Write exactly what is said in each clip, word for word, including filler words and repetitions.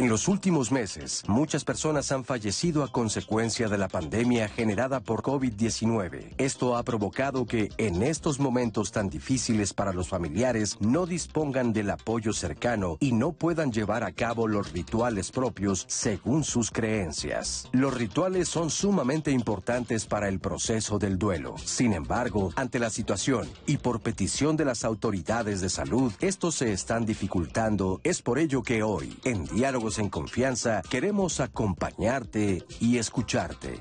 En los últimos meses, muchas personas han fallecido a consecuencia de la pandemia generada por COVID diecinueve. Esto ha provocado que, en estos momentos tan difíciles para los familiares, no dispongan del apoyo cercano y no puedan llevar a cabo los rituales propios según sus creencias. Los rituales son sumamente importantes para el proceso del duelo. Sin embargo, ante la situación y por petición de las autoridades de salud, estos se están dificultando. Es por ello que hoy, en Diálogos en Confianza, queremos acompañarte y escucharte.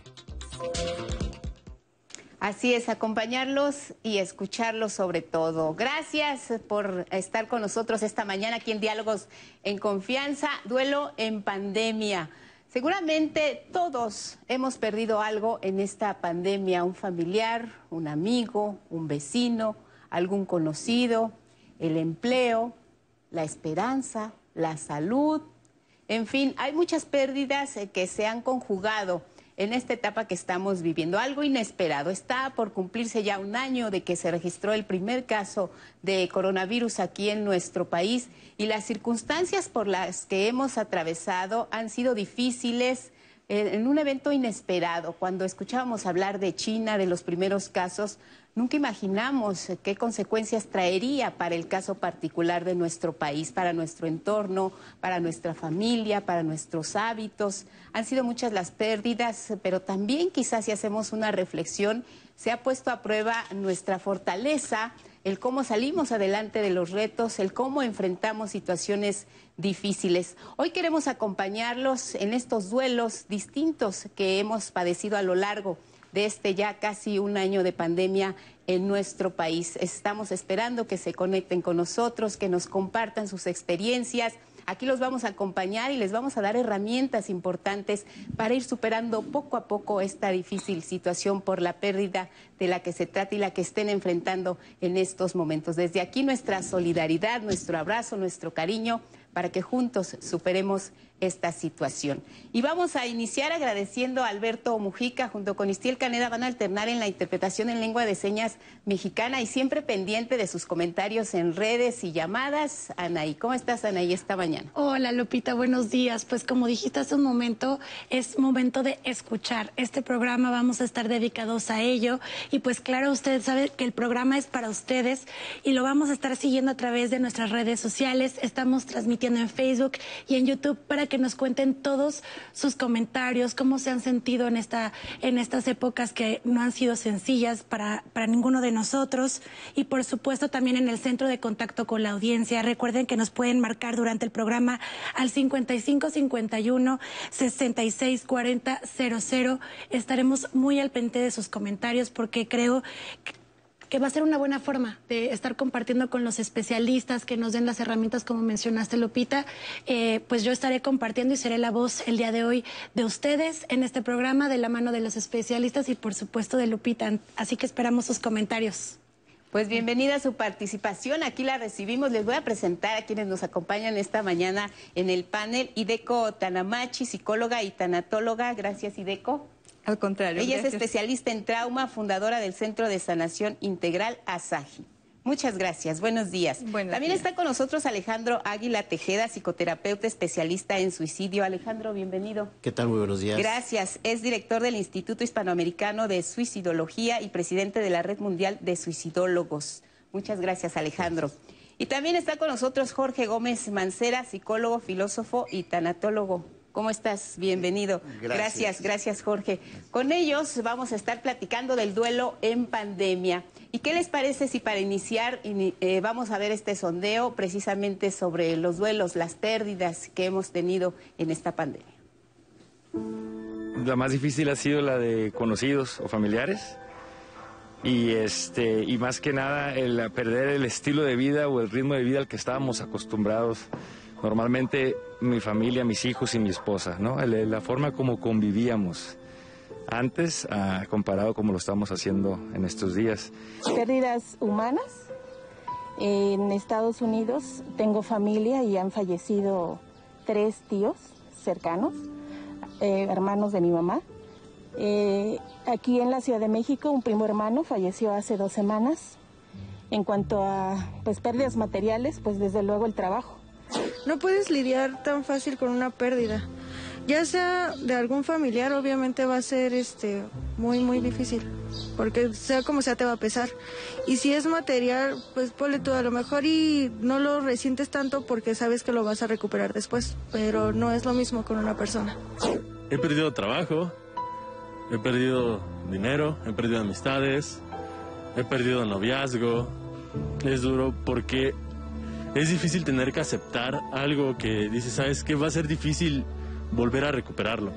Así es, acompañarlos y escucharlos sobre todo. Gracias por estar con nosotros esta mañana aquí en Diálogos en Confianza. Duelo en pandemia. Seguramente todos hemos perdido algo en esta pandemia, un familiar, un amigo, un vecino, algún conocido, el empleo, la esperanza, la salud. En fin, hay muchas pérdidas que se han conjugado en esta etapa que estamos viviendo. Algo inesperado. Está por cumplirse ya un año de que se registró el primer caso de coronavirus aquí en nuestro país y las circunstancias por las que hemos atravesado han sido difíciles. En un evento inesperado, cuando escuchábamos hablar de China, de los primeros casos, nunca imaginamos qué consecuencias traería para el caso particular de nuestro país, para nuestro entorno, para nuestra familia, para nuestros hábitos. Han sido muchas las pérdidas, pero también quizás si hacemos una reflexión, se ha puesto a prueba nuestra fortaleza, el cómo salimos adelante de los retos, el cómo enfrentamos situaciones difíciles. Hoy queremos acompañarlos en estos duelos distintos que hemos padecido a lo largo de este ya casi un año de pandemia en nuestro país. Estamos esperando que se conecten con nosotros, que nos compartan sus experiencias. Aquí los vamos a acompañar y les vamos a dar herramientas importantes para ir superando poco a poco esta difícil situación por la pérdida de la que se trata y la que estén enfrentando en estos momentos. Desde aquí nuestra solidaridad, nuestro abrazo, nuestro cariño para que juntos superemos esta situación. Y vamos a iniciar agradeciendo a Alberto Mujica, junto con Istiel Caneda, van a alternar en la interpretación en lengua de señas mexicana y siempre pendiente de sus comentarios en redes y llamadas. Anaí, ¿cómo estás, Anaí, esta mañana? Hola, Lupita, buenos días. Pues como dijiste hace un momento, es momento de escuchar. Este programa vamos a estar dedicados a ello y pues claro, usted sabe que el programa es para ustedes y lo vamos a estar siguiendo a través de nuestras redes sociales. Estamos transmitiendo en Facebook y en YouTube para que nos cuenten todos sus comentarios, cómo se han sentido en esta en estas épocas que no han sido sencillas para, para ninguno de nosotros y por supuesto también en el centro de contacto con la audiencia. Recuerden que nos pueden marcar durante el programa al cincuenta y cinco cincuenta y uno sesenta y seis cuarenta cero cero. Estaremos muy al pendiente de sus comentarios porque creo que que va a ser una buena forma de estar compartiendo con los especialistas que nos den las herramientas como mencionaste, Lupita. Eh, pues yo estaré compartiendo y seré la voz el día de hoy de ustedes en este programa de la mano de los especialistas y por supuesto de Lupita. Así que esperamos sus comentarios. Pues bienvenida a su participación, aquí la recibimos. Les voy a presentar a quienes nos acompañan esta mañana en el panel. Hideko Tanamachi, psicóloga y tanatóloga. Gracias, Hideko. Al contrario. Ella gracias. es especialista en trauma, fundadora del Centro de Sanación Integral Asahi. Muchas gracias, buenos días. Buenos También días. está con nosotros Alejandro Águila Tejeda, psicoterapeuta especialista en suicidio. Alejandro, bienvenido. ¿Qué tal? Muy buenos días. Gracias. Es director del Instituto Hispanoamericano de Suicidología y presidente de la Red Mundial de Suicidólogos. Muchas gracias, Alejandro. Y también está con nosotros Jorge Gómez Mancera, psicólogo, filósofo y tanatólogo. ¿Cómo estás? Bienvenido. Gracias. Gracias, gracias, Jorge. Con ellos vamos a estar platicando del duelo en pandemia. ¿Y qué les parece si para iniciar eh, vamos a ver este sondeo precisamente sobre los duelos, las pérdidas que hemos tenido en esta pandemia? La más difícil ha sido la de conocidos o familiares y este y más que nada el perder el estilo de vida o el ritmo de vida al que estábamos acostumbrados. Normalmente mi familia, mis hijos y mi esposa, ¿no? La forma como convivíamos antes, ah, comparado como lo estamos haciendo en estos días. Pérdidas humanas. En Estados Unidos tengo familia y han fallecido tres tíos cercanos, eh, hermanos de mi mamá. Eh, aquí en la Ciudad de México un primo hermano falleció hace dos semanas. En cuanto a pues pérdidas materiales, pues desde luego el trabajo. no puedes lidiar tan fácil con una pérdida. Ya sea de algún familiar, obviamente va a ser este muy, muy difícil, porque sea como sea te va a pesar. Y si es material, pues ponle tú a lo mejor y no lo resientes tanto porque sabes que lo vas a recuperar después, pero no es lo mismo con una persona. He perdido trabajo, he perdido dinero, he perdido amistades, he perdido noviazgo. Es duro porque es difícil tener que aceptar algo que dices, ¿sabes qué? Va a ser difícil volver a recuperarlo.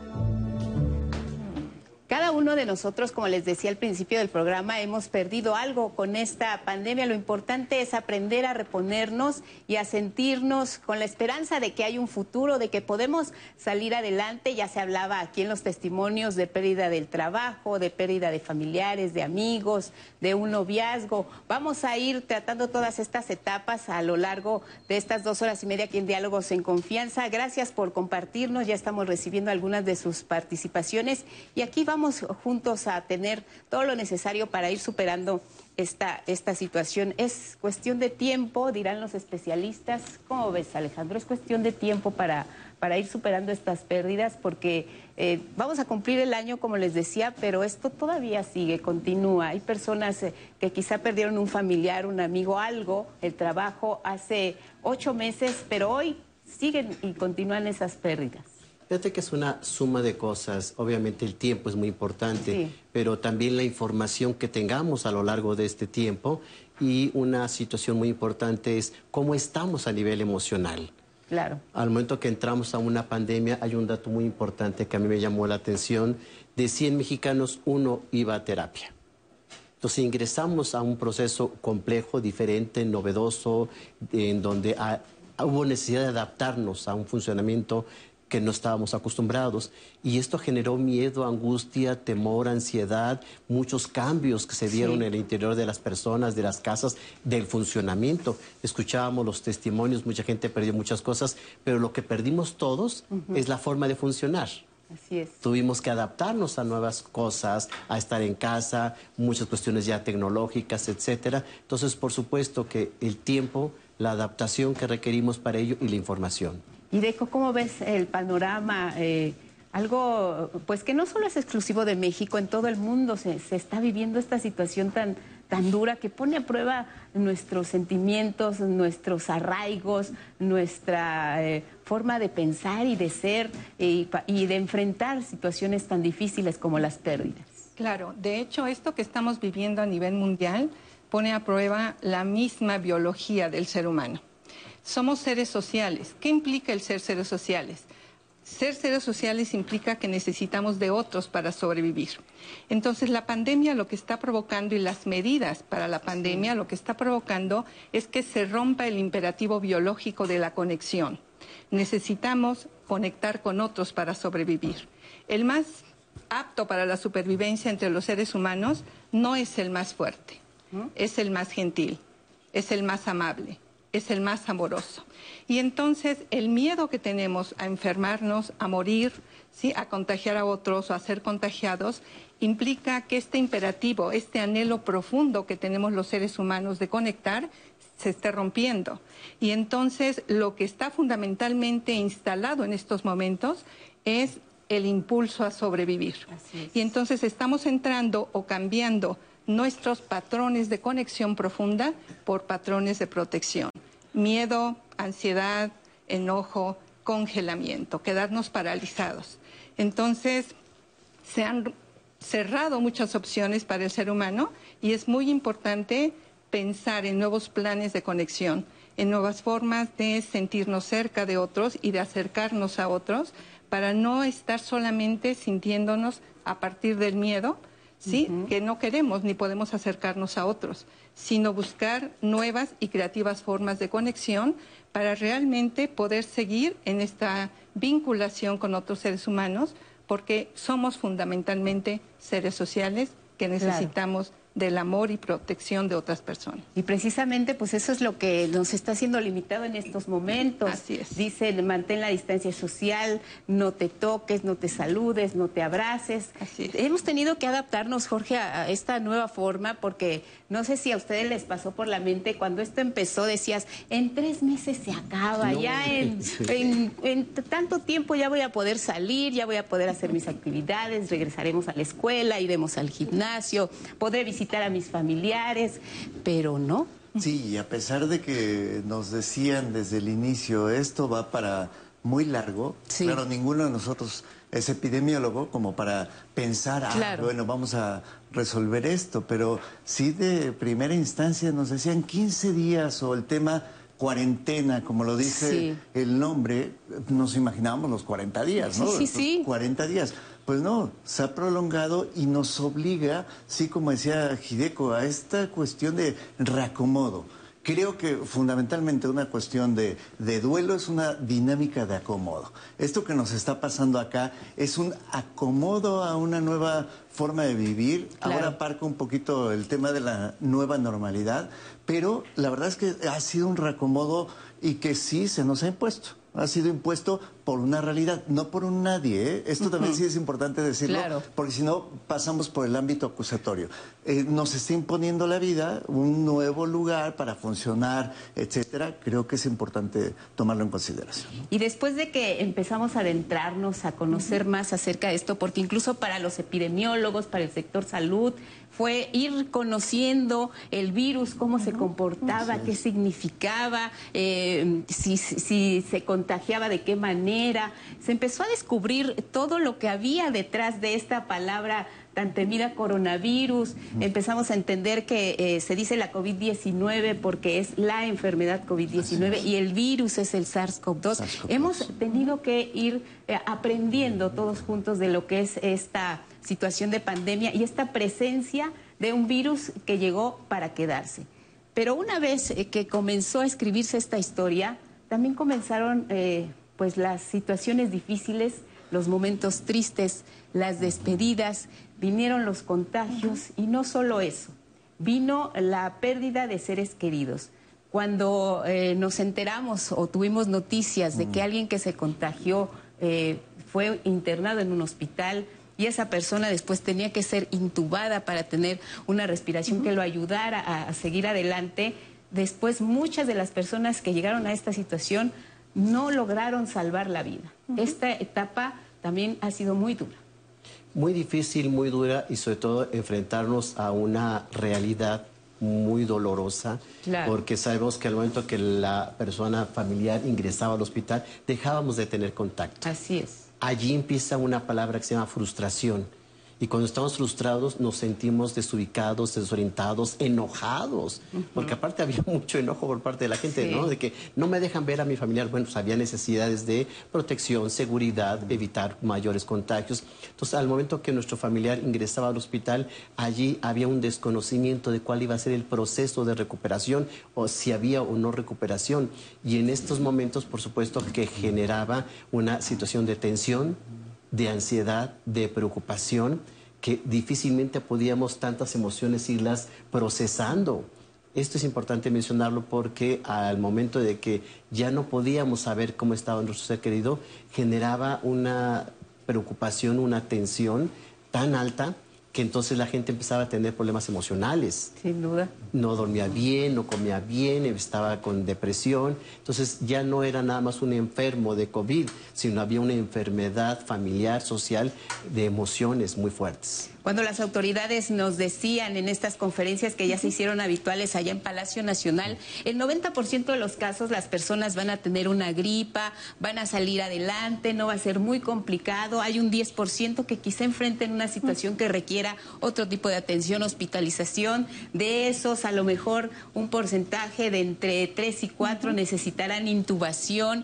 Cada uno de nosotros, como les decía al principio del programa, hemos perdido algo con esta pandemia. Lo importante es aprender a reponernos y a sentirnos con la esperanza de que hay un futuro, de que podemos salir adelante. Ya se hablaba aquí en los testimonios de pérdida del trabajo, de pérdida de familiares, de amigos, de un noviazgo. Vamos a ir tratando todas estas etapas a lo largo de estas dos horas y media aquí en Diálogos en Confianza. Gracias por compartirnos. Ya estamos recibiendo algunas de sus participaciones y aquí vamos Vamos juntos a tener todo lo necesario para ir superando esta, esta situación. Es cuestión de tiempo, dirán los especialistas. ¿Cómo ves, Alejandro? Es cuestión de tiempo para, para ir superando estas pérdidas porque eh, vamos a cumplir el año, como les decía, pero esto todavía sigue, continúa. Hay personas eh, que quizá perdieron un familiar, un amigo, algo, el trabajo hace ocho meses, pero hoy siguen y continúan esas pérdidas. Fíjate que es una suma de cosas. Obviamente el tiempo es muy importante, sí, pero también la información que tengamos a lo largo de este tiempo, y una situación muy importante es cómo estamos a nivel emocional. Claro. Al momento que entramos a una pandemia hay un dato muy importante que a mí me llamó la atención. De cien mexicanos, uno iba a terapia. Entonces ingresamos a un proceso complejo, diferente, novedoso, en donde ha, hubo necesidad de adaptarnos a un funcionamiento que no estábamos acostumbrados, y esto generó miedo, angustia, temor, ansiedad, muchos cambios que se dieron sí. en el interior de las personas, de las casas, del funcionamiento. Escuchábamos los testimonios, mucha gente perdió muchas cosas, pero lo que perdimos todos uh-huh. es la forma de funcionar. Así es. Tuvimos que adaptarnos a nuevas cosas, a estar en casa, muchas cuestiones ya tecnológicas, etcétera. Entonces, por supuesto que el tiempo, la adaptación que requerimos para ello y la información. Y Deco, ¿cómo ves el panorama? Eh, algo, pues que no solo es exclusivo de México, en todo el mundo se, se está viviendo esta situación tan, tan dura que pone a prueba nuestros sentimientos, nuestros arraigos, nuestra eh, forma de pensar y de ser eh, y de enfrentar situaciones tan difíciles como las pérdidas. Claro, de hecho esto que estamos viviendo a nivel mundial pone a prueba la misma biología del ser humano. Somos seres sociales. ¿Qué implica el ser seres sociales? Ser seres sociales implica que necesitamos de otros para sobrevivir. Entonces, la pandemia lo que está provocando y las medidas para la pandemia lo que está provocando es que se rompa el imperativo biológico de la conexión. Necesitamos conectar con otros para sobrevivir. El más apto para la supervivencia entre los seres humanos no es el más fuerte, es el más gentil, es el más amable, es el más amoroso. Y entonces el miedo que tenemos a enfermarnos, a morir, ¿sí? a contagiar a otros o a ser contagiados, implica que este imperativo, este anhelo profundo que tenemos los seres humanos de conectar, se esté rompiendo. Y entonces lo que está fundamentalmente instalado en estos momentos es el impulso a sobrevivir. Así es. Y entonces estamos entrando o cambiando nuestros patrones de conexión profunda por patrones de protección. Miedo, ansiedad, enojo, congelamiento, quedarnos paralizados. Entonces, se han cerrado muchas opciones para el ser humano y es muy importante pensar en nuevos planes de conexión, en nuevas formas de sentirnos cerca de otros y de acercarnos a otros para no estar solamente sintiéndonos a partir del miedo, ¿sí? Uh-huh. que no queremos ni podemos acercarnos a otros, sino buscar nuevas y creativas formas de conexión para realmente poder seguir en esta vinculación con otros seres humanos, porque somos fundamentalmente seres sociales que necesitamos claro. del amor y protección de otras personas. Y precisamente pues eso es lo que nos está siendo limitado en estos momentos. Así es. Dice, mantén la distancia social, no te toques, no te saludes, no te abraces. Así es. Hemos tenido que adaptarnos, Jorge, a esta nueva forma, porque no sé si a ustedes les pasó por la mente, cuando esto empezó decías, en tres meses se acaba, No. ya en, en, en tanto tiempo ya voy a poder salir, ya voy a poder hacer mis actividades, regresaremos a la escuela, iremos al gimnasio, podré visitar a mis familiares, pero no. Sí, y a pesar de que nos decían desde el inicio, esto va para muy largo, Sí. claro, ninguno de nosotros es epidemiólogo como para pensar, ah, Claro. bueno, vamos a resolver esto, pero sí de primera instancia nos decían quince días o el tema cuarentena, como lo dice Sí. el nombre, nos imaginábamos los cuarenta días, ¿no? Sí, sí, sí. Los cuarenta días. Pues no, se ha prolongado y nos obliga, sí, como decía Hideko, a esta cuestión de reacomodo. Creo que fundamentalmente una cuestión de, de duelo es una dinámica de acomodo. Esto que nos está pasando acá es un acomodo a una nueva forma de vivir. Claro. Ahora aparca un poquito el tema de la nueva normalidad, pero la verdad es que ha sido un reacomodo y que sí se nos ha impuesto. Ha sido impuesto por una realidad, no por un nadie, ¿eh? Esto uh-huh. también sí es importante decirlo, Claro. porque si no pasamos por el ámbito acusatorio. Eh, nos está imponiendo la vida, un nuevo lugar para funcionar, etcétera. Creo que es importante tomarlo en consideración, ¿no? Y después de que empezamos a adentrarnos, a conocer uh-huh. más acerca de esto, porque incluso para los epidemiólogos, para el sector salud, fue ir conociendo el virus, cómo uh-huh. se comportaba, uh-huh. qué significaba, eh, si, si se contagiaba, de qué manera. Se empezó a descubrir todo lo que había detrás de esta palabra tan temida coronavirus. Uh-huh. Empezamos a entender que eh, se dice la COVID diecinueve porque es la enfermedad COVID diecinueve y el virus es el SARS-CoV dos. SARS-CoV dos. Hemos tenido que ir eh, aprendiendo todos juntos de lo que es esta situación de pandemia y esta presencia de un virus que llegó para quedarse. Pero una vez eh, que comenzó a escribirse esta historia, también comenzaron eh, pues las situaciones difíciles, los momentos tristes, las despedidas, vinieron los contagios y no solo eso, vino la pérdida de seres queridos. Cuando eh, nos enteramos o tuvimos noticias de que alguien que se contagió eh, fue internado en un hospital y esa persona después tenía que ser intubada para tener una respiración que lo ayudara a, a seguir adelante, después muchas de las personas que llegaron a esta situación no lograron salvar la vida. Uh-huh. Esta etapa también ha sido muy dura. Muy difícil, muy dura y sobre todo enfrentarnos a una realidad muy dolorosa, claro. porque sabemos que al momento que la persona familiar ingresaba al hospital, dejábamos de tener contacto. Así es. Allí empieza una palabra que se llama frustración. Y cuando estamos frustrados nos sentimos desubicados, desorientados, enojados. Uh-huh. Porque aparte había mucho enojo por parte de la gente, sí. ¿no? De que no me dejan ver a mi familiar. Bueno, pues había necesidades de protección, seguridad, evitar mayores contagios. Entonces, al momento que nuestro familiar ingresaba al hospital, allí había un desconocimiento de cuál iba a ser el proceso de recuperación o si había o no recuperación. Y en estos momentos, por supuesto, que generaba una situación de tensión, de ansiedad, de preocupación, que difícilmente podíamos tantas emociones irlas procesando. Esto es importante mencionarlo porque al momento de que ya no podíamos saber cómo estaba nuestro ser querido, generaba una preocupación, una tensión tan alta que entonces la gente empezaba a tener problemas emocionales. Sin duda. No dormía bien, no comía bien, estaba con depresión. Entonces ya no era nada más un enfermo de COVID, sino había una enfermedad familiar, social, de emociones muy fuertes. Cuando las autoridades nos decían en estas conferencias que ya se hicieron habituales allá en Palacio Nacional, el noventa por ciento de los casos las personas van a tener una gripa, van a salir adelante, no va a ser muy complicado. Hay un diez por ciento que quizá enfrenten una situación que requiera otro tipo de atención, hospitalización. De esos, a lo mejor un porcentaje de entre tres y cuatro necesitarán intubación.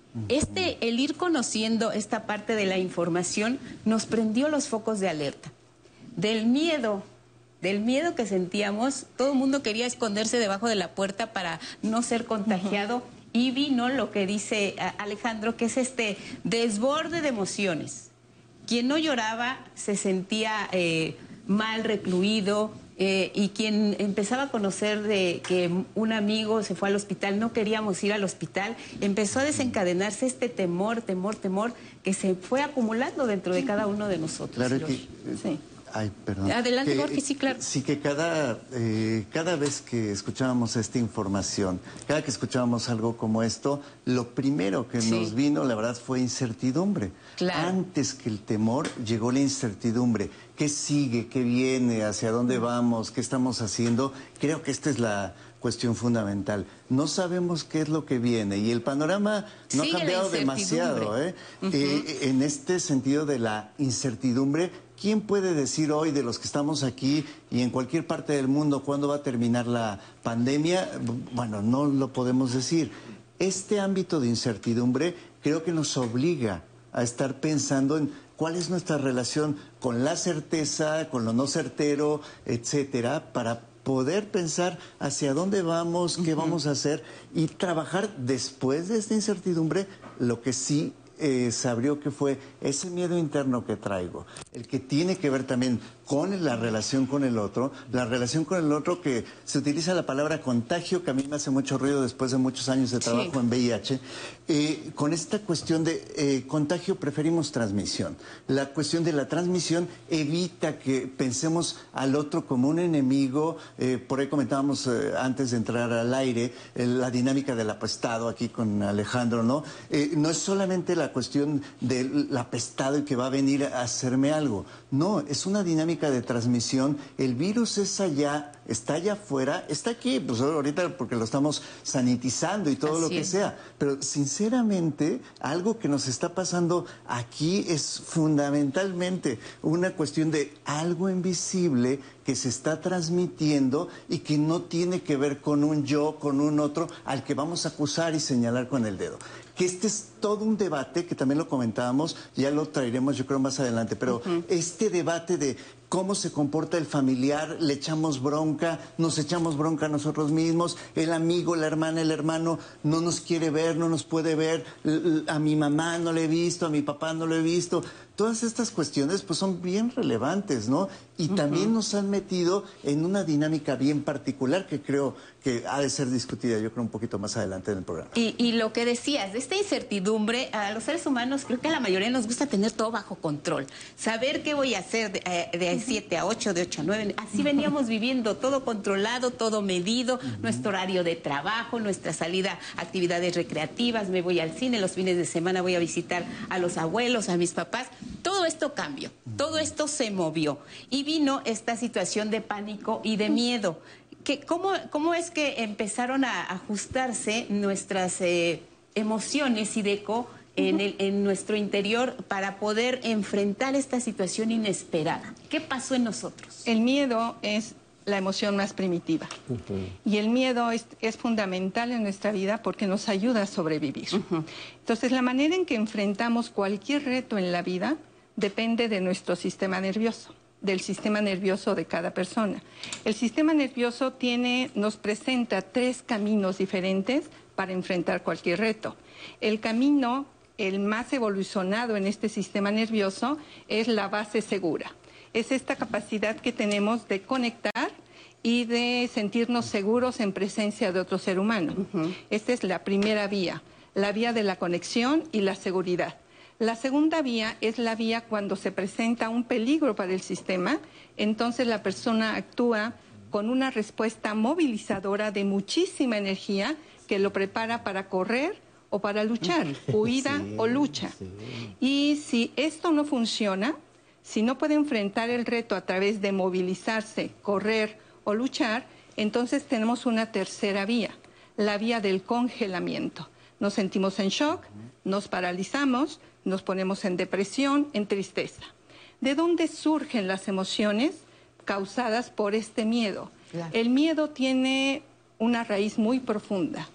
Este, el ir conociendo esta parte de la información nos prendió los focos de alerta. Del miedo, del miedo que sentíamos, todo el mundo quería esconderse debajo de la puerta para no ser contagiado. Uh-huh. Y vino lo que dice Alejandro, que es este desborde de emociones. Quien no lloraba se sentía eh, mal recluido, Eh, y quien empezaba a conocer de que un amigo se fue al hospital, no queríamos ir al hospital, empezó a desencadenarse este temor, temor, temor, que se fue acumulando dentro de cada uno de nosotros. Claro que... Sí. Ay, perdón. Adelante, que, Jorge, sí, claro. Sí, que cada, eh, cada vez que escuchábamos esta información, cada que escuchábamos algo como esto, lo primero que sí. nos vino, la verdad, fue incertidumbre. Claro. Antes que el temor, llegó la incertidumbre. ¿Qué sigue? ¿Qué viene? ¿Hacia dónde vamos? ¿Qué estamos haciendo? Creo que esta es la cuestión fundamental. No sabemos qué es lo que viene y el panorama no sigue ha cambiado demasiado. ¿eh? Uh-huh. eh, en este sentido de la incertidumbre, ¿quién puede decir hoy de los que estamos aquí y en cualquier parte del mundo cuándo va a terminar la pandemia? Bueno, no lo podemos decir. Este ámbito de incertidumbre creo que nos obliga a estar pensando en cuál es nuestra relación con la certeza, con lo no certero, etcétera, para poder pensar hacia dónde vamos, qué uh-huh. vamos a hacer y trabajar después de esta incertidumbre lo que sí Eh, se abrió, que fue ese miedo interno que traigo, el que tiene que ver también con la relación con el otro, la relación con el otro que se utiliza la palabra contagio, que a mí me hace mucho ruido después de muchos años de trabajo sí. en V I H, eh, con esta cuestión de eh, contagio preferimos transmisión. La cuestión de la transmisión evita que pensemos al otro como un enemigo, eh, por ahí comentábamos eh, antes de entrar al aire, eh, la dinámica del apestado aquí con Alejandro, ¿no? Eh, no es solamente la la cuestión del apestado y que va a venir a hacerme algo. No, es una dinámica de transmisión. El virus es allá, está allá afuera, está aquí, pues ahorita porque lo estamos sanitizando y todo Así lo que es. sea. Pero sinceramente, algo que nos está pasando aquí es fundamentalmente una cuestión de algo invisible que se está transmitiendo y que no tiene que ver con un yo, con un otro, al que vamos a acusar y señalar con el dedo. Que este es todo un debate, que también lo comentábamos, ya lo traeremos yo creo más adelante, pero uh-huh. este debate de cómo se comporta el familiar, le echamos bronca, nos echamos bronca a nosotros mismos, el amigo, la hermana, el hermano no nos quiere ver, no nos puede ver, a mi mamá no le he visto, a mi papá no lo he visto. Todas estas cuestiones pues son bien relevantes, ¿no? Y uh-huh. también nos han metido en una dinámica bien particular que creo que ha de ser discutida, yo creo, un poquito más adelante en el programa. Y, y lo que decías, de esta incertidumbre, a los seres humanos creo que a la mayoría nos gusta tener todo bajo control. Saber qué voy a hacer de, de siete a ocho, de ocho a nueve, así veníamos viviendo, todo controlado, todo medido, uh-huh. nuestro horario de trabajo, nuestra salida, actividades recreativas, me voy al cine, los fines de semana voy a visitar a los abuelos, a mis papás. Todo esto cambió, todo esto se movió y vino esta situación de pánico y de miedo. Que, ¿cómo, ¿Cómo es que empezaron a ajustarse nuestras eh, emociones, Hideco, en, el, en nuestro interior para poder enfrentar esta situación inesperada? ¿Qué pasó en nosotros? El miedo es la emoción más primitiva. Uh-huh. Y el miedo es, es fundamental en nuestra vida porque nos ayuda a sobrevivir. Uh-huh. Entonces, la manera en que enfrentamos cualquier reto en la vida depende de nuestro sistema nervioso, del sistema nervioso de cada persona. El sistema nervioso tiene, nos presenta tres caminos diferentes para enfrentar cualquier reto. El camino, el más evolucionado en este sistema nervioso, es la base segura. Es esta capacidad que tenemos de conectar y de sentirnos seguros en presencia de otro ser humano. Uh-huh. Esta es la primera vía, la vía de la conexión y la seguridad. La segunda vía es la vía cuando se presenta un peligro para el sistema, entonces la persona actúa con una respuesta movilizadora de muchísima energía que lo prepara para correr o para luchar, huida sí, o lucha. Sí. Y si esto no funciona, si no puede enfrentar el reto a través de movilizarse, correr o luchar, entonces tenemos una tercera vía, la vía del congelamiento. Nos sentimos en shock, nos paralizamos, nos ponemos en depresión, en tristeza. ¿De dónde surgen las emociones causadas por este miedo? Claro. El miedo tiene una raíz muy profunda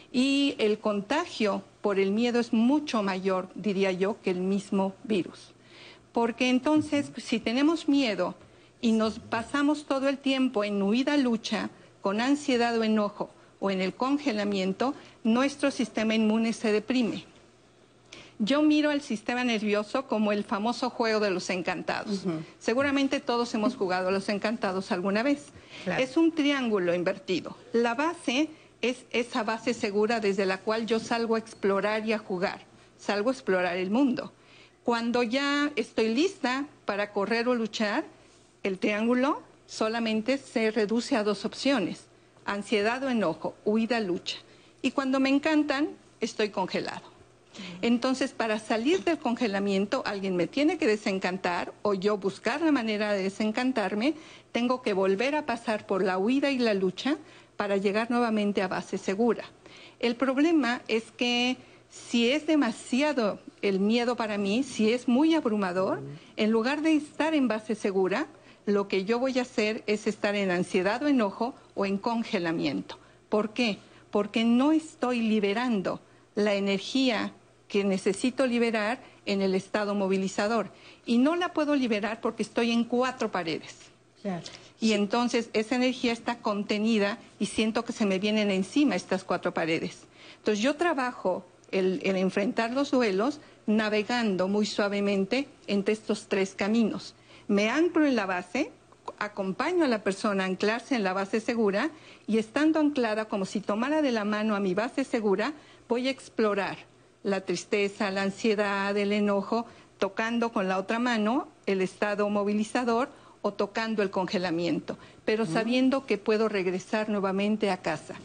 y el contagio por el miedo es mucho mayor, diría yo, que el mismo virus. Porque entonces, si tenemos miedo y nos pasamos todo el tiempo en huida-lucha, con ansiedad o enojo, o en el congelamiento, nuestro sistema inmune se deprime. Yo miro el sistema nervioso como el famoso juego de los encantados. Uh-huh. Seguramente todos hemos jugado a los encantados alguna vez. Claro. Es un triángulo invertido. La base es esa base segura desde la cual yo salgo a explorar y a jugar. Salgo a explorar el mundo. Cuando ya estoy lista para correr o luchar, el triángulo solamente se reduce a dos opciones: ansiedad o enojo, huida, lucha. Y cuando me encantan, estoy congelado. Entonces, para salir del congelamiento, alguien me tiene que desencantar o yo buscar la manera de desencantarme. Tengo que volver a pasar por la huida y la lucha para llegar nuevamente a base segura. El problema es que si es demasiado el miedo para mí, si es muy abrumador, en lugar de estar en base segura, lo que yo voy a hacer es estar en ansiedad o enojo o en congelamiento. ¿Por qué? Porque no estoy liberando la energía que necesito liberar en el estado movilizador. Y no la puedo liberar porque estoy en cuatro paredes. Claro. Y sí. Entonces esa energía está contenida y siento que se me vienen encima estas cuatro paredes. Entonces yo trabajo el, el enfrentar los duelos navegando muy suavemente entre estos tres caminos. Me anclo en la base, acompaño a la persona a anclarse en la base segura y estando anclada como si tomara de la mano a mi base segura, voy a explorar la tristeza, la ansiedad, el enojo, tocando con la otra mano el estado movilizador o tocando el congelamiento, pero sabiendo que puedo regresar nuevamente a casa,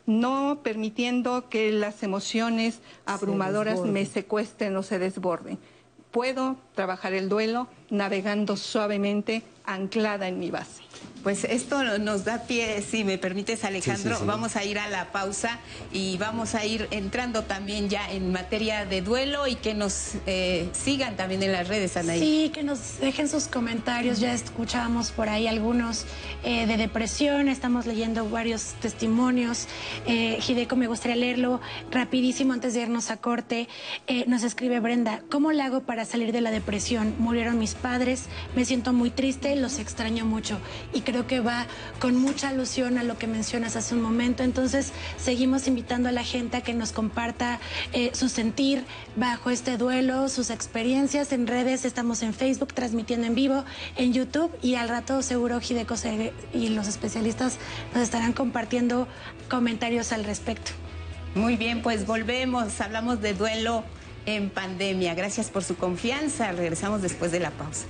no permitiendo que las emociones abrumadoras se me secuestren o se desborden. Puedo trabajar el duelo navegando suavemente, anclada en mi base. Pues esto nos da pie, si me permites, Alejandro, sí, sí, sí. Vamos a ir a la pausa y vamos a ir entrando también ya en materia de duelo y que nos eh, sigan también en las redes, Anaí. Sí, que nos dejen sus comentarios, ya escuchábamos por ahí algunos eh, de depresión, estamos leyendo varios testimonios. Eh, Hideko, me gustaría leerlo rapidísimo antes de irnos a corte. Eh, nos escribe Brenda: ¿cómo le hago para salir de la depresión? Murieron mis padres, me siento muy triste, los extraño mucho. Y creo que va con mucha alusión a lo que mencionas hace un momento. Entonces seguimos invitando a la gente a que nos comparta eh, su sentir bajo este duelo, sus experiencias en redes. Estamos en Facebook transmitiendo en vivo, en YouTube, y al rato seguro Hideko y los especialistas nos estarán compartiendo comentarios al respecto. Muy bien, pues volvemos, hablamos de duelo en pandemia. Gracias por su confianza. Regresamos después de la pausa.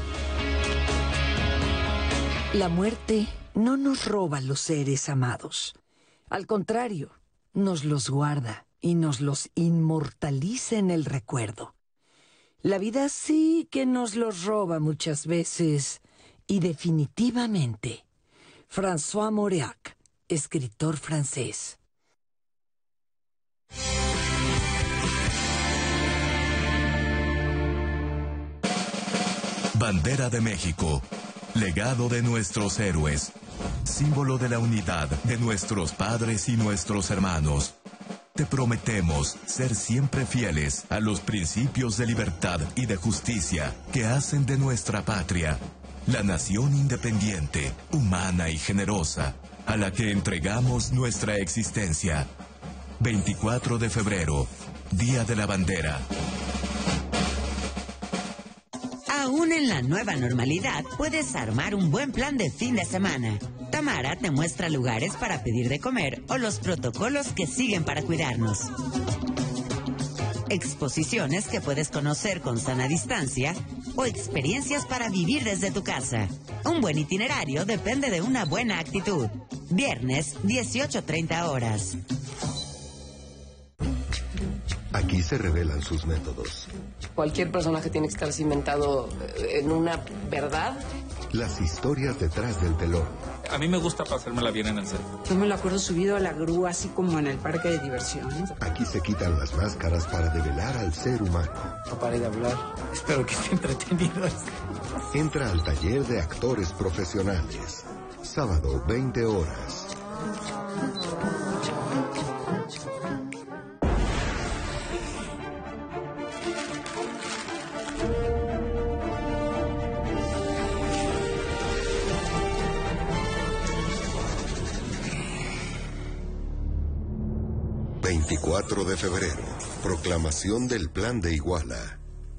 La muerte no nos roba los seres amados. Al contrario, nos los guarda y nos los inmortaliza en el recuerdo. La vida sí que nos los roba muchas veces y definitivamente. François Mauriac, escritor francés. Bandera de México. Legado de nuestros héroes, símbolo de la unidad de nuestros padres y nuestros hermanos. Te prometemos ser siempre fieles a los principios de libertad y de justicia que hacen de nuestra patria la nación independiente, humana y generosa a la que entregamos nuestra existencia. veinticuatro de febrero, Día de la Bandera. Aún en la nueva normalidad, puedes armar un buen plan de fin de semana. Tamara te muestra lugares para pedir de comer o los protocolos que siguen para cuidarnos. Exposiciones que puedes conocer con sana distancia o experiencias para vivir desde tu casa. Un buen itinerario depende de una buena actitud. Viernes, dieciocho treinta horas. Aquí se revelan sus métodos. Cualquier personaje tiene que estar cimentado en una verdad. Las historias detrás del telón. A mí me gusta pasármela bien en el set. Yo me lo acuerdo subido a la grúa, así como en el parque de diversiones. Aquí se quitan las máscaras para develar al ser humano. No pare de hablar. Espero que esté entretenido. Entra al taller de actores profesionales. Sábado, veinte horas. veinticuatro de febrero, proclamación del Plan de Iguala.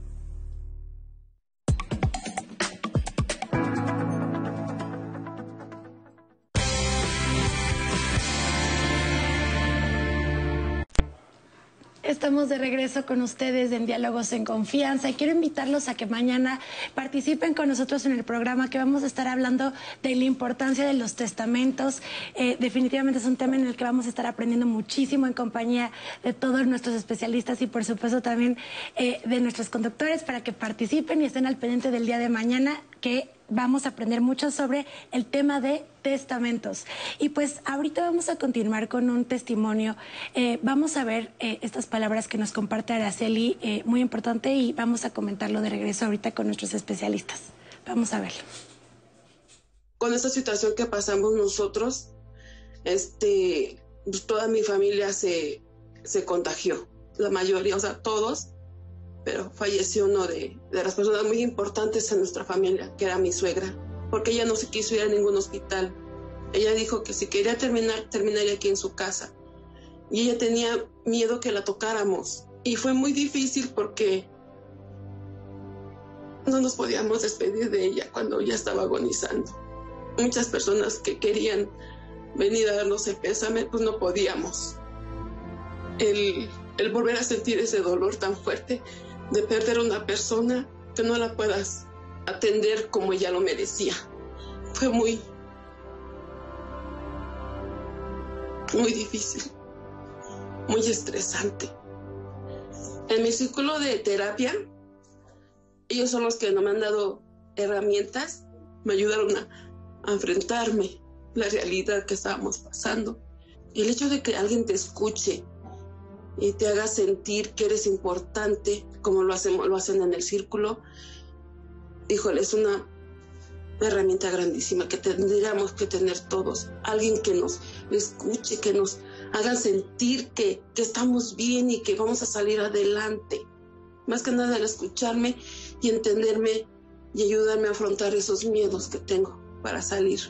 Estamos de regreso con ustedes en Diálogos en Confianza y quiero invitarlos a que mañana participen con nosotros en el programa, que vamos a estar hablando de la importancia de los testamentos. Eh, definitivamente es un tema en el que vamos a estar aprendiendo muchísimo en compañía de todos nuestros especialistas y por supuesto también eh, de nuestros conductores, para que participen y estén al pendiente del día de mañana, que vamos a aprender mucho sobre el tema de testamentos. Y pues ahorita vamos a continuar con un testimonio. Eh, vamos a ver eh, estas palabras que nos comparte Araceli, eh, muy importante, y vamos a comentarlo de regreso ahorita con nuestros especialistas. Vamos a verlo. Con esta situación que pasamos nosotros, este, pues toda mi familia se, se contagió. La mayoría, o sea, todos, pero falleció uno de, de las personas muy importantes en nuestra familia, que era mi suegra, porque ella no se quiso ir a ningún hospital. Ella dijo que si quería terminar, terminaría aquí en su casa. Y ella tenía miedo que la tocáramos. Y fue muy difícil porque no nos podíamos despedir de ella cuando ella estaba agonizando. Muchas personas que querían venir a darnos el pésame, pues no podíamos. El, el volver a sentir ese dolor tan fuerte de perder a una persona, que no la puedas atender como ella lo merecía, fue muy, muy difícil, muy estresante. En mi círculo de terapia, ellos son los que no me han dado herramientas, me ayudaron a, a enfrentarme la realidad que estábamos pasando. Y el hecho de que alguien te escuche y te haga sentir que eres importante, como lo hacemos, lo hacen en el círculo, híjole, es una herramienta grandísima que tendríamos que tener todos. Alguien que nos escuche, que nos haga sentir que, que estamos bien y que vamos a salir adelante. Más que nada el escucharme y entenderme y ayudarme a afrontar esos miedos que tengo para salir.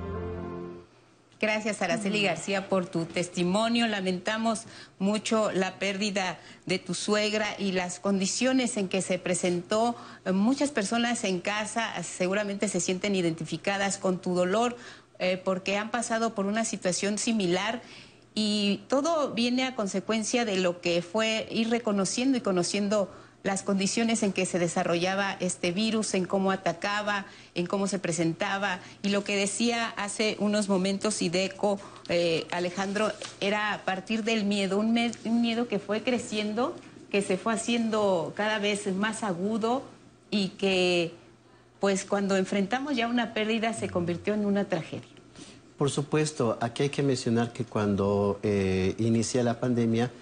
Gracias, Araceli García, por tu testimonio. Lamentamos mucho la pérdida de tu suegra y las condiciones en que se presentó. Muchas personas en casa seguramente se sienten identificadas con tu dolor eh, porque han pasado por una situación similar, y todo viene a consecuencia de lo que fue ir reconociendo y conociendo las condiciones en que se desarrollaba este virus, en cómo atacaba, en cómo se presentaba. Y lo que decía hace unos momentos Ideco, eh, Alejandro, era a partir del miedo, un, me un miedo que fue creciendo, que se fue haciendo cada vez más agudo y que, pues, cuando enfrentamos ya una pérdida se convirtió en una tragedia. Por supuesto, aquí hay que mencionar que cuando eh, inicia la pandemia,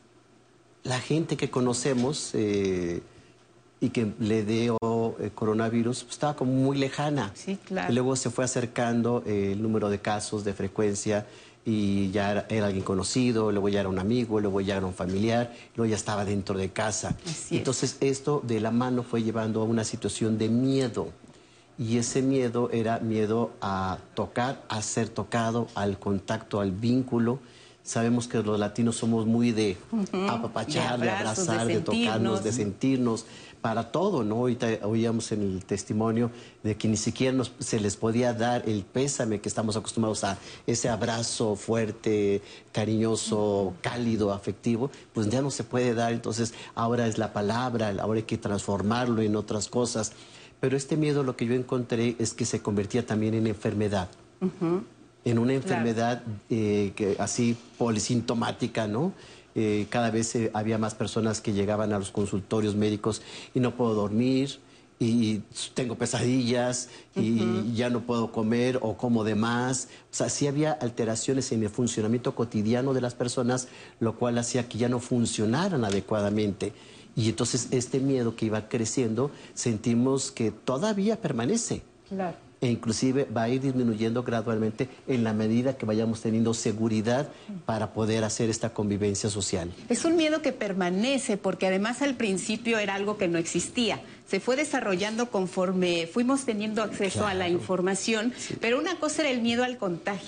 la gente que conocemos eh, y que le dio eh, coronavirus pues, estaba como muy lejana. Sí, claro. Y luego se fue acercando eh, el número de casos, de frecuencia, y ya era, era alguien conocido, luego ya era un amigo, luego ya era un familiar, luego ya estaba dentro de casa. Así Entonces es. esto de la mano fue llevando a una situación de miedo. Y ese miedo era miedo a tocar, a ser tocado, al contacto, al vínculo. Sabemos que los latinos somos muy de uh-huh. apapachar, de, de abrazar, de, de tocarnos, de sentirnos, para todo, ¿no? Ahorita oíamos en el testimonio de que ni siquiera nos, se les podía dar el pésame, que estamos acostumbrados a ese abrazo fuerte, cariñoso, uh-huh. cálido, afectivo, pues ya no se puede dar. Entonces ahora es la palabra, ahora hay que transformarlo en otras cosas. Pero este miedo, lo que yo encontré es que se convertía también en enfermedad. Uh-huh. En una enfermedad claro. eh, que, así polisintomática, ¿no? Eh, cada vez eh, había más personas que llegaban a los consultorios médicos y no puedo dormir, y tengo pesadillas, y uh-huh. ya no puedo comer o como de más. O sea, sí había alteraciones en el funcionamiento cotidiano de las personas, lo cual hacía que ya no funcionaran adecuadamente. Y entonces este miedo que iba creciendo, sentimos que todavía permanece. Claro. E inclusive va a ir disminuyendo gradualmente en la medida que vayamos teniendo seguridad para poder hacer esta convivencia social. Es un miedo que permanece porque además al principio era algo que no existía. Se fue desarrollando conforme fuimos teniendo acceso claro. a la información, sí. pero una cosa era el miedo al contagio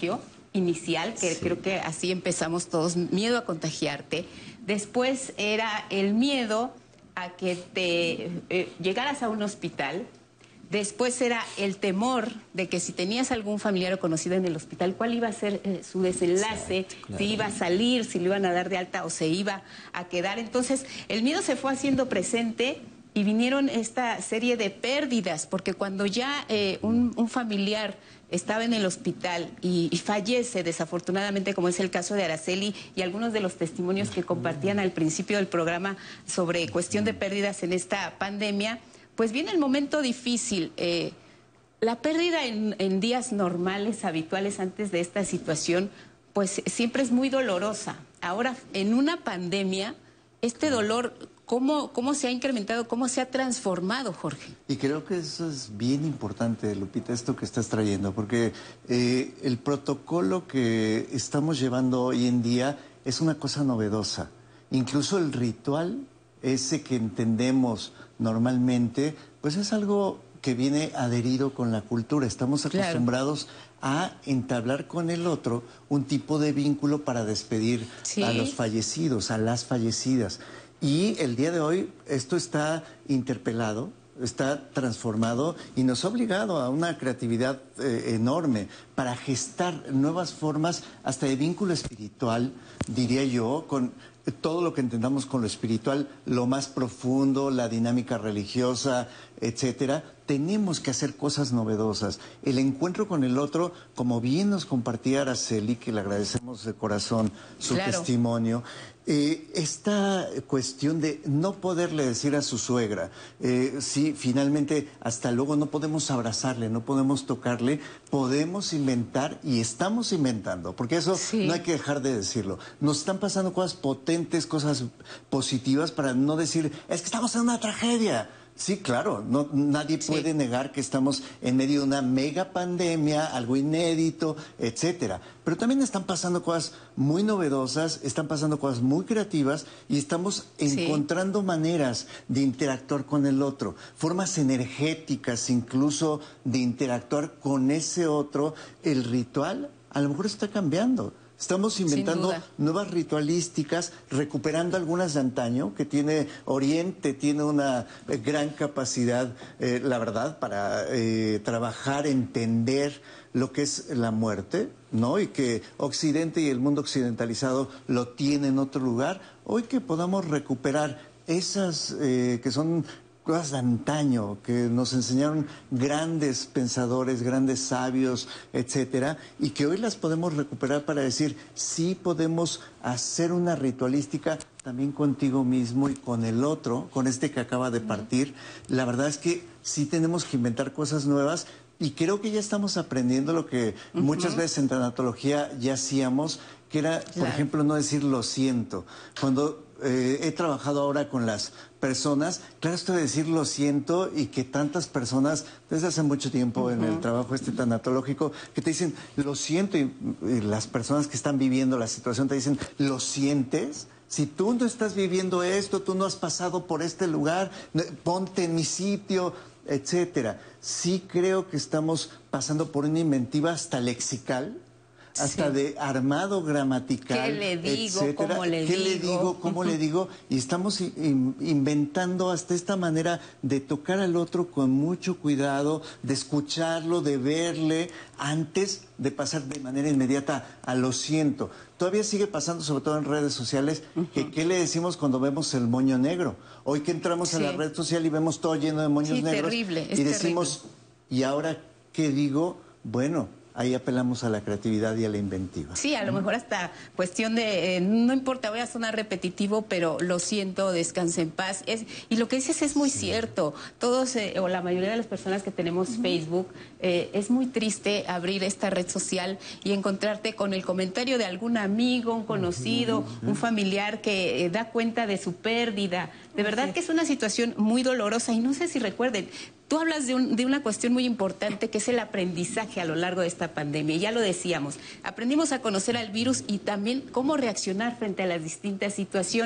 inicial, que sí. creo que así empezamos todos, miedo a contagiarte. Después era el miedo a que te eh, llegaras a un hospital. Después era el temor de que si tenías algún familiar o conocido en el hospital, cuál iba a ser eh, su desenlace, exacto, claro. si iba a salir, si lo iban a dar de alta o se iba a quedar. Entonces, el miedo se fue haciendo presente y vinieron esta serie de pérdidas, porque cuando ya eh, un, un familiar estaba en el hospital y, y fallece, desafortunadamente, como es el caso de Araceli y algunos de los testimonios que compartían al principio del programa sobre cuestión de pérdidas en esta pandemia, pues viene el momento difícil. Eh, la pérdida en, en días normales, habituales, antes de esta situación, pues siempre es muy dolorosa. Ahora, en una pandemia, este dolor, ¿cómo, cómo se ha incrementado, cómo se ha transformado, Jorge? Y creo que eso es bien importante, Lupita, esto que estás trayendo, porque eh, el protocolo que estamos llevando hoy en día es una cosa novedosa. Incluso el ritual ese que entendemos normalmente, pues es algo que viene adherido con la cultura. Estamos acostumbrados claro. a entablar con el otro un tipo de vínculo para despedir sí. a los fallecidos, a las fallecidas. Y el día de hoy esto está interpelado, está transformado y nos ha obligado a una creatividad eh, enorme para gestar nuevas formas hasta de vínculo espiritual, diría yo, con todo lo que entendamos con lo espiritual, lo más profundo, la dinámica religiosa, etcétera. Tenemos que hacer cosas novedosas. El encuentro con el otro, como bien nos compartía Araceli, que le agradecemos de corazón su claro. testimonio, eh, esta cuestión de no poderle decir a su suegra, eh, si finalmente hasta luego no podemos abrazarle, no podemos tocarle, podemos inventar y estamos inventando, porque eso sí. no hay que dejar de decirlo. Nos están pasando cosas potentes, cosas positivas para no decir, es que estamos en una tragedia. Sí, claro, no, nadie puede sí. negar que estamos en medio de una mega pandemia, algo inédito, etcétera. Pero también están pasando cosas muy novedosas, están pasando cosas muy creativas y estamos sí. encontrando maneras de interactuar con el otro, formas energéticas incluso de interactuar con ese otro. El ritual a lo mejor está cambiando. Estamos inventando nuevas ritualísticas, recuperando algunas de antaño, que tiene Oriente, tiene una eh, gran capacidad, eh, la verdad, para eh, trabajar, entender lo que es la muerte, ¿no? Y que Occidente y el mundo occidentalizado lo tiene en otro lugar. Hoy que podamos recuperar esas eh, que son cosas de antaño, que nos enseñaron grandes pensadores, grandes sabios, etcétera, y que hoy las podemos recuperar para decir, sí podemos hacer una ritualística también contigo mismo y con el otro, con este que acaba de partir. La verdad es que sí tenemos que inventar cosas nuevas y creo que ya estamos aprendiendo lo que uh-huh. muchas veces en tanatología ya hacíamos, que era, por claro. ejemplo, no decir lo siento. Cuando eh, he trabajado ahora con las personas, claro, esto de decir lo siento y que tantas personas, desde hace mucho tiempo uh-huh. en el trabajo este tanatológico, que te dicen lo siento y, y las personas que están viviendo la situación te dicen, ¿lo sientes? Si tú no estás viviendo esto, tú no has pasado por este lugar, ponte en mi sitio, etcétera. Sí creo que estamos pasando por una inventiva hasta lexical, hasta sí. de armado gramatical, ¿qué le digo? Etcétera. ¿Cómo le ¿Qué digo? le digo? ¿Cómo le digo? Y estamos in inventando hasta esta manera de tocar al otro con mucho cuidado, de escucharlo, de verle, antes de pasar de manera inmediata a lo siento. Todavía sigue pasando, sobre todo en redes sociales, uh-huh. que ¿qué le decimos cuando vemos el moño negro? Hoy que entramos sí. a la red social y vemos todo lleno de moños sí, negros terrible, y decimos, terrible. ¿Y ahora qué digo? Bueno, ahí apelamos a la creatividad y a la inventiva. Sí, a lo mejor hasta cuestión de, eh, no importa, voy a sonar repetitivo, pero lo siento, descanse en paz. Es, y lo que dices es muy sí. cierto. Todos, eh, o la mayoría de las personas que tenemos uh-huh. Facebook, eh, es muy triste abrir esta red social y encontrarte con el comentario de algún amigo, un conocido, uh-huh. un familiar que eh, da cuenta de su pérdida. De verdad sí. que es una situación muy dolorosa y no sé si recuerden, tú hablas de, un, de una cuestión muy importante que es el aprendizaje a lo largo de esta pandemia. Y ya lo decíamos, aprendimos a conocer al virus y también cómo reaccionar frente a las distintas situaciones.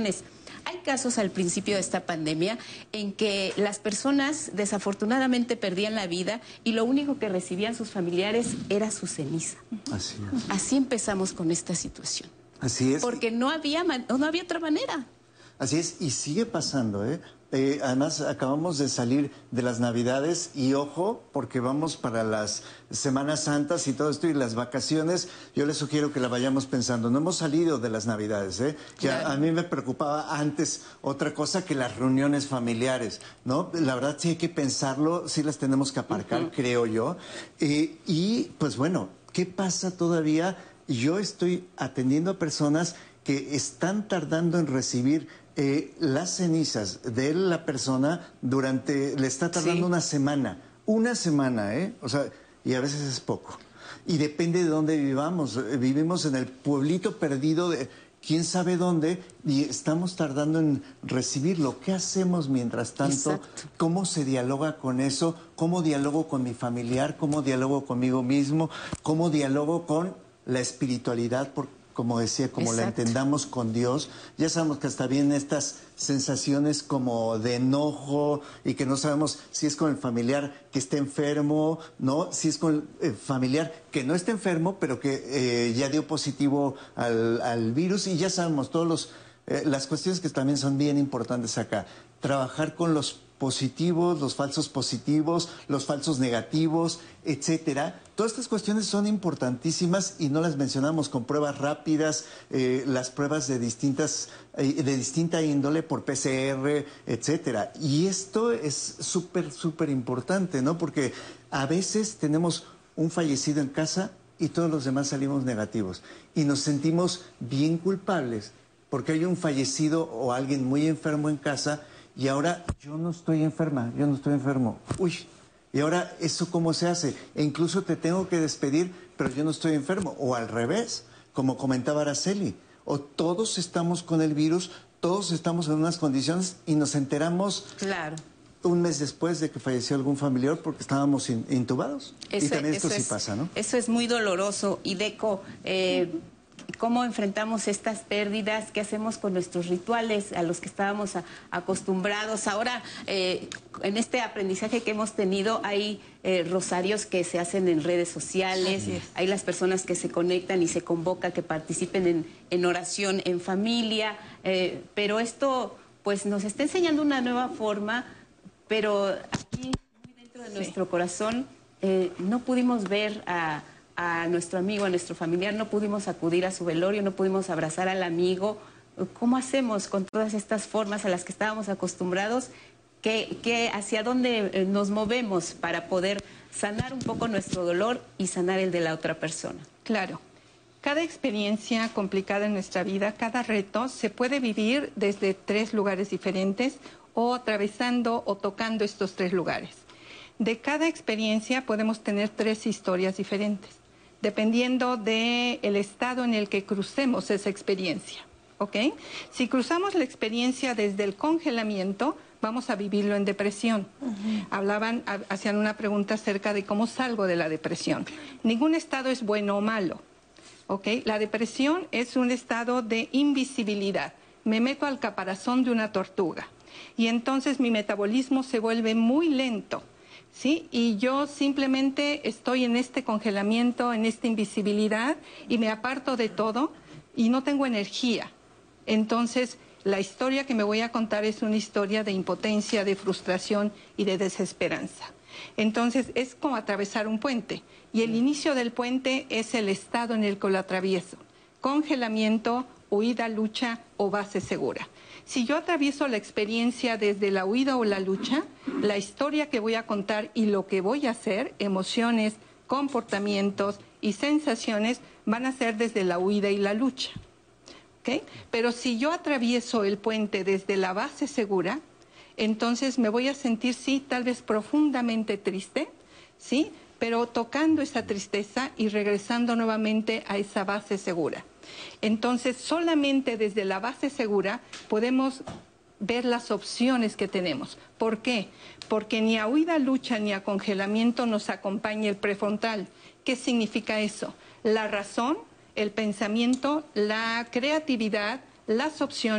Hay casos al principio de esta pandemia en que las personas desafortunadamente perdían la vida y lo único que recibían sus familiares era su ceniza. Así es. Así empezamos con esta situación. Así es. Porque no había, no había otra manera. Así es, y sigue pasando, ¿eh? Eh, además, acabamos de salir de las Navidades y ojo, porque vamos para las Semanas Santas y todo esto y las vacaciones, yo les sugiero que la vayamos pensando. No hemos salido de las Navidades, ¿eh? Que claro. a, a mí me preocupaba antes otra cosa que las reuniones familiares, ¿no? La verdad sí hay que pensarlo, sí las tenemos que aparcar, uh-huh. creo yo. Eh, y pues bueno, ¿qué pasa todavía? Yo estoy atendiendo a personas que están tardando en recibir eh, las cenizas de la persona durante, le está tardando sí. una semana, una semana, ¿eh? O sea, y a veces es poco. Y depende de dónde vivamos, vivimos en el pueblito perdido de quién sabe dónde y estamos tardando en recibirlo. ¿Qué hacemos mientras tanto? Exacto. ¿Cómo se dialoga con eso? ¿Cómo dialogo con mi familiar? ¿Cómo dialogo conmigo mismo? ¿Cómo dialogo con la espiritualidad? Porque como decía, como Exacto. la entendamos con Dios. Ya sabemos que hasta vienen estas sensaciones como de enojo y que no sabemos si es con el familiar que está enfermo, ¿no? Si es con el familiar que no está enfermo, pero que eh, ya dio positivo al, al virus. Y ya sabemos, todos los, eh, las cuestiones que también son bien importantes acá. Trabajar con los positivos, los falsos positivos, los falsos negativos, etcétera. Todas estas cuestiones son importantísimas y no las mencionamos con pruebas rápidas, eh, las pruebas de distintas, eh, de distinta índole por P C R, etcétera. Y esto es súper, súper importante, ¿no? Porque a veces tenemos un fallecido en casa y todos los demás salimos negativos y nos sentimos bien culpables porque hay un fallecido o alguien muy enfermo en casa. Y ahora yo no estoy enferma, yo no estoy enfermo. Uy, y ahora eso cómo se hace. E incluso te tengo que despedir, pero yo no estoy enfermo. O al revés, como comentaba Araceli. O todos estamos con el virus, todos estamos en unas condiciones y nos enteramos claro. un mes después de que falleció algún familiar porque estábamos in, intubados. Eso, y también esto sí es, pasa, ¿no? Eso es muy doloroso. Y Deco, eh, ¿cómo enfrentamos estas pérdidas? ¿Qué hacemos con nuestros rituales a los que estábamos a, acostumbrados? Ahora, eh, en este aprendizaje que hemos tenido, hay eh, rosarios que se hacen en redes sociales, hay las personas que se conectan y se convoca que participen en, en oración en familia, eh, pero esto pues nos está enseñando una nueva forma, pero aquí, muy dentro de sí. nuestro corazón, eh, no pudimos ver a... a nuestro amigo, a nuestro familiar, no pudimos acudir a su velorio, no pudimos abrazar al amigo. ¿Cómo hacemos con todas estas formas a las que estábamos acostumbrados? ¿Qué, qué, hacia dónde nos movemos para poder sanar un poco nuestro dolor y sanar el de la otra persona? Claro. Cada experiencia complicada en nuestra vida, cada reto, se puede vivir desde tres lugares diferentes o atravesando o tocando estos tres lugares. De cada experiencia podemos tener tres historias diferentes, dependiendo del estado en el que crucemos esa experiencia, ¿ok? Si cruzamos la experiencia desde el congelamiento, vamos a vivirlo en depresión. Uh-huh. Hablaban, hacían una pregunta acerca de cómo salgo de la depresión. Ningún estado es bueno o malo, ¿ok? La depresión es un estado de invisibilidad. Me meto al caparazón de una tortuga y entonces mi metabolismo se vuelve muy lento. ¿Sí? Y yo simplemente estoy en este congelamiento, en esta invisibilidad y me aparto de todo y no tengo energía. Entonces, la historia que me voy a contar es una historia de impotencia, de frustración y de desesperanza. Entonces, es como atravesar un puente y el inicio del puente es el estado en el que lo atravieso. Congelamiento, huida, lucha o base segura. Si yo atravieso la experiencia desde la huida o la lucha, la historia que voy a contar y lo que voy a hacer, emociones, comportamientos y sensaciones, van a ser desde la huida y la lucha. ¿Okay? Pero si yo atravieso el puente desde la base segura, entonces me voy a sentir, sí, tal vez profundamente triste, ¿sí? Pero tocando esa tristeza y regresando nuevamente a esa base segura. Entonces, solamente desde la base segura podemos ver las opciones que tenemos. ¿Por qué? Porque ni a huida, lucha, ni a congelamiento nos acompaña el prefrontal. ¿Qué significa eso? La razón, el pensamiento, la creatividad, las opciones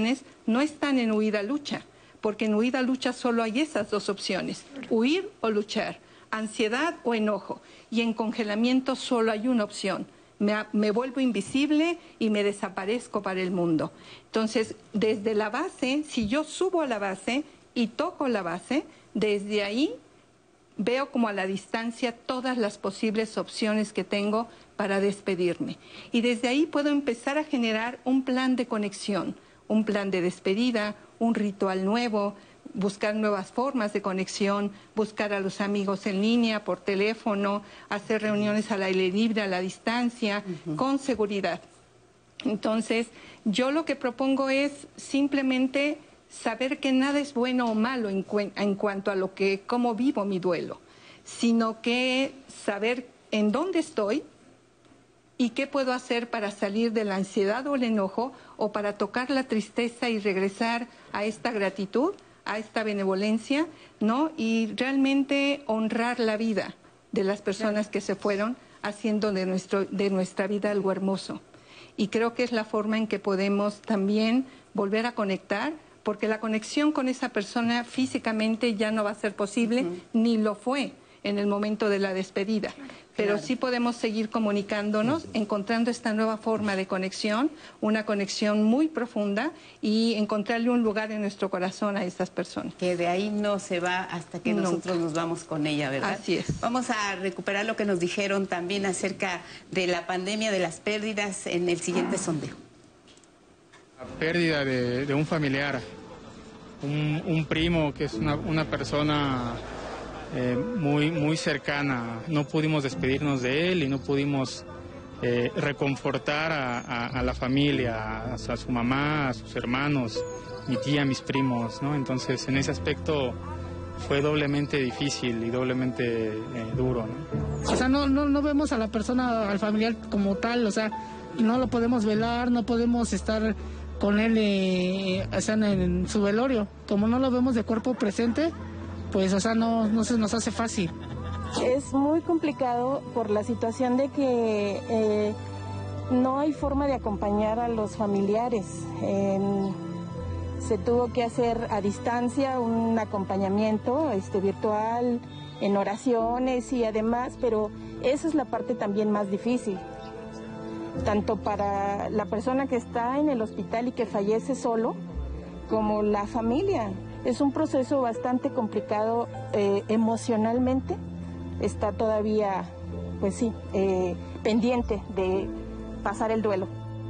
no están en huida-lucha, porque en huida-lucha solo hay esas dos opciones, huir o luchar, ansiedad o enojo, y en congelamiento solo hay una opción, me, me vuelvo invisible y me desaparezco para el mundo. Entonces, desde la base, si yo subo a la base y toco la base, desde ahí veo como a la distancia todas las posibles opciones que tengo para despedirme. Y desde ahí puedo empezar a generar un plan de conexión, un plan de despedida, un ritual nuevo, buscar nuevas formas de conexión, buscar a los amigos en línea, por teléfono, hacer reuniones al aire libre, a la distancia, uh-huh. con seguridad. Entonces, yo lo que propongo es simplemente saber que nada es bueno o malo en, cu en cuanto a lo que, cómo vivo mi duelo, sino que saber en dónde estoy y qué puedo hacer para salir de la ansiedad o el enojo, o para tocar la tristeza y regresar a esta gratitud, a esta benevolencia, ¿no? Y realmente honrar la vida de las personas que se fueron, haciendo de, nuestro, de nuestra vida algo hermoso. Y creo que es la forma en que podemos también volver a conectar, porque la conexión con esa persona físicamente ya no va a ser posible, uh-huh. ni lo fue en el momento de la despedida. Pero claro. sí podemos seguir comunicándonos, uh-huh. encontrando esta nueva forma de conexión, una conexión muy profunda, y encontrarle un lugar en nuestro corazón a estas personas. Que de ahí no se va hasta que Nunca. nosotros nos vamos con ella, ¿verdad? Así es. Vamos a recuperar lo que nos dijeron también acerca de la pandemia, de las pérdidas, en el siguiente sondeo. La pérdida de, de un familiar, un, un primo que es una, una persona eh, muy, muy cercana. No pudimos despedirnos de él y no pudimos eh, reconfortar a, a, a la familia, a, a su mamá, a sus hermanos, mi tía, mis primos, ¿no? Entonces, en ese aspecto fue doblemente difícil y doblemente eh, duro, ¿no? O sea, no, no, no vemos a la persona, al familiar como tal, o sea, no lo podemos velar, no podemos estar con él, eh, o sea, en, en su velorio. Como no lo vemos de cuerpo presente, pues, o sea, no, no se nos hace fácil. Es muy complicado por la situación de que eh, no hay forma de acompañar a los familiares. Eh, se tuvo que hacer a distancia un acompañamiento este, virtual, en oraciones y además, pero esa es la parte también más difícil. Tanto para la persona que está en el hospital y que fallece solo, como la familia. Es un proceso bastante complicado eh, emocionalmente. Está todavía, pues sí, eh, pendiente de pasar el duelo.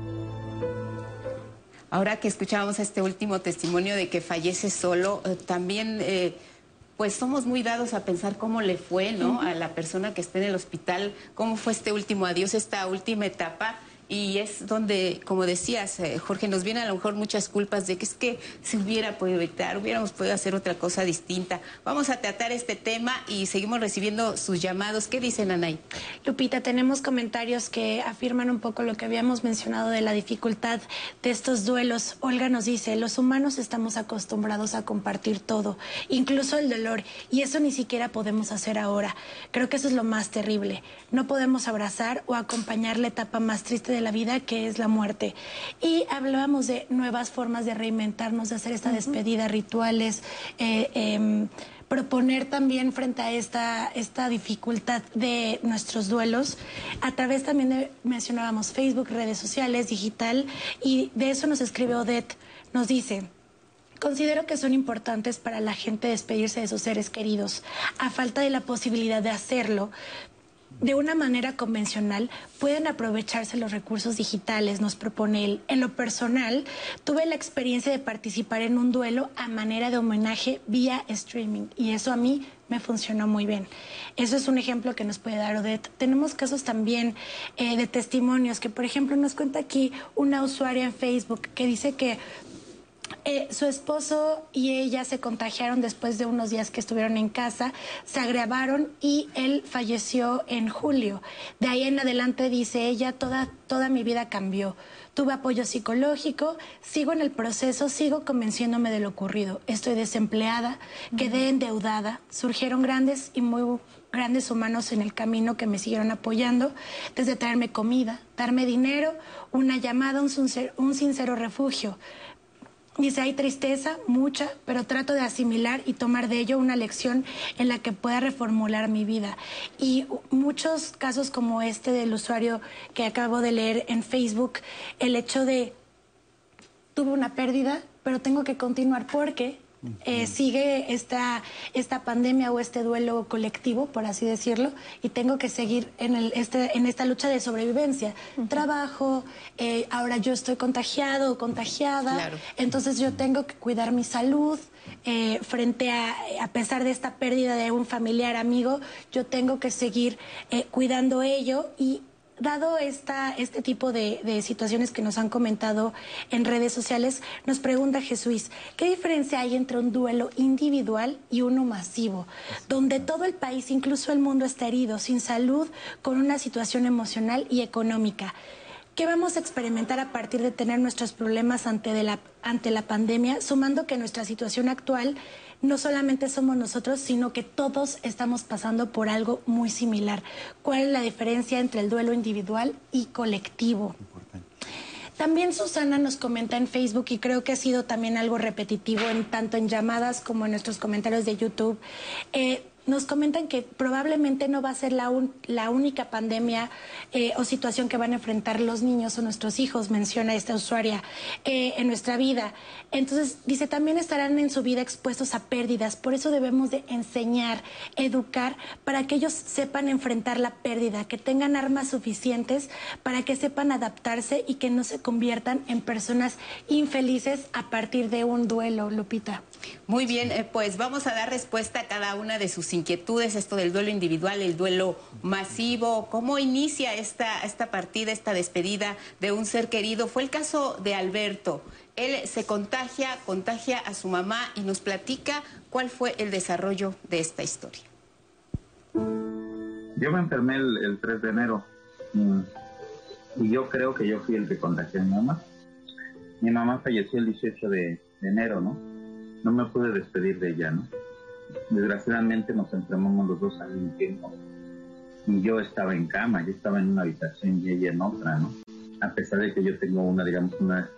Ahora que escuchábamos este último testimonio de que fallece solo, eh, también... Eh, pues somos muy dados a pensar cómo le fue, ¿no? Uh-huh. A la persona que está en el hospital, cómo fue este último adiós, esta última etapa. Y es donde, como decías, eh, Jorge, nos vienen a lo mejor muchas culpas de que es que se hubiera podido evitar, hubiéramos podido hacer otra cosa distinta. Vamos a tratar este tema y seguimos recibiendo sus llamados. ¿Qué dicen, Anay? Lupita, tenemos comentarios que afirman un poco lo que habíamos mencionado de la dificultad de estos duelos. Olga nos dice, los humanos estamos acostumbrados a compartir todo, incluso el dolor, y eso ni siquiera podemos hacer ahora. Creo que eso es lo más terrible. No podemos abrazar o acompañar la etapa más triste de de la vida, que es la muerte. Y hablábamos de nuevas formas de reinventarnos, de hacer esta despedida, rituales, eh, eh, proponer también frente a esta, esta dificultad de nuestros duelos, a través también de, mencionábamos Facebook, redes sociales, digital, y de eso nos escribe Odette, nos dice... Considero que son importantes para la gente despedirse de sus seres queridos. A falta de la posibilidad de hacerlo de una manera convencional, pueden aprovecharse los recursos digitales, nos propone él. En lo personal, tuve la experiencia de participar en un duelo a manera de homenaje vía streaming, y eso a mí me funcionó muy bien. Eso es un ejemplo que nos puede dar Odette. Tenemos casos también eh, de testimonios que, por ejemplo, nos cuenta aquí una usuaria en Facebook que dice que Eh, su esposo y ella se contagiaron después de unos días que estuvieron en casa, se agravaron y él falleció en julio. De ahí en adelante, dice ella, toda, toda mi vida cambió. Tuve apoyo psicológico, sigo en el proceso, sigo convenciéndome de lo ocurrido. Estoy desempleada, quedé endeudada, surgieron grandes y muy grandes humanos en el camino que me siguieron apoyando, desde traerme comida, darme dinero, una llamada, un sincero, un sincero refugio. Dice, hay tristeza, mucha, pero trato de asimilar y tomar de ello una lección en la que pueda reformular mi vida. Y muchos casos como este del usuario que acabo de leer en Facebook, el hecho de, tuve una pérdida, pero tengo que continuar porque eh, sigue esta, esta pandemia o este duelo colectivo, por así decirlo, y tengo que seguir en, el, este, en esta lucha de sobrevivencia. Uh-huh. Trabajo, eh, ahora yo estoy contagiado o contagiada, claro. Entonces yo tengo que cuidar mi salud. Eh, frente a, a pesar de esta pérdida de un familiar, amigo, yo tengo que seguir eh, cuidando ello. Y dado esta, este tipo de, de situaciones que nos han comentado en redes sociales, nos pregunta Jesús, ¿qué diferencia hay entre un duelo individual y uno masivo? Donde todo el país, incluso el mundo, está herido, sin salud, con una situación emocional y económica. ¿Qué vamos a experimentar a partir de tener nuestros problemas ante, de la, ante la pandemia, sumando que nuestra situación actual no solamente somos nosotros, sino que todos estamos pasando por algo muy similar? ¿Cuál es la diferencia entre el duelo individual y colectivo? Importante. También Susana nos comenta en Facebook, y creo que ha sido también algo repetitivo en tanto en llamadas como en nuestros comentarios de YouTube, eh, nos comentan que probablemente no va a ser la, un, la única pandemia eh, o situación que van a enfrentar los niños o nuestros hijos, menciona esta usuaria, eh, en nuestra vida. Entonces, dice, también estarán en su vida expuestos a pérdidas, por eso debemos de enseñar, educar, para que ellos sepan enfrentar la pérdida, que tengan armas suficientes para que sepan adaptarse y que no se conviertan en personas infelices a partir de un duelo, Lupita. Muy bien, eh, pues vamos a dar respuesta a cada una de sus inquietudes, esto del duelo individual, el duelo masivo, cómo inicia esta, esta partida, esta despedida de un ser querido. Fue el caso de Alberto. Él se contagia, contagia a su mamá y nos platica cuál fue el desarrollo de esta historia. Yo me enfermé el, el tres de enero y yo creo que yo fui el que contagié a mi mamá. Mi mamá falleció el dieciocho de enero, ¿no? No me pude despedir de ella, ¿no? Desgraciadamente nos enfermamos los dos al mismo tiempo. Y yo estaba en cama, yo estaba en una habitación y ella en otra, ¿no? A pesar de que yo tengo una, digamos, una,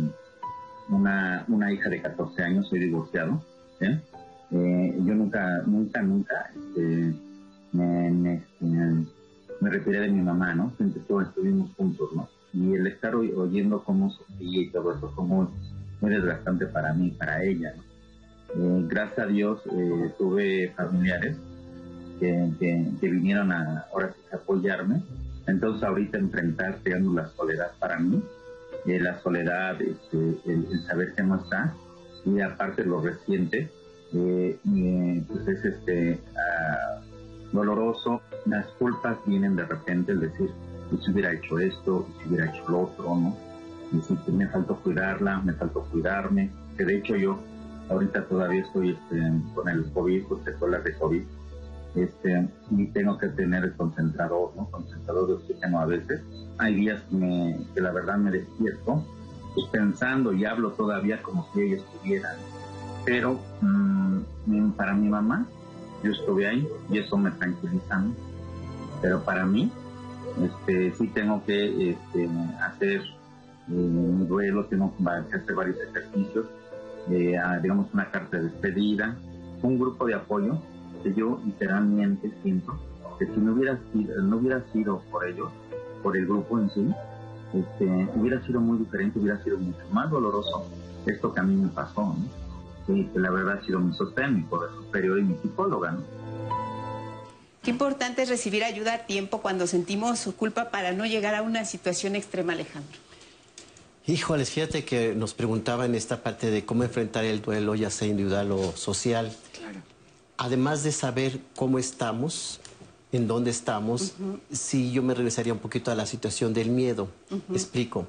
una, una hija de catorce años, soy divorciado, ¿eh? Eh, yo nunca, nunca, nunca este, me, me, me, me retiré de mi mamá, ¿no? Siempre todos estuvimos juntos, ¿no? Y el estar oyendo cómo sufría y todo eso fue muy, muy desgastante para mí, para ella, ¿no? Eh, gracias a Dios eh, tuve familiares que, que, que vinieron a, ahora sí, a apoyarme. Entonces ahorita enfrentar, digamos, la soledad para mí, eh, la soledad, este, el, el saber que no está, y aparte lo reciente, eh, eh, pues es este uh, doloroso. Las culpas vienen de repente, el decir, pues si hubiera hecho esto, si hubiera hecho lo otro, ¿no? Y si me faltó cuidarla, me faltó cuidarme, que de hecho yo ahorita todavía estoy este, con el COVID, con secuelas de COVID, este, y tengo que tener el concentrador, ¿no? Concentrador de oxígeno a veces. Hay días que, me, que la verdad me despierto, pues pensando y hablo todavía como si ella estuviera. Pero mmm, para mi mamá, yo estuve ahí y eso me tranquiliza, ¿no? Pero para mí, este, sí tengo que este, hacer eh, un duelo, tengo que hacer varios ejercicios. Eh, a, digamos, una carta de despedida, un grupo de apoyo que yo literalmente siento que si no hubiera sido, no hubiera sido por ellos, por el grupo en sí, este, hubiera sido muy diferente, hubiera sido mucho más doloroso esto que a mí me pasó, ¿no? Y que la verdad ha sido mi sostén, mi poder superior y mi psicóloga, ¿no? Qué importante es recibir ayuda a tiempo cuando sentimos su culpa para no llegar a una situación extrema, Alejandro. Híjoles, fíjate que nos preguntaban esta parte de cómo enfrentar el duelo, ya sea individual o social. Claro. Además de saber cómo estamos, en dónde estamos, uh-huh. sí yo me regresaría un poquito a la situación del miedo. Uh-huh. Explico.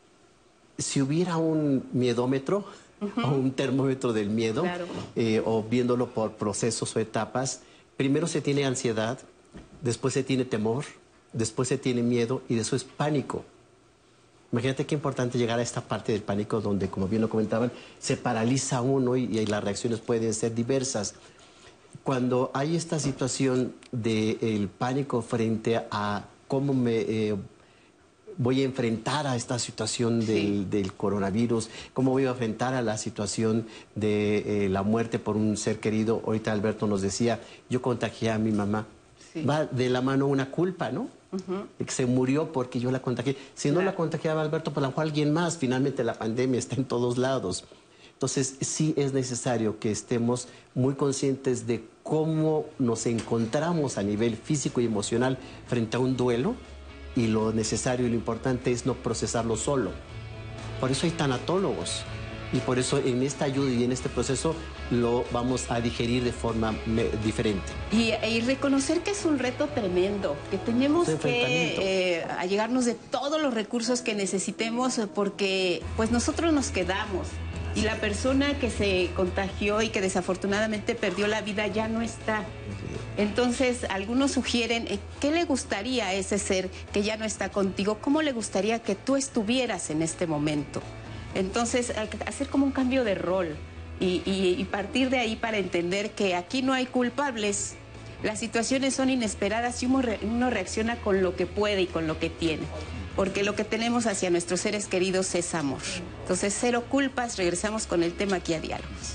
Si hubiera un miedómetro, uh-huh. o un termómetro del miedo, claro. eh, o viéndolo por procesos o etapas, primero se tiene ansiedad, después se tiene temor, después se tiene miedo y después pánico. Imagínate qué importante llegar a esta parte del pánico donde, como bien lo comentaban, se paraliza uno y, y las reacciones pueden ser diversas. Cuando hay esta situación del pánico frente a cómo me eh, voy a enfrentar a esta situación del, sí. del coronavirus? ¿Cómo voy a enfrentar a la situación de eh, la muerte por un ser querido? Ahorita Alberto nos decía, yo contagié a mi mamá. Sí. Va de la mano una culpa, ¿no? Uh-huh. Se murió porque yo la contagié. Si no claro. la contagiaba Alberto, pues a lo mejor alguien más. Finalmente la pandemia está en todos lados. Entonces sí es necesario que estemos muy conscientes de cómo nos encontramos a nivel físico y emocional frente a un duelo, y lo necesario y lo importante es no procesarlo solo. Por eso hay tanatólogos, y por eso en esta ayuda y en este proceso lo vamos a digerir de forma diferente. Y, y reconocer que es un reto tremendo, que tenemos que eh, allegarnos de todos los recursos que necesitemos, porque pues nosotros nos quedamos. Y la persona que se contagió y que desafortunadamente perdió la vida ya no está. Entonces, algunos sugieren, ¿qué le gustaría a ese ser que ya no está contigo? ¿Cómo le gustaría que tú estuvieras en este momento? Entonces, hacer como un cambio de rol y, y, y partir de ahí para entender que aquí no hay culpables. Las situaciones son inesperadas y uno, re, uno reacciona con lo que puede y con lo que tiene. Porque lo que tenemos hacia nuestros seres queridos es amor. Entonces, cero culpas. Regresamos con el tema aquí a Diálogos.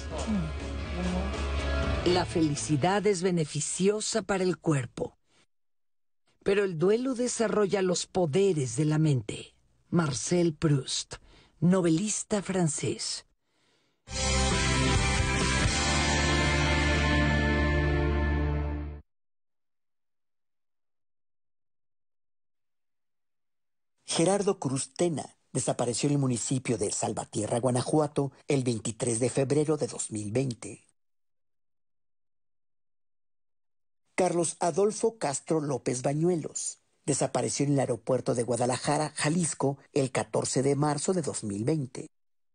La felicidad es beneficiosa para el cuerpo, pero el duelo desarrolla los poderes de la mente. Marcel Proust, novelista francés. Gerardo Cruz Tena desapareció en el municipio de Salvatierra, Guanajuato, el veintitrés de febrero de dos mil veinte. Carlos Adolfo Castro López Bañuelos desapareció en el aeropuerto de Guadalajara, Jalisco, el catorce de marzo de dos mil veinte.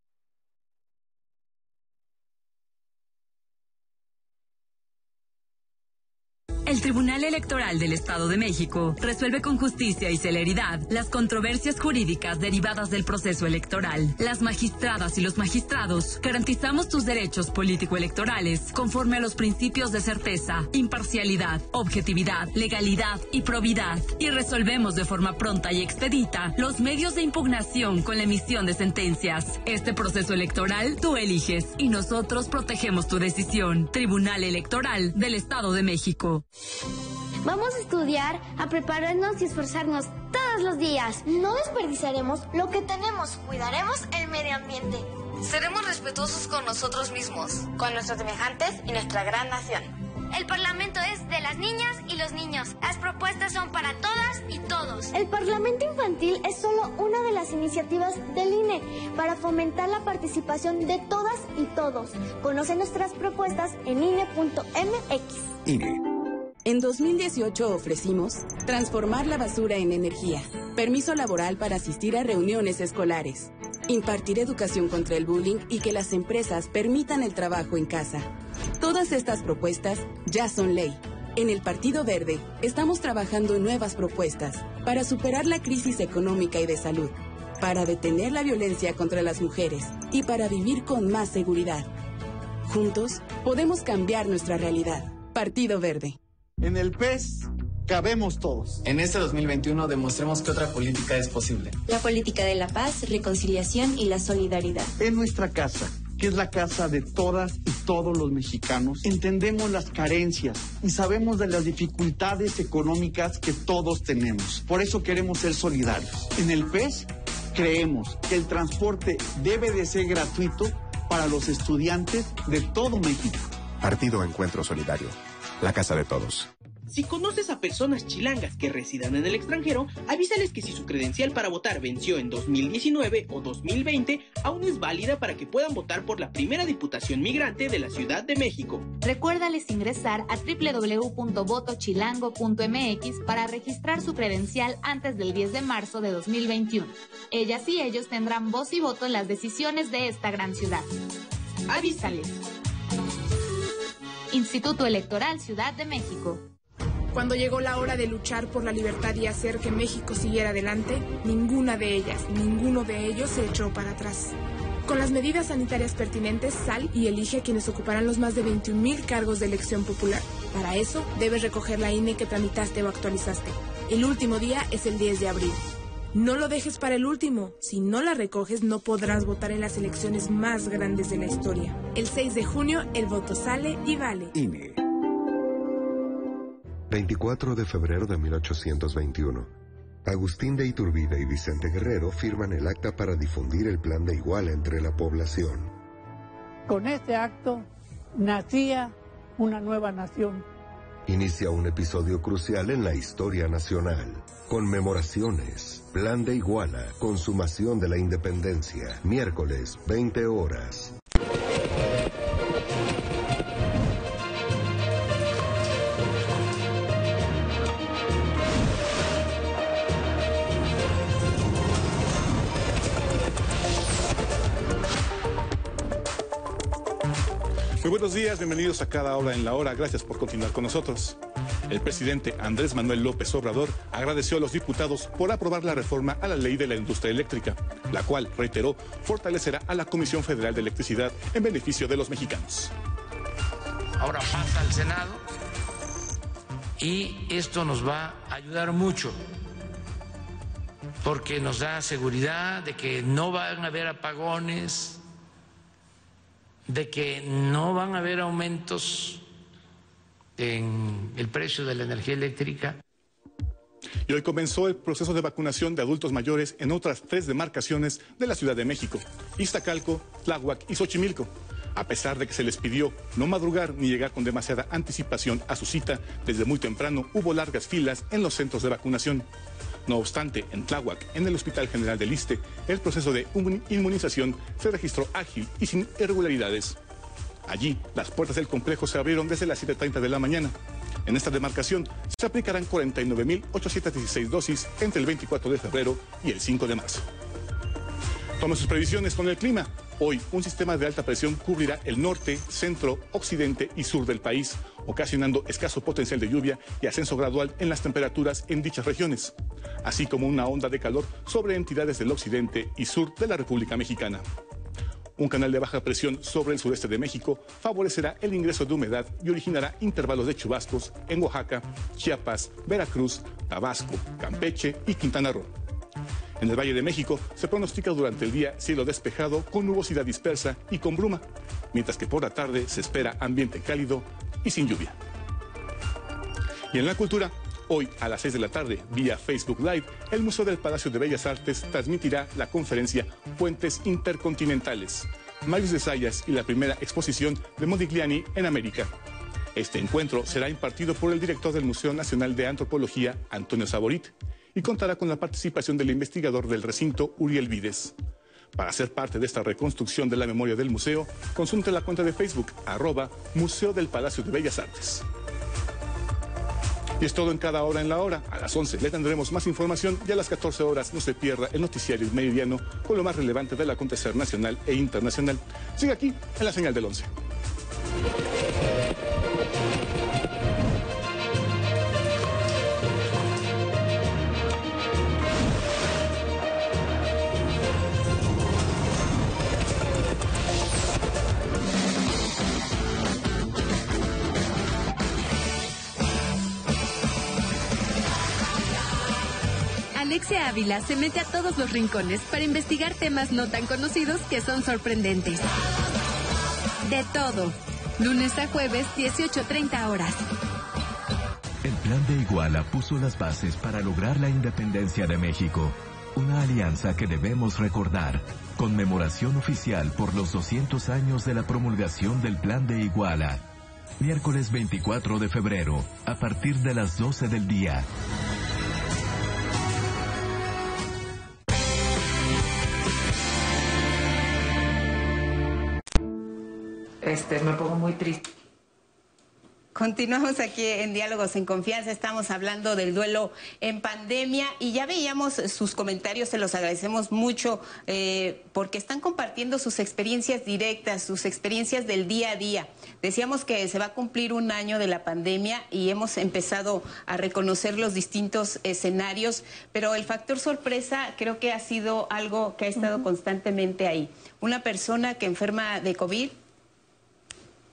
El Tribunal Electoral del Estado de México resuelve con justicia y celeridad las controversias jurídicas derivadas del proceso electoral. Las magistradas y los magistrados garantizamos tus derechos político-electorales conforme a los principios de certeza, imparcialidad, objetividad, legalidad y probidad, y resolvemos de forma pronta y expedita los medios de impugnación con la emisión de sentencias. Este proceso electoral tú eliges y nosotros protegemos tu decisión. Tribunal Electoral del Estado de México. Vamos a estudiar, a prepararnos y esforzarnos todos los días. No desperdiciaremos lo que tenemos. Cuidaremos el medio ambiente. Seremos respetuosos con nosotros mismos, con nuestros semejantes y nuestra gran nación. El Parlamento es de las niñas y los niños. Las propuestas son para todas y todos. El Parlamento Infantil es solo una de las iniciativas del I N E para fomentar la participación de todas y todos. Conoce nuestras propuestas en I N E punto M X. I N E. En dos mil dieciocho ofrecimos transformar la basura en energía, permiso laboral para asistir a reuniones escolares, impartir educación contra el bullying y que las empresas permitan el trabajo en casa. Todas estas propuestas ya son ley. En el Partido Verde estamos trabajando en nuevas propuestas para superar la crisis económica y de salud, para detener la violencia contra las mujeres y para vivir con más seguridad. Juntos podemos cambiar nuestra realidad. Partido Verde. En el P E S cabemos todos. En este dos mil veintiuno demostremos que otra política es posible. La política de la paz, reconciliación y la solidaridad. En nuestra casa, que es la casa de todas y todos los mexicanos, entendemos las carencias y sabemos de las dificultades económicas que todos tenemos. Por eso queremos ser solidarios. En el P E S creemos que el transporte debe de ser gratuito para los estudiantes de todo México. Partido Encuentro Solidario. La casa de todos. Si conoces a personas chilangas que residan en el extranjero, avísales que si su credencial para votar venció en dos mil diecinueve o dos mil veinte, aún es válida para que puedan votar por la primera diputación migrante de la Ciudad de México. Recuérdales ingresar a doble u doble u doble u punto voto chilango punto m x para registrar su credencial antes del diez de marzo de dos mil veintiuno. Ellas y ellos tendrán voz y voto en las decisiones de esta gran ciudad. Avísales. Instituto Electoral Ciudad de México. Cuando llegó la hora de luchar por la libertad y hacer que México siguiera adelante, ninguna de ellas, ninguno de ellos se echó para atrás. Con las medidas sanitarias pertinentes, sal y elige a quienes ocuparán los más de veintiún mil cargos de elección popular. Para eso, debes recoger la I N E que tramitaste o actualizaste. El último día es el diez de abril. No lo dejes para el último. Si no la recoges, no podrás votar en las elecciones más grandes de la historia. El seis de junio, el voto sale y vale. I N E. veinticuatro de febrero de mil ochocientos veintiuno. Agustín de Iturbide y Vicente Guerrero firman el acta para difundir el Plan de Iguala entre la población. Con este acto nacía una nueva nación. Inicia un episodio crucial en la historia nacional. Conmemoraciones, Plan de Iguala, consumación de la independencia, miércoles, veinte horas. Muy buenos días, bienvenidos a Cada Hora en la Hora, gracias por continuar con nosotros. El presidente Andrés Manuel López Obrador agradeció a los diputados por aprobar la reforma a la ley de la industria eléctrica, la cual, reiteró, fortalecerá a la Comisión Federal de Electricidad en beneficio de los mexicanos. Ahora pasa al Senado y esto nos va a ayudar mucho porque nos da seguridad de que no van a haber apagones, de que no van a haber aumentos en el precio de la energía eléctrica. Y hoy comenzó el proceso de vacunación de adultos mayores en otras tres demarcaciones de la Ciudad de México: Iztacalco, Tláhuac y Xochimilco. A pesar de que se les pidió no madrugar ni llegar con demasiada anticipación a su cita, desde muy temprano hubo largas filas en los centros de vacunación. No obstante, en Tláhuac, en el Hospital General del Iste, el proceso de inmunización se registró ágil y sin irregularidades. Allí, las puertas del complejo se abrieron desde las siete treinta de la mañana. En esta demarcación se aplicarán cuarenta y nueve mil ochocientas dieciséis dosis entre el veinticuatro de febrero y el cinco de marzo. Tome sus previsiones con el clima. Hoy, un sistema de alta presión cubrirá el norte, centro, occidente y sur del país, ocasionando escaso potencial de lluvia y ascenso gradual en las temperaturas en dichas regiones, así como una onda de calor sobre entidades del occidente y sur de la República Mexicana. Un canal de baja presión sobre el sureste de México favorecerá el ingreso de humedad y originará intervalos de chubascos en Oaxaca, Chiapas, Veracruz, Tabasco, Campeche y Quintana Roo. En el Valle de México se pronostica durante el día cielo despejado con nubosidad dispersa y con bruma, mientras que por la tarde se espera ambiente cálido y sin lluvia. Y en la cultura, hoy a las seis de la tarde, vía Facebook Live, el Museo del Palacio de Bellas Artes transmitirá la conferencia Puentes Intercontinentales, Marius de Zayas y la primera exposición de Modigliani en América. Este encuentro será impartido por el director del Museo Nacional de Antropología, Antonio Saborit, y contará con la participación del investigador del recinto, Uriel Vides. Para ser parte de esta reconstrucción de la memoria del museo, consulte la cuenta de Facebook, arroba Museo del Palacio de Bellas Artes. Y es todo en Cada Hora en la Hora. A las once le tendremos más información y a las catorce horas no se pierda el noticiario meridiano con lo más relevante del acontecer nacional e internacional. Sigue aquí en la señal del once. Alexia Ávila se mete a todos los rincones para investigar temas no tan conocidos que son sorprendentes. De todo. Lunes a jueves, dieciocho treinta horas. El Plan de Iguala puso las bases para lograr la independencia de México. Una alianza que debemos recordar. Conmemoración oficial por los doscientos años de la promulgación del Plan de Iguala. Miércoles veinticuatro de febrero, a partir de las doce del día. Este, me pongo muy triste. Continuamos aquí en Diálogos en Confianza, estamos hablando del duelo en pandemia y ya veíamos sus comentarios, se los agradecemos mucho eh, porque están compartiendo sus experiencias directas, sus experiencias del día a día. Decíamos que se va a cumplir un año de la pandemia y hemos empezado a reconocer los distintos escenarios, pero el factor sorpresa creo que ha sido algo que ha estado uh-huh. constantemente ahí. Una persona que enferma de COVID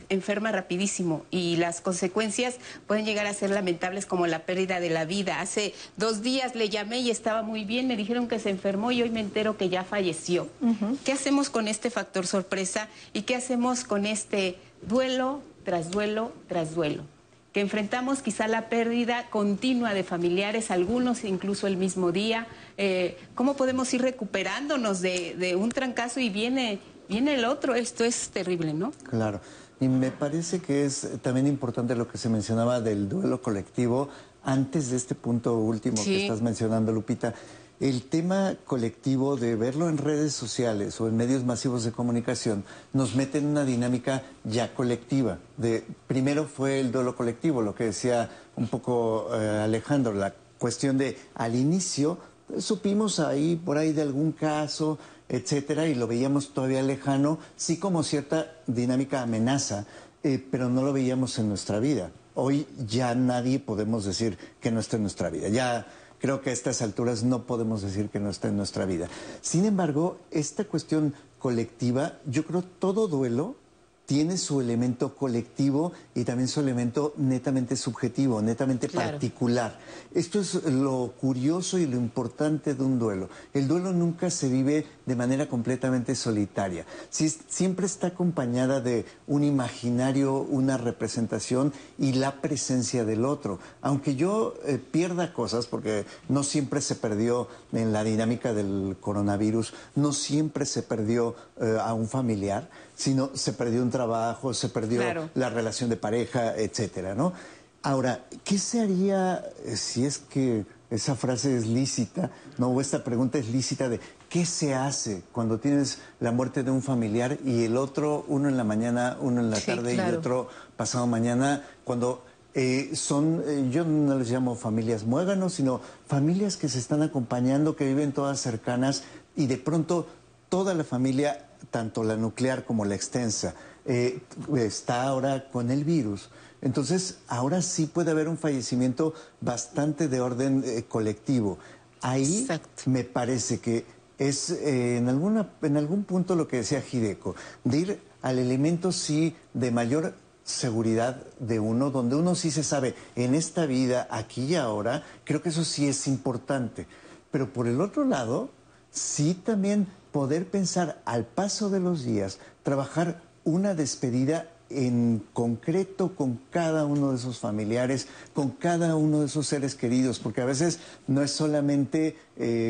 enferma rapidísimo y las consecuencias pueden llegar a ser lamentables, como la pérdida de la vida. Hace dos días le llamé y estaba muy bien, me dijeron que se enfermó y hoy me entero que ya falleció. Uh-huh. ¿Qué hacemos con este factor sorpresa y qué hacemos con este duelo tras duelo tras duelo? Que enfrentamos quizá la pérdida continua de familiares, algunos incluso el mismo día. Eh, ¿Cómo podemos ir recuperándonos de, de un trancazo y viene, viene el otro? Esto es terrible, ¿no? Claro. Y me parece que es también importante lo que se mencionaba del duelo colectivo antes de este punto último sí. que estás mencionando, Lupita. El tema colectivo de verlo en redes sociales o en medios masivos de comunicación nos mete en una dinámica ya colectiva. De, primero fue el duelo colectivo, lo que decía un poco eh, Alejandro, la cuestión de al inicio pues, supimos ahí por ahí de algún caso, etcétera, y lo veíamos todavía lejano, sí como cierta dinámica amenaza, eh, pero no lo veíamos en nuestra vida. Hoy ya nadie podemos decir que no esté en nuestra vida. Ya creo que a estas alturas no podemos decir que no está en nuestra vida. Sin embargo, esta cuestión colectiva, yo creo todo duelo tiene su elemento colectivo y también su elemento netamente subjetivo, netamente claro. particular. Esto es lo curioso y lo importante de un duelo. El duelo nunca se vive de manera completamente solitaria. Si, siempre está acompañada de un imaginario, una representación y la presencia del otro. Aunque yo eh, pierda cosas, porque no siempre se perdió en la dinámica del coronavirus, no siempre se perdió eh, a un familiar, sino se perdió un trabajo, se perdió claro. la relación de pareja, etcétera, ¿no? Ahora, ¿qué se haría eh, si es que esa frase es lícita, no? O esta pregunta es lícita de ¿qué se hace cuando tienes la muerte de un familiar y el otro, uno en la mañana, uno en la sí, tarde claro. y otro pasado mañana, cuando eh, son, eh, yo no les llamo familias muéganos, sino familias que se están acompañando, que viven todas cercanas y de pronto toda la familia, tanto la nuclear como la extensa, eh, está ahora con el virus. Entonces, ahora sí puede haber un fallecimiento bastante de orden eh, colectivo. Ahí Exacto. me parece que es eh, en, alguna, en algún punto lo que decía Hideko, de ir al elemento sí de mayor seguridad de uno, donde uno sí se sabe en esta vida, aquí y ahora, creo que eso sí es importante. Pero por el otro lado, sí también poder pensar al paso de los días, trabajar una despedida en concreto con cada uno de esos familiares, con cada uno de esos seres queridos, porque a veces no es solamente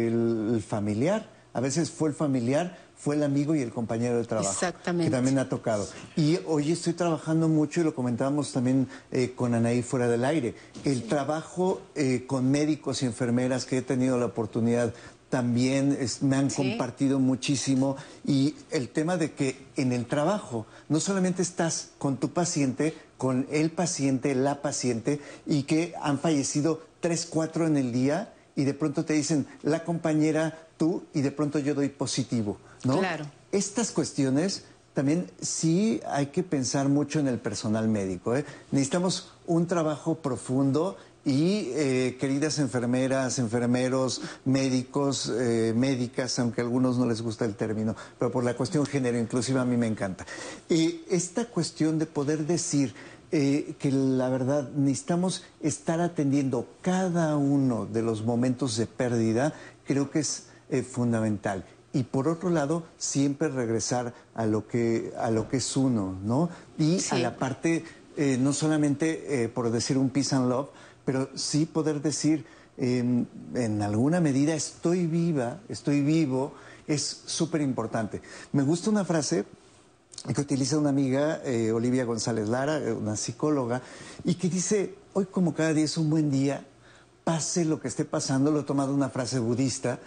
el familiar, a veces fue el familiar, fue el amigo y el compañero de trabajo. Exactamente. Que también ha tocado. Y hoy estoy trabajando mucho, y lo comentábamos también eh, con Anaí fuera del aire, el sí. trabajo eh, con médicos y enfermeras que he tenido la oportunidad también es, me han ¿Sí? compartido muchísimo, y el tema de que en el trabajo no solamente estás con tu paciente, con el paciente, la paciente, y que han fallecido tres, cuatro en el día, y de pronto te dicen la compañera, tú, y de pronto yo doy positivo, ¿no? Claro. Estas cuestiones también sí hay que pensar mucho en el personal médico, ¿eh? Necesitamos un trabajo profundo. Y eh, queridas enfermeras, enfermeros, médicos, eh, médicas, aunque a algunos no les gusta el término, pero por la cuestión género inclusiva a mí me encanta. Eh, esta cuestión de poder decir eh, que la verdad necesitamos estar atendiendo cada uno de los momentos de pérdida, creo que es eh, fundamental. Y por otro lado, siempre regresar a lo que, a lo que es uno, ¿no? Y sí. a la parte, eh, no solamente eh, por decir un peace and love, pero sí poder decir, eh, en alguna medida, estoy viva, estoy vivo, es súper importante. Me gusta una frase que utiliza una amiga, eh, Olivia González Lara, una psicóloga, y que dice, hoy como cada día es un buen día, pase lo que esté pasando, lo he tomado una frase budista,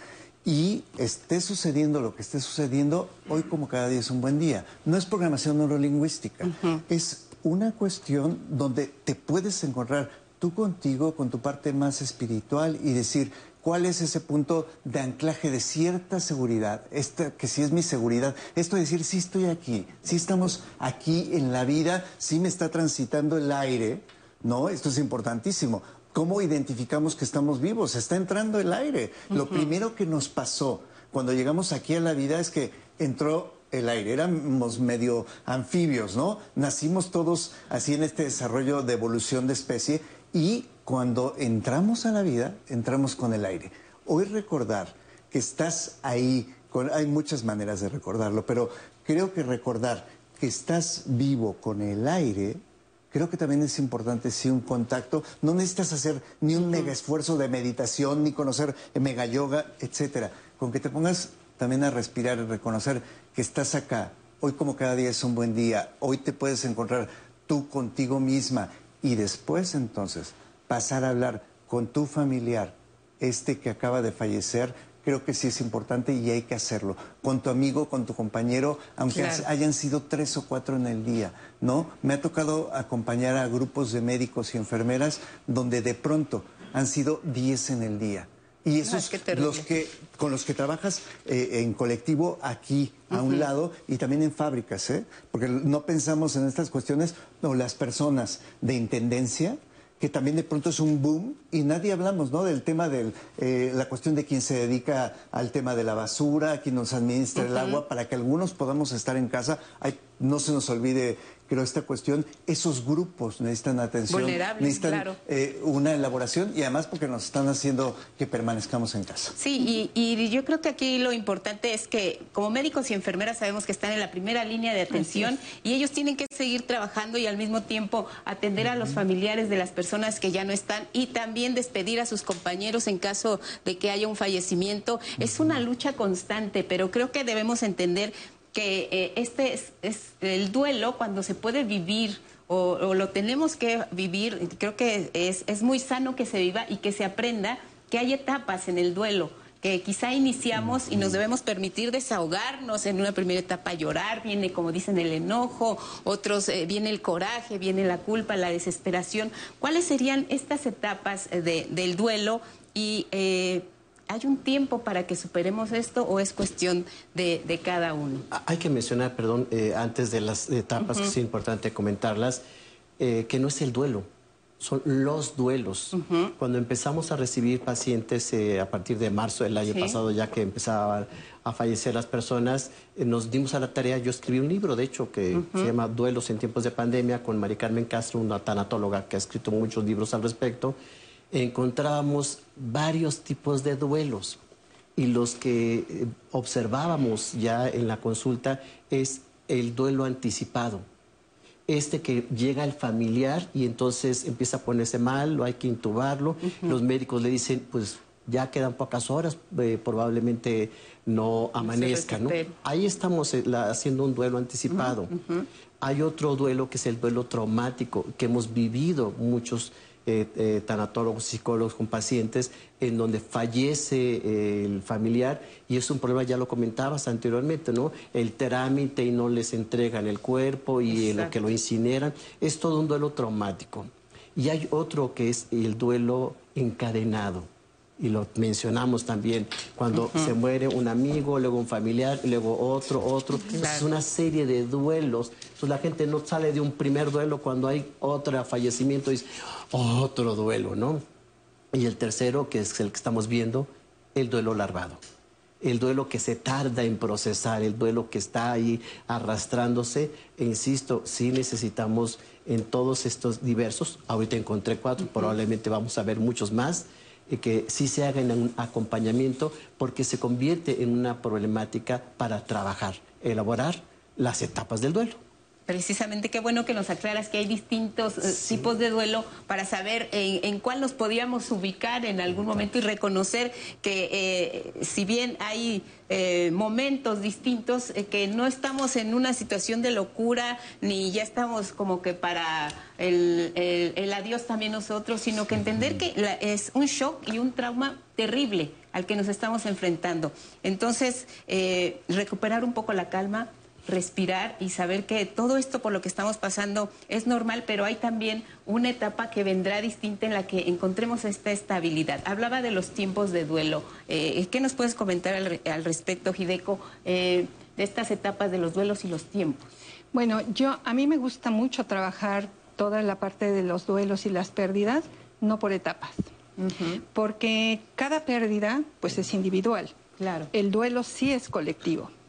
y esté sucediendo lo que esté sucediendo, hoy como cada día es un buen día. No es programación neurolingüística, uh-huh. es una cuestión donde te puedes encontrar tú contigo, con tu parte más espiritual, y decir cuál es ese punto de anclaje de cierta seguridad, esta, que sí es mi seguridad, esto de decir sí estoy aquí, sí estamos aquí en la vida, sí me está transitando el aire, ¿no? Esto es importantísimo. ¿Cómo identificamos que estamos vivos? Está entrando el aire. Uh-huh. Lo primero que nos pasó cuando llegamos aquí a la vida es que entró el aire, éramos medio anfibios, ¿no? Nacimos todos así en este desarrollo de evolución de especie y cuando entramos a la vida, entramos con el aire. Hoy recordar que estás ahí, con, hay muchas maneras de recordarlo, pero creo que recordar que estás vivo con el aire, creo que también es importante, sí, un contacto. No necesitas hacer ni un mega esfuerzo de meditación, ni conocer mega yoga, etcétera. Con que te pongas también a respirar y reconocer que estás acá. Hoy como cada día es un buen día. Hoy te puedes encontrar tú contigo misma. Y después, entonces, pasar a hablar con tu familiar, este que acaba de fallecer, creo que sí es importante y hay que hacerlo. Con tu amigo, con tu compañero, aunque claro. hayan sido tres o cuatro en el día, ¿no? Me ha tocado acompañar a grupos de médicos y enfermeras donde de pronto han sido diez en el día. Y esos ah, los que con los que trabajas eh, en colectivo aquí a uh-huh. un lado y también en fábricas, ¿eh? Porque no pensamos en estas cuestiones, no, las personas de intendencia, que también de pronto es un boom y nadie hablamos, ¿no? Del tema de eh, la cuestión de quien se dedica al tema de la basura, quien nos administra uh-huh. el agua, para que algunos podamos estar en casa. Ay, no se nos olvide, creo, esta cuestión, esos grupos necesitan atención, vulnerables, necesitan claro. eh, una elaboración y además porque nos están haciendo que permanezcamos en casa. Sí, y, y yo creo que aquí lo importante es que como médicos y enfermeras sabemos que están en la primera línea de atención y ellos tienen que seguir trabajando y al mismo tiempo atender a los familiares de las personas que ya no están y también despedir a sus compañeros en caso de que haya un fallecimiento. Es una lucha constante, pero creo que debemos entender que eh, este es, es el duelo cuando se puede vivir o, o lo tenemos que vivir. Creo que es, es muy sano que se viva y que se aprenda que hay etapas en el duelo, que quizá iniciamos y nos debemos permitir desahogarnos. En una primera etapa llorar, viene, como dicen, el enojo, otros eh, viene el coraje, viene la culpa, la desesperación. ¿Cuáles serían estas etapas de, del duelo? Y eh, ¿hay un tiempo para que superemos esto o es cuestión de, de cada uno? Hay que mencionar, perdón, eh, antes de las etapas, uh-huh. que es importante comentarlas, eh, que no es el duelo, son los duelos. Uh-huh. Cuando empezamos a recibir pacientes eh, a partir de marzo del año sí. pasado, ya que empezaban a fallecer las personas, eh, nos dimos a la tarea, yo escribí un libro, de hecho, que uh-huh. se llama Duelos en tiempos de pandemia, con Mari Carmen Castro, una tanatóloga que ha escrito muchos libros al respecto. Encontrábamos varios tipos de duelos y los que observábamos ya en la consulta es el duelo anticipado. Este que llega el familiar y entonces empieza a ponerse mal, lo hay que intubarlo. Uh-huh. Los médicos le dicen, pues ya quedan pocas horas, eh, probablemente no amanezca, ¿no? Ahí estamos eh, la, haciendo un duelo anticipado. Uh-huh. Hay otro duelo que es el duelo traumático, que hemos vivido muchos Eh, eh, tanatólogos, psicólogos con pacientes en donde fallece eh, el familiar y es un problema, ya lo comentabas anteriormente, ¿no? El trámite y no les entregan el cuerpo y eh, lo que lo incineran, es todo un duelo traumático. Y hay otro que es el duelo encadenado y lo mencionamos también, cuando uh-huh. se muere un amigo, luego un familiar, luego otro, otro. Claro. Es una serie de duelos. Entonces la gente no sale de un primer duelo cuando hay otro fallecimiento y dice, otro duelo, ¿no? Y el tercero, que es el que estamos viendo, el duelo larvado. El duelo que se tarda en procesar, el duelo que está ahí arrastrándose. E insisto, sí necesitamos en todos estos diversos, ahorita encontré cuatro, uh-huh. probablemente vamos a ver muchos más, que sí se haga en un acompañamiento porque se convierte en una problemática para trabajar, elaborar las etapas del duelo. Precisamente, qué bueno que nos aclaras que hay distintos eh, sí. tipos de duelo para saber en, en cuál nos podíamos ubicar en algún momento y reconocer que eh, si bien hay eh, momentos distintos, eh, que no estamos en una situación de locura ni ya estamos como que para el, el, el adiós también nosotros, sino que entender que la, es un shock y un trauma terrible al que nos estamos enfrentando. Entonces, eh, recuperar un poco la calma, respirar y saber que todo esto por lo que estamos pasando es normal, pero hay también una etapa que vendrá distinta en la que encontremos esta estabilidad. Hablaba de los tiempos de duelo. Eh, ¿Qué nos puedes comentar al, al respecto, Hideko, eh, de estas etapas de los duelos y los tiempos? Bueno, yo a mí me gusta mucho trabajar toda la parte de los duelos y las pérdidas, no por etapas, uh-huh. porque cada pérdida pues es individual. Claro. El duelo sí es colectivo.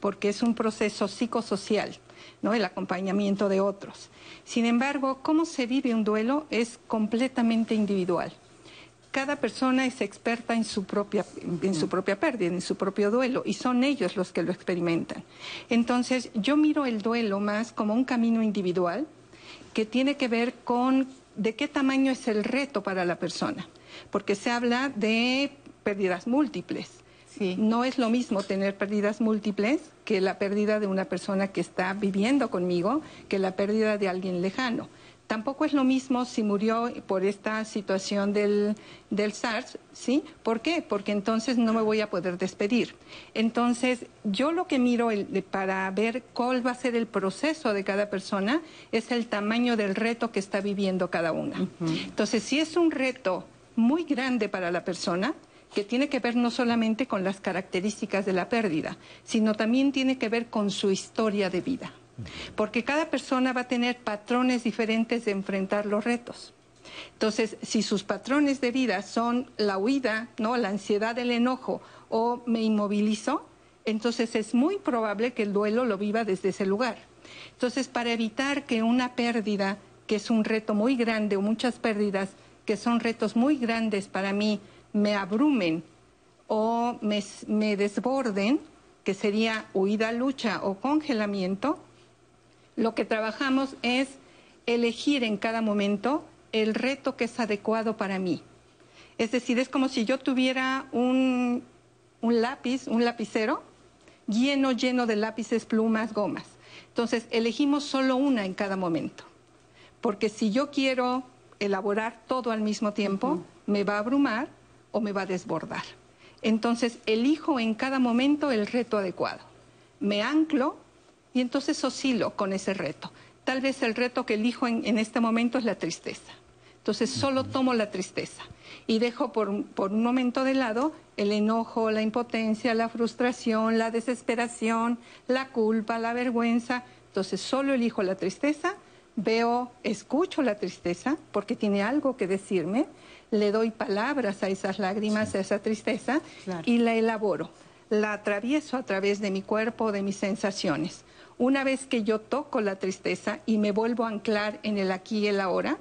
porque es un proceso psicosocial, ¿no? El acompañamiento de otros. Sin embargo, cómo se vive un duelo es completamente individual. Cada persona es experta en su propia, en su propia pérdida, en su propio duelo, y son ellos los que lo experimentan. Entonces, yo miro el duelo más como un camino individual que tiene que ver con de qué tamaño es el reto para la persona, porque se habla de pérdidas múltiples. Sí. No es lo mismo tener pérdidas múltiples que la pérdida de una persona que está viviendo conmigo, que la pérdida de alguien lejano. Tampoco es lo mismo si murió por esta situación del, del SARS, ¿sí? ¿Por qué? Porque entonces no me voy a poder despedir. Entonces, yo lo que miro el, para ver cuál va a ser el proceso de cada persona es el tamaño del reto que está viviendo cada una. Uh-huh. Entonces, si es un reto muy grande para la persona, que tiene que ver no solamente con las características de la pérdida, sino también tiene que ver con su historia de vida. Porque cada persona va a tener patrones diferentes de enfrentar los retos. Entonces, si sus patrones de vida son la huida, ¿no?, la ansiedad, el enojo, o me inmovilizo, entonces es muy probable que el duelo lo viva desde ese lugar. Entonces, para evitar que una pérdida, que es un reto muy grande, o muchas pérdidas, que son retos muy grandes para mí, me abrumen o me, me desborden, que sería huida, lucha o congelamiento, lo que trabajamos es elegir en cada momento el reto que es adecuado para mí. Es decir, es como si yo tuviera un, un lápiz, un lapicero, lleno, lleno de lápices, plumas, gomas. Entonces, elegimos solo una en cada momento. Porque si yo quiero elaborar todo al mismo tiempo, uh-huh. me va a abrumar o me va a desbordar. Entonces, elijo en cada momento el reto adecuado. Me anclo y entonces oscilo con ese reto. Tal vez el reto que elijo en, en este momento es la tristeza. Entonces solo tomo la tristeza y dejo por, por un momento de lado el enojo, la impotencia, la frustración, la desesperación, la culpa, la vergüenza. Entonces solo elijo la tristeza, veo, escucho la tristeza porque tiene algo que decirme, le doy palabras a esas lágrimas, sí. a esa tristeza, claro. y la elaboro. La atravieso a través de mi cuerpo, de mis sensaciones. Una vez que yo toco la tristeza y me vuelvo a anclar en el aquí y el ahora,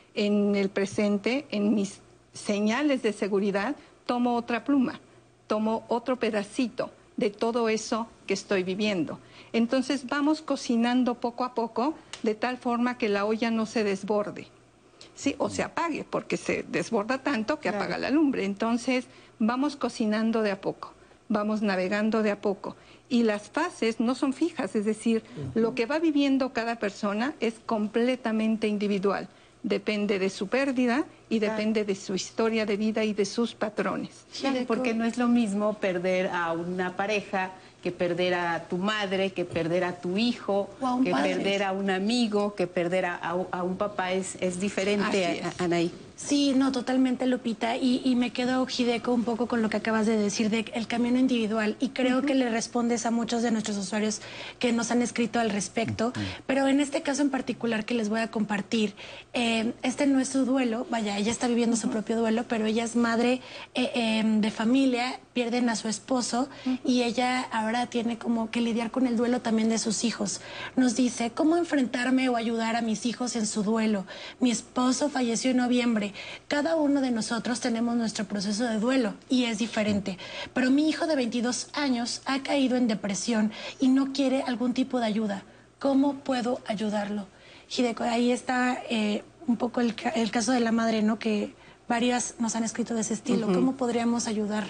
en el presente, en mis señales de seguridad, tomo otra pluma, tomo otro pedacito de todo eso que estoy viviendo. Entonces vamos cocinando poco a poco de tal forma que la olla no se desborde, ¿sí? O se apague, porque se desborda tanto que claro. apaga la lumbre. Entonces vamos cocinando de a poco, vamos navegando de a poco. Y las fases no son fijas, es decir, uh-huh. lo que va viviendo cada persona es completamente individual. Depende de su pérdida y claro. depende de su historia de vida y de sus patrones. Claro, porque no es lo mismo perder a una pareja que perder a tu madre, que perder a tu hijo, que padre. perder a un amigo, que perder a, a, a un papá. Es, es diferente, es. Anaí. Sí, no, totalmente, Lupita, y, y me quedo, Hideko, un poco con lo que acabas de decir del de camino individual, y creo uh-huh. que le respondes a muchos de nuestros usuarios que nos han escrito al respecto, uh-huh. pero en este caso en particular que les voy a compartir, eh, este no es su duelo, vaya, ella está viviendo uh-huh. su propio duelo, pero ella es madre eh, eh, de familia, pierden a su esposo, uh-huh. y ella ahora tiene como que lidiar con el duelo también de sus hijos. Nos dice, ¿cómo enfrentarme o ayudar a mis hijos en su duelo? Mi esposo falleció en noviembre. Cada uno de nosotros tenemos nuestro proceso de duelo y es diferente. Pero mi hijo de veintidós años ha caído en depresión y no quiere algún tipo de ayuda. ¿Cómo puedo ayudarlo? Hideko, ahí está eh, un poco el, el caso de la madre, ¿no? Que varias nos han escrito de ese estilo. Uh-huh. ¿Cómo podríamos ayudar?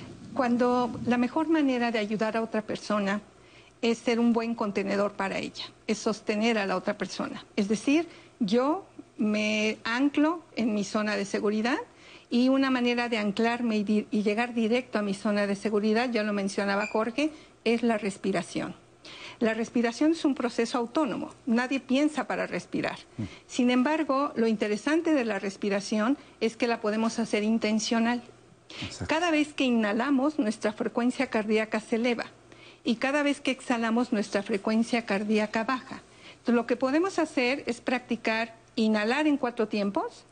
Cuando la mejor manera de ayudar a otra persona es ser un buen contenedor para ella, es sostener a la otra persona. Es decir, yo me anclo en mi zona de seguridad y una manera de anclarme y, di- y llegar directo a mi zona de seguridad, ya lo mencionaba Jorge, es la respiración. La respiración es un proceso autónomo, nadie piensa para respirar. Sin embargo, lo interesante de la respiración es que la podemos hacer intencional. Exacto. Cada vez que inhalamos, nuestra frecuencia cardíaca se eleva y cada vez que exhalamos, nuestra frecuencia cardíaca baja. Entonces, lo que podemos hacer es practicar inhalar en cuatro tiempos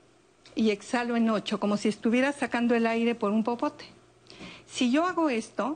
y exhalo en ocho, como si estuviera sacando el aire por un popote. Si yo hago esto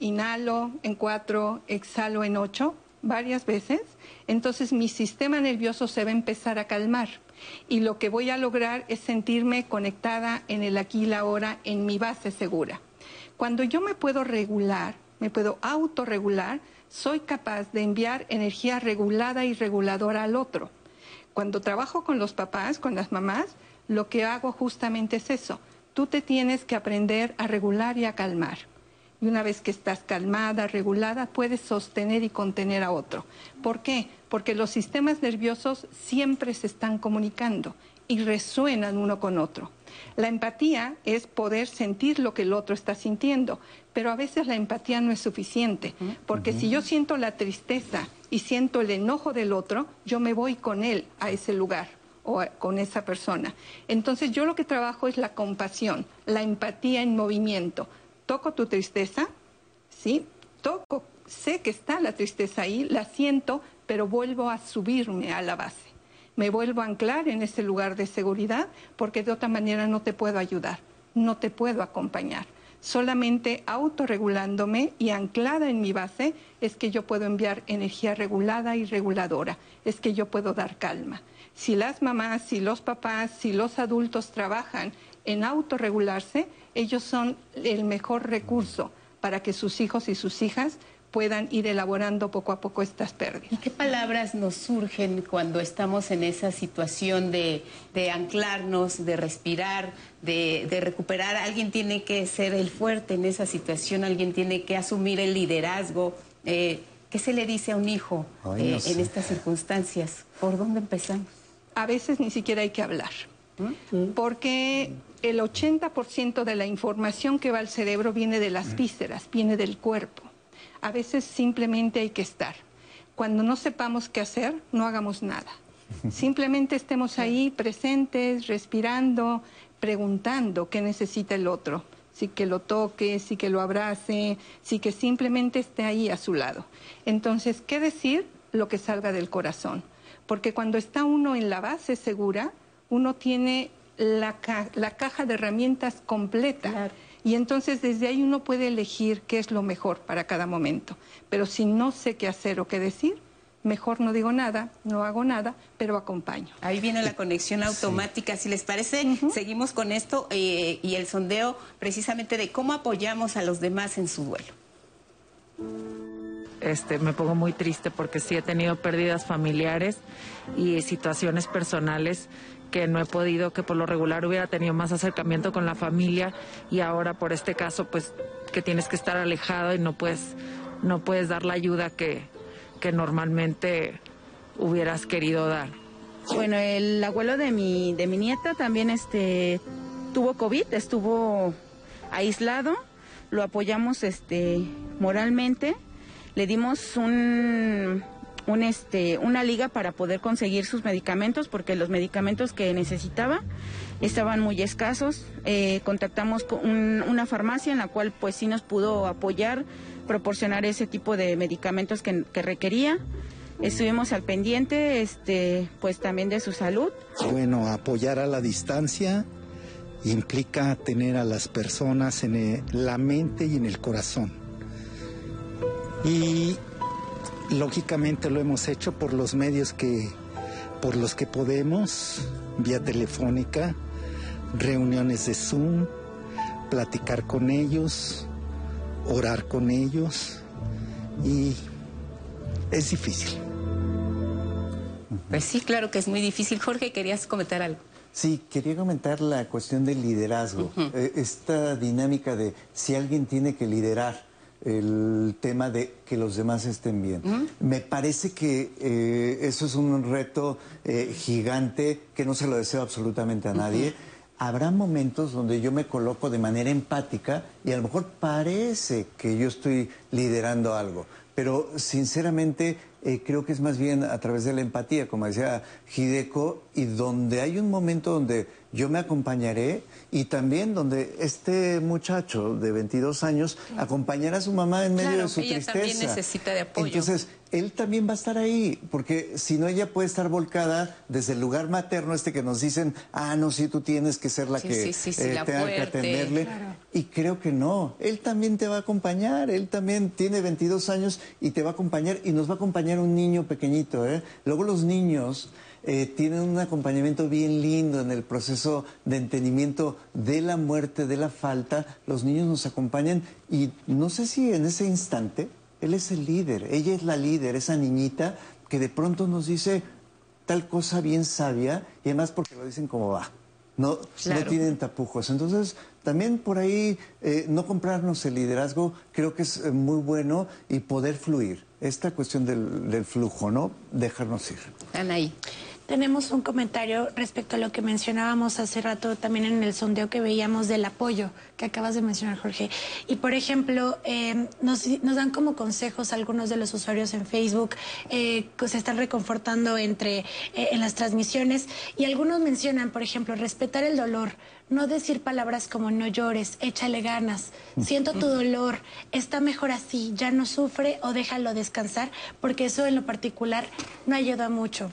inhalo en cuatro, exhalo en ocho, varias veces, entonces mi sistema nervioso se va a empezar a calmar. Y lo que voy a lograr es sentirme conectada en el aquí y la ahora, en mi base segura. Cuando yo me puedo regular, me puedo autorregular, soy capaz de enviar energía regulada y reguladora al otro. Cuando trabajo con los papás, con las mamás, lo que hago justamente es eso. Tú te tienes que aprender a regular y a calmar. Y una vez que estás calmada, regulada, puedes sostener y contener a otro. ¿Por qué? Porque los sistemas nerviosos siempre se están comunicando y resuenan uno con otro. La empatía es poder sentir lo que el otro está sintiendo, pero a veces la empatía no es suficiente, porque uh-huh. si yo siento la tristeza y siento el enojo del otro, yo me voy con él a ese lugar o a, con esa persona. Entonces yo lo que trabajo es la compasión, la empatía en movimiento. Toco tu tristeza, ¿sí? Toco, sé que está la tristeza ahí, la siento, pero vuelvo a subirme a la base. Me vuelvo a anclar en ese lugar de seguridad porque de otra manera no te puedo ayudar, no te puedo acompañar. Solamente autorregulándome y anclada en mi base es que yo puedo enviar energía regulada y reguladora, es que yo puedo dar calma. Si las mamás, si los papás, si los adultos trabajan en autorregularse, ellos son el mejor recurso para que sus hijos y sus hijas puedan ir elaborando poco a poco estas pérdidas. ¿Y qué palabras nos surgen cuando estamos en esa situación de, de anclarnos, de respirar, de, de recuperar? Alguien tiene que ser el fuerte en esa situación, alguien tiene que asumir el liderazgo. Eh, ¿Qué se le dice a un hijo Ay, no eh, sé. en estas circunstancias? ¿Por dónde empezamos? A veces ni siquiera hay que hablar, ¿Mm? porque el ochenta por ciento de la información que va al cerebro viene de las vísceras, viene del cuerpo. A veces simplemente hay que estar. Cuando no sepamos qué hacer, no hagamos nada. Simplemente estemos ahí presentes, respirando, preguntando qué necesita el otro. Si que lo toque, si que lo abrace, si que simplemente esté ahí a su lado. Entonces, ¿qué decir? Lo que salga del corazón. Porque cuando está uno en la base segura, uno tiene la, ca la caja de herramientas completa. Claro. Y entonces desde ahí uno puede elegir qué es lo mejor para cada momento. Pero si no sé qué hacer o qué decir, mejor no digo nada, no hago nada, pero acompaño. Ahí viene la conexión automática. Sí. Si les parece, uh-huh. seguimos con esto eh, y el sondeo precisamente de cómo apoyamos a los demás en su duelo. Este, me pongo muy triste porque sí he tenido pérdidas familiares y situaciones personales que no he podido, que por lo regular hubiera tenido más acercamiento con la familia y ahora por este caso pues que tienes que estar alejado y no puedes, no puedes dar la ayuda que, que normalmente hubieras querido dar. Bueno, el abuelo de mi, de mi nieta también este, tuvo COVID, estuvo aislado, lo apoyamos este, moralmente, le dimos un... Un este, una liga para poder conseguir sus medicamentos porque los medicamentos que necesitaba estaban muy escasos. Eh, contactamos con un, una farmacia en la cual pues sí nos pudo apoyar, proporcionar ese tipo de medicamentos que, que requería. Estuvimos al pendiente este, pues también de su salud. Bueno, apoyar a la distancia implica tener a las personas en el, la mente y en el corazón. Y lógicamente lo hemos hecho por los medios que, por los que podemos, vía telefónica, reuniones de Zoom, platicar con ellos, orar con ellos, y es difícil. Pues sí, claro que es muy difícil. Jorge, ¿querías comentar algo? Sí, quería comentar la cuestión del liderazgo, uh-huh. eh, esta dinámica de si alguien tiene que liderar el tema de que los demás estén bien. ¿Mm? Me parece que eh, eso es un reto eh, gigante que no se lo deseo absolutamente a nadie. Uh-huh. Habrá momentos donde yo me coloco de manera empática y a lo mejor parece que yo estoy liderando algo, pero sinceramente eh, creo que es más bien a través de la empatía, como decía Hideko, y donde hay un momento donde yo me acompañaré, y también donde este muchacho de veintidós años acompañará a su mamá en medio claro, de su ella tristeza. También necesita de apoyo. Entonces, él también va a estar ahí, porque si no, ella puede estar volcada desde el lugar materno este que nos dicen, ah, no, sí, tú tienes que ser la sí, que sí, sí, sí, eh, la tenga fuerte. que atenderle. Claro. Y creo que no, él también te va a acompañar, él también tiene veintidós años y te va a acompañar, y nos va a acompañar un niño pequeñito, ¿eh? Luego los niños eh, tienen un acompañamiento bien lindo en el proceso de entendimiento de la muerte, de la falta. Los niños nos acompañan, y no sé si en ese instante él es el líder, ella es la líder, esa niñita que de pronto nos dice tal cosa bien sabia, y además porque lo dicen como va, no, claro. no tienen tapujos. Entonces, también por ahí eh, no comprarnos el liderazgo, creo que es eh, muy bueno, y poder fluir. Esta cuestión del, del flujo, ¿no? Dejarnos ir. Anaí. Tenemos un comentario respecto a lo que mencionábamos hace rato también en el sondeo que veíamos del apoyo que acabas de mencionar, Jorge. Y, por ejemplo, eh, nos, nos dan como consejos algunos de los usuarios en Facebook, eh, que se están reconfortando entre, eh, en las transmisiones, y algunos mencionan, por ejemplo, respetar el dolor, no decir palabras como no llores, échale ganas, siento tu dolor, está mejor así, ya no sufre o déjalo descansar, porque eso en lo particular no ayuda mucho.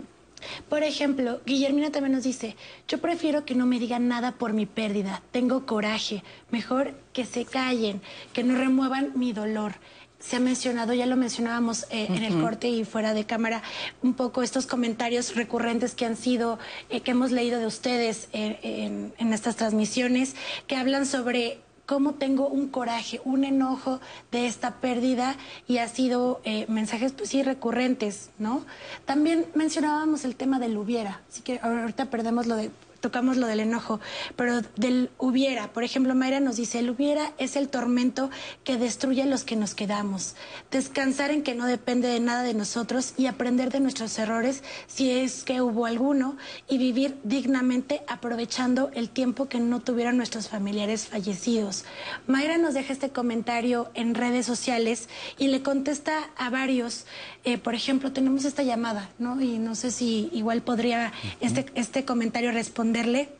Por ejemplo, Guillermina también nos dice, yo prefiero que no me digan nada por mi pérdida, tengo coraje, mejor que se callen, que no remuevan mi dolor. Se ha mencionado, ya lo mencionábamos eh, uh-huh. en el corte y fuera de cámara, un poco estos comentarios recurrentes que han sido, eh, que hemos leído de ustedes eh, en, en estas transmisiones, que hablan sobre cómo tengo un coraje, un enojo de esta pérdida, y ha sido eh, mensajes, pues sí, recurrentes, ¿no? También mencionábamos el tema del hubiera, así que ahorita perdemos lo de... tocamos lo del enojo, pero del hubiera. Por ejemplo, Mayra nos dice, el hubiera es el tormento que destruye a los que nos quedamos. Descansar en que no depende de nada de nosotros y aprender de nuestros errores, si es que hubo alguno, y vivir dignamente aprovechando el tiempo que no tuvieron nuestros familiares fallecidos. Mayra nos deja este comentario en redes sociales y le contesta a varios. Eh, por ejemplo, tenemos esta llamada, ¿no? Y no sé si igual podría este, este comentario responder.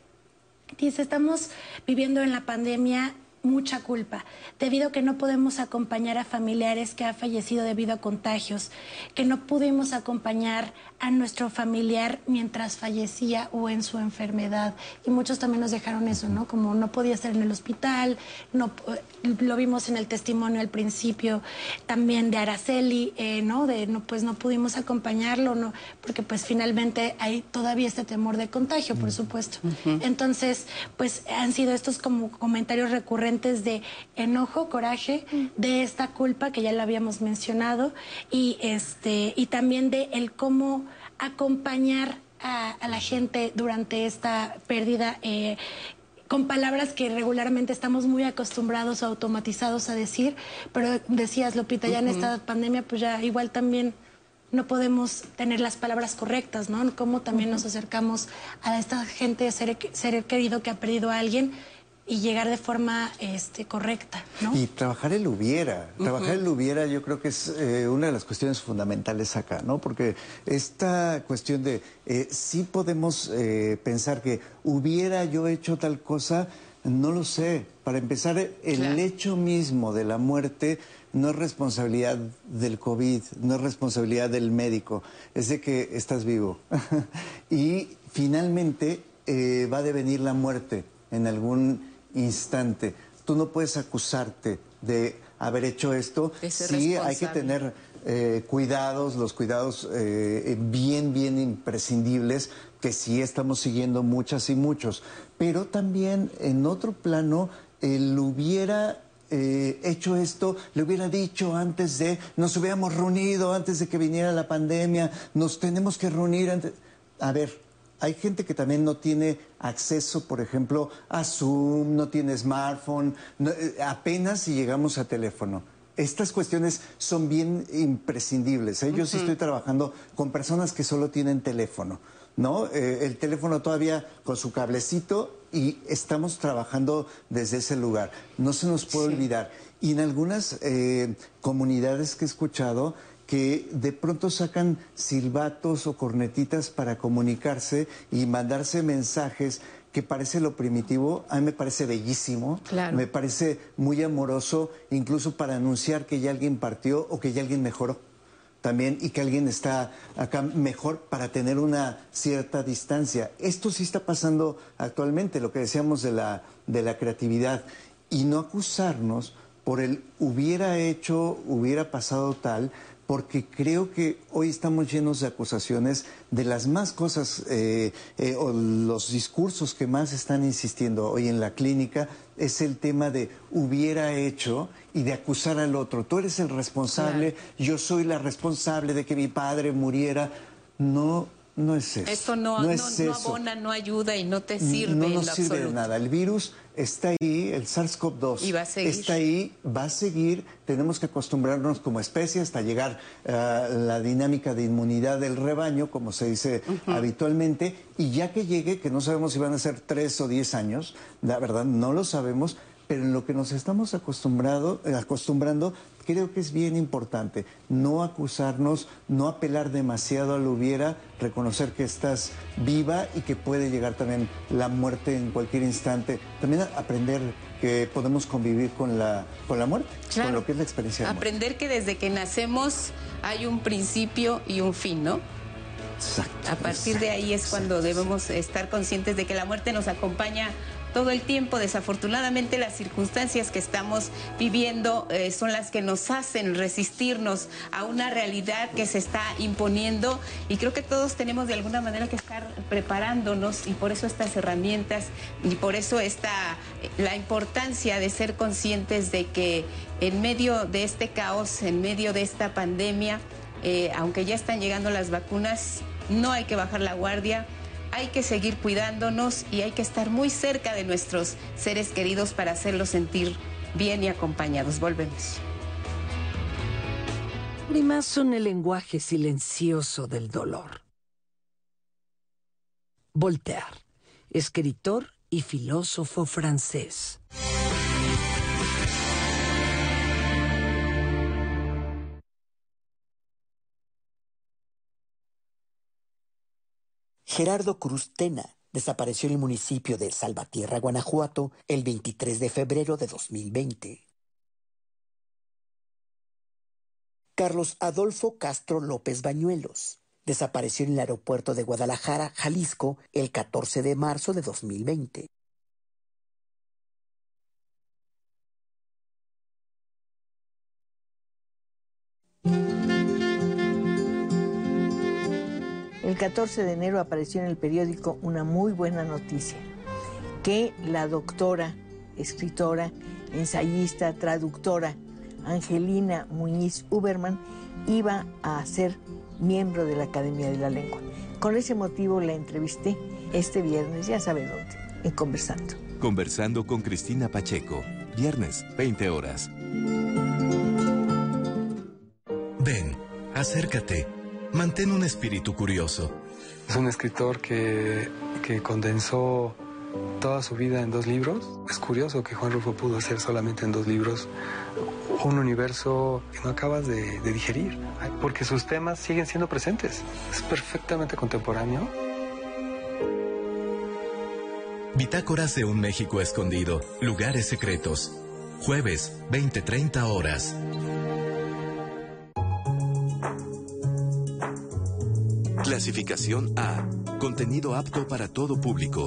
Dice, estamos viviendo en la pandemia mucha culpa, debido a que no podemos acompañar a familiares que han fallecido debido a contagios, que no pudimos acompañar a nuestro familiar mientras fallecía o en su enfermedad. Y muchos también nos dejaron eso, ¿no? Como no podía estar en el hospital, no, lo vimos en el testimonio al principio también de Araceli, eh, ¿no? De no, pues no pudimos acompañarlo, ¿no? Porque pues finalmente hay todavía este temor de contagio, por supuesto. Uh-huh. Entonces, pues han sido estos como comentarios recurrentes de enojo, coraje, de esta culpa que ya lo habíamos mencionado, y este y también de el cómo acompañar a, a la gente durante esta pérdida, eh, con palabras que regularmente estamos muy acostumbrados o automatizados a decir, pero decías, Lupita, ya uh-huh. en esta pandemia pues ya igual también no podemos tener las palabras correctas, ¿no? Cómo también uh-huh. nos acercamos a esta gente, ser, ser querido que ha perdido a alguien, y llegar de forma este, correcta, ¿no? Y trabajar el hubiera. Uh-huh. Trabajar el hubiera yo creo que es eh, una de las cuestiones fundamentales acá, ¿no? Porque esta cuestión de eh, sí podemos eh, pensar que hubiera yo hecho tal cosa, no lo sé. Para empezar, el claro. hecho mismo de la muerte no es responsabilidad del COVID, no es responsabilidad del médico, es de que estás vivo. Y finalmente eh, va a devenir la muerte en algún instante. Tú no puedes acusarte de haber hecho esto. Sí, hay que tener eh, cuidados, los cuidados eh, bien, bien imprescindibles, que sí estamos siguiendo muchas y muchos. Pero también en otro plano, él hubiera eh, hecho esto, le hubiera dicho antes de, nos hubiéramos reunido antes de que viniera la pandemia, nos tenemos que reunir antes. A ver, hay gente que también no tiene acceso, por ejemplo, a Zoom, no tiene smartphone, no, eh, apenas si llegamos a teléfono. Estas cuestiones son bien imprescindibles, ¿eh? Yo uh-huh. sí estoy trabajando con personas que solo tienen teléfono, ¿no? Eh, el teléfono todavía con su cablecito, y estamos trabajando desde ese lugar. No se nos puede sí. olvidar. Y en algunas eh, comunidades que he escuchado, que de pronto sacan silbatos o cornetitas para comunicarse y mandarse mensajes que parece lo primitivo, a mí me parece bellísimo, claro. me parece muy amoroso, incluso para anunciar que ya alguien partió o que ya alguien mejoró también y que alguien está acá mejor para tener una cierta distancia. Esto sí está pasando actualmente, lo que decíamos de la, de la creatividad, y no acusarnos por el hubiera hecho, hubiera pasado tal, porque creo que hoy estamos llenos de acusaciones de las más cosas eh, eh, o los discursos que más están insistiendo hoy en la clínica es el tema de hubiera hecho y de acusar al otro. Tú eres el responsable, claro. Yo soy la responsable de que mi padre muriera. No, no es eso. Esto no, no, no, es no eso. abona, no ayuda y no te sirve. No en nos lo sirve absoluto. de nada. El virus está ahí, el SARS-CoV dos y va a seguir. está ahí, va a seguir. Tenemos que acostumbrarnos como especie hasta llegar a uh, la dinámica de inmunidad del rebaño, como se dice uh-huh. habitualmente, y ya que llegue, que no sabemos si van a ser tres o diez años, la verdad no lo sabemos, pero en lo que nos estamos acostumbrado, eh, acostumbrando, creo que es bien importante no acusarnos, no apelar demasiado al hubiera, reconocer que estás viva y que puede llegar también la muerte en cualquier instante. También aprender que podemos convivir con la, con la muerte, claro. Con lo que es la experiencia de aprender muerte. Que desde que nacemos hay un principio y un fin, ¿no? Exacto. A partir exacto, de ahí es cuando exacto. debemos estar conscientes de que la muerte nos acompaña todo el tiempo. Desafortunadamente las circunstancias que estamos viviendo eh, son las que nos hacen resistirnos a una realidad que se está imponiendo, y creo que todos tenemos de alguna manera que estar preparándonos, y por eso estas herramientas y por eso esta, la importancia de ser conscientes de que en medio de este caos, en medio de esta pandemia, eh, aunque ya están llegando las vacunas, no hay que bajar la guardia. Hay que seguir cuidándonos y hay que estar muy cerca de nuestros seres queridos para hacerlos sentir bien y acompañados. Volvemos. Lágrimas son el lenguaje silencioso del dolor. Voltaire, escritor y filósofo francés. Gerardo Cruz Tena desapareció en el municipio de Salvatierra, Guanajuato, el veintitrés de febrero de dos mil veinte. Carlos Adolfo Castro López Bañuelos desapareció en el aeropuerto de Guadalajara, Jalisco, el catorce de marzo de dos mil veinte. El catorce de enero apareció en el periódico una muy buena noticia, que la doctora, escritora, ensayista, traductora Angelina Muñiz Uberman iba a ser miembro de la Academia de la Lengua. Con ese motivo la entrevisté este viernes, ya sabe dónde, en Conversando. Conversando con Cristina Pacheco, viernes, veinte horas. Ven, acércate. Mantén un espíritu curioso. Es un escritor que, que condensó toda su vida en dos libros. Es curioso que Juan Rulfo pudo hacer solamente en dos libros un universo que no acabas de, de digerir, porque sus temas siguen siendo presentes. Es perfectamente contemporáneo. Bitácoras de un México escondido. Lugares secretos. Jueves, veinte treinta horas. Clasificación A. Contenido apto para todo público.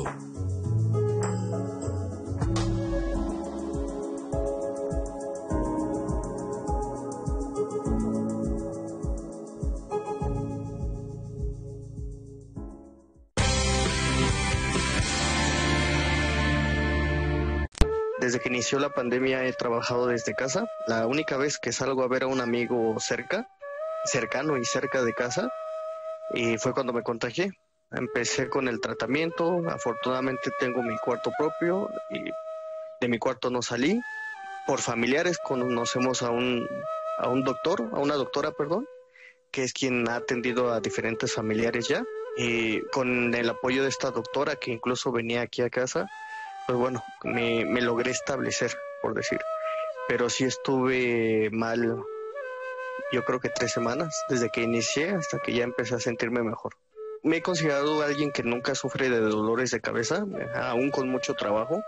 Desde que inició la pandemia he trabajado desde casa. La única vez que salgo a ver a un amigo cerca, cercano y cerca de casa, y fue cuando me contagié. Empecé con el tratamiento, afortunadamente tengo mi cuarto propio y de mi cuarto no salí. Por familiares conocemos a un, a un doctor, a una doctora, perdón, que es quien ha atendido a diferentes familiares ya. Y con el apoyo de esta doctora, que incluso venía aquí a casa, pues bueno, me, me logré establecer, por decir. Pero sí estuve mal, yo creo que tres semanas, desde que inicié hasta que ya empecé a sentirme mejor. me he considerado alguien que nunca sufre de dolores de cabeza, aún con mucho trabajo,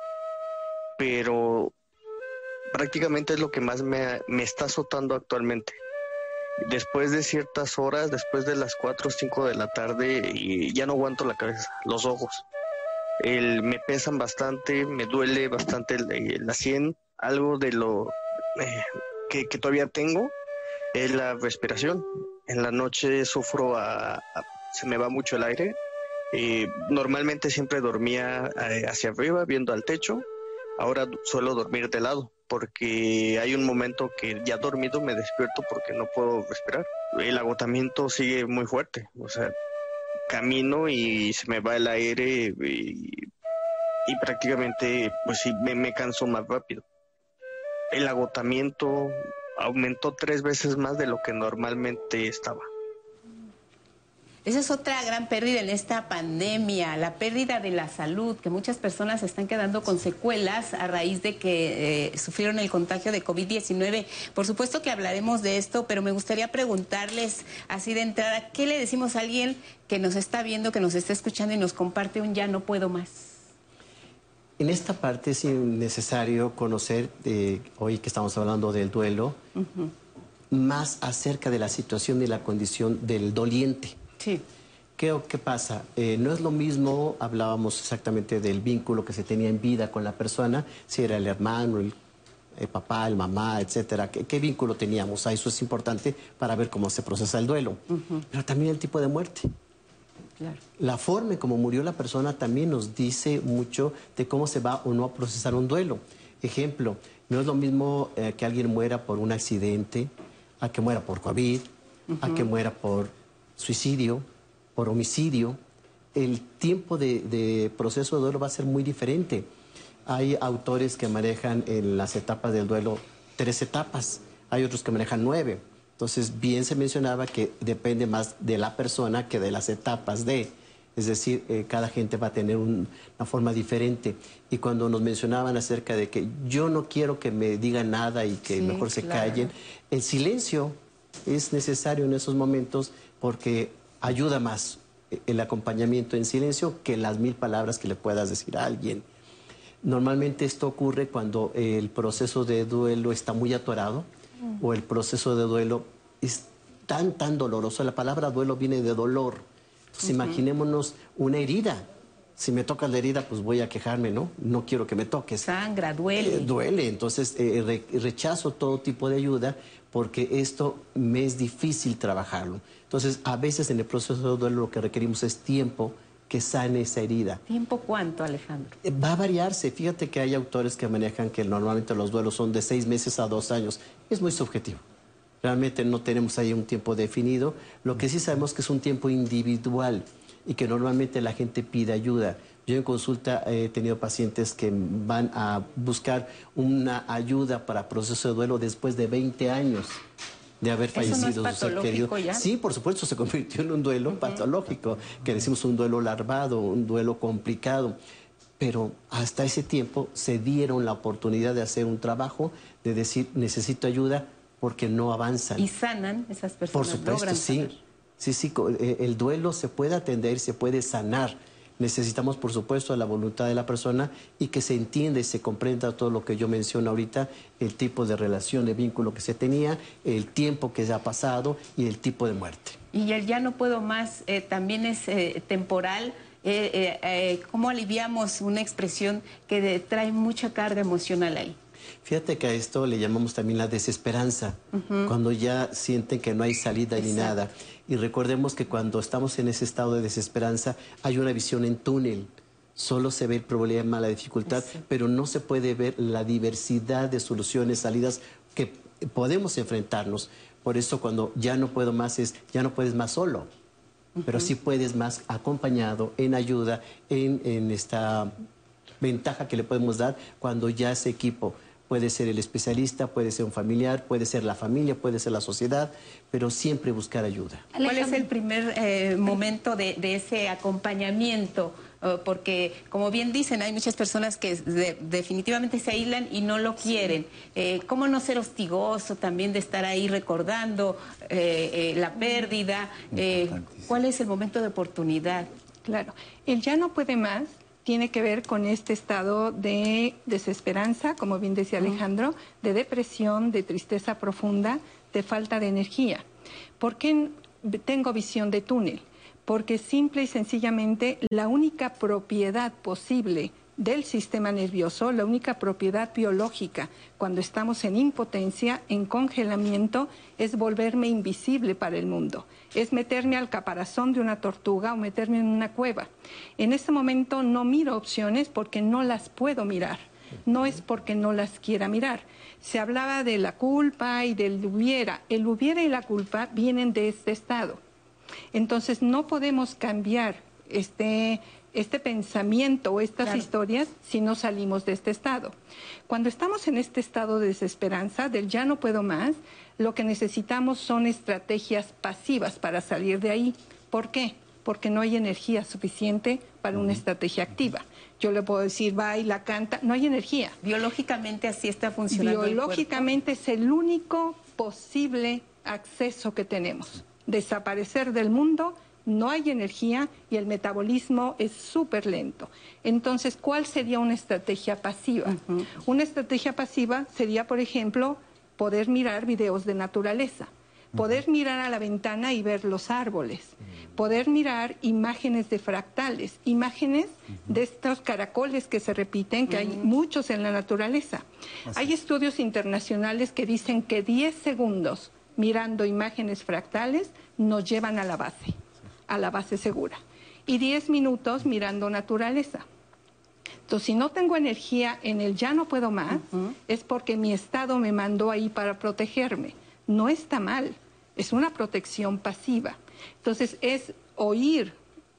pero prácticamente es lo que más me, me está azotando actualmente. Después de ciertas horas, después de las cuatro o cinco de la tarde, y ya no aguanto la cabeza, los ojos. El, me pesan bastante, me duele bastante el, la sien. Algo de lo eh, que, que todavía tengo es la respiración. En la noche sufro, a, a, se me va mucho el aire. Eh, normalmente siempre dormía eh, hacia arriba, viendo al techo. Ahora suelo dormir de lado, porque hay un momento que ya dormido me despierto porque no puedo respirar. El agotamiento sigue muy fuerte, o sea, camino y se me va el aire y, y prácticamente pues sí me, me canso más rápido. El agotamiento aumentó tres veces más de lo que normalmente estaba. Esa es otra gran pérdida en esta pandemia, la pérdida de la salud, que muchas personas están quedando con secuelas a raíz de que eh, sufrieron el contagio de COVID diecinueve. Por supuesto que hablaremos de esto, pero me gustaría preguntarles así de entrada, ¿qué le decimos a alguien que nos está viendo, que nos está escuchando y nos comparte un ya no puedo más? En esta parte es necesario conocer, eh, hoy que estamos hablando del duelo, uh-huh. más acerca de la situación y la condición del doliente. Sí. ¿Qué, qué pasa? Eh, no es lo mismo, hablábamos exactamente del vínculo que se tenía en vida con la persona, si era el hermano, el, el papá, el mamá, etcétera. ¿Qué, qué vínculo teníamos? Ah, eso es importante para ver cómo se procesa el duelo. Uh-huh. Pero también el tipo de muerte. Claro. La forma en cómo murió la persona también nos dice mucho de cómo se va o no a procesar un duelo. Ejemplo, no es lo mismo eh, que alguien muera por un accidente, a que muera por COVID, uh-huh. a que muera por suicidio, por homicidio. El tiempo de, de proceso de duelo va a ser muy diferente. Hay autores que manejan en las etapas del duelo tres etapas, hay otros que manejan nueve. Entonces, bien se mencionaba que depende más de la persona que de las etapas de, es decir, eh, cada gente va a tener un, una forma diferente. Y cuando nos mencionaban acerca de que yo no quiero que me digan nada y que sí, mejor se claro. callen, el silencio es necesario en esos momentos porque ayuda más el acompañamiento en silencio que las mil palabras que le puedas decir a alguien. Normalmente esto ocurre cuando el proceso de duelo está muy atorado mm. o el proceso de duelo es tan, tan doloroso. La palabra duelo viene de dolor. Entonces, uh-huh. imaginémonos una herida. Si me tocas la herida, pues voy a quejarme, ¿no? No quiero que me toques. Sangra, duele. Eh, duele. Entonces, eh, re rechazo todo tipo de ayuda porque esto me es difícil trabajarlo. Entonces, a veces en el proceso de duelo lo que requerimos es tiempo que sane esa herida. ¿Tiempo cuánto, Alejandro? Eh, va a variarse. Fíjate que hay autores que manejan que normalmente los duelos son de seis meses a dos años. Es muy subjetivo. Realmente no tenemos ahí un tiempo definido. Lo que sí sabemos que es un tiempo individual y que normalmente la gente pide ayuda. Yo en consulta he tenido pacientes que van a buscar una ayuda para proceso de duelo después de veinte años de haber fallecido. ¿Eso no es patológico ya? Sí, por supuesto, se convirtió en un duelo uh-huh. patológico, que decimos un duelo larvado, un duelo complicado. Pero hasta ese tiempo se dieron la oportunidad de hacer un trabajo, de decir, necesito ayuda porque no avanzan. ¿Y sanan esas personas? Por supuesto, sí. Sanar. Sí, sí, el duelo se puede atender, se puede sanar. Necesitamos, por supuesto, la voluntad de la persona y que se entienda y se comprenda todo lo que yo menciono ahorita, el tipo de relación, de vínculo que se tenía, el tiempo que se ha pasado y el tipo de muerte. Y el ya no puedo más eh, también es eh, temporal. Eh, eh, eh, ¿Cómo aliviamos una expresión que de, trae mucha carga emocional ahí? Fíjate que a esto le llamamos también la desesperanza, uh-huh. cuando ya sienten que no hay salida Exacto. ni nada. Y recordemos que cuando estamos en ese estado de desesperanza hay una visión en túnel. Solo se ve el problema, la dificultad, Exacto. pero no se puede ver la diversidad de soluciones, salidas que podemos enfrentarnos. Por eso cuando ya no puedo más es, ya no puedes más solo, uh-huh. pero sí puedes más acompañado, en ayuda, en, en esta ventaja que le podemos dar cuando ya ese equipo puede ser el especialista, puede ser un familiar, puede ser la familia, puede ser la sociedad, pero siempre buscar ayuda. ¿Cuál es el primer eh, momento de, de ese acompañamiento? Uh, porque, como bien dicen, hay muchas personas que de, definitivamente se aíslan y no lo quieren. Eh, ¿Cómo no ser hostigoso también de estar ahí recordando eh, eh, la pérdida? Eh, ¿Cuál es el momento de oportunidad? Claro, el ya no puede más tiene que ver con este estado de desesperanza, como bien decía Alejandro, de depresión, de tristeza profunda, de falta de energía. ¿Por qué tengo visión de túnel? Porque simple y sencillamente la única propiedad posible del sistema nervioso, la única propiedad biológica cuando estamos en impotencia, en congelamiento, es volverme invisible para el mundo. Es meterme al caparazón de una tortuga o meterme en una cueva. En este momento no miro opciones porque no las puedo mirar. No es porque no las quiera mirar. Se hablaba de la culpa y del hubiera. El hubiera y la culpa vienen de este estado. Entonces no podemos cambiar este, este pensamiento o estas claro. historias si no salimos de este estado. Cuando estamos en este estado de desesperanza, del ya no puedo más, lo que necesitamos son estrategias pasivas para salir de ahí. ¿Por qué? Porque no hay energía suficiente para una estrategia activa. Yo le puedo decir, baila, canta, no hay energía. Biológicamente así está funcionando. Biológicamente es el único posible acceso que tenemos. Desaparecer del mundo, no hay energía y el metabolismo es súper lento. Entonces, ¿cuál sería una estrategia pasiva? Uh-huh. Una estrategia pasiva sería, por ejemplo, poder mirar videos de naturaleza, poder uh-huh. mirar a la ventana y ver los árboles, uh-huh. poder mirar imágenes de fractales, imágenes uh-huh. de estos caracoles que se repiten, que uh-huh. hay muchos en la naturaleza. Así. Hay estudios internacionales que dicen que diez segundos mirando imágenes fractales, nos llevan a la base, a la base segura. Y diez minutos mirando naturaleza. Entonces, si no tengo energía en el ya no puedo más, uh-huh. es porque mi estado me mandó ahí para protegerme. No está mal, es una protección pasiva. Entonces, es oír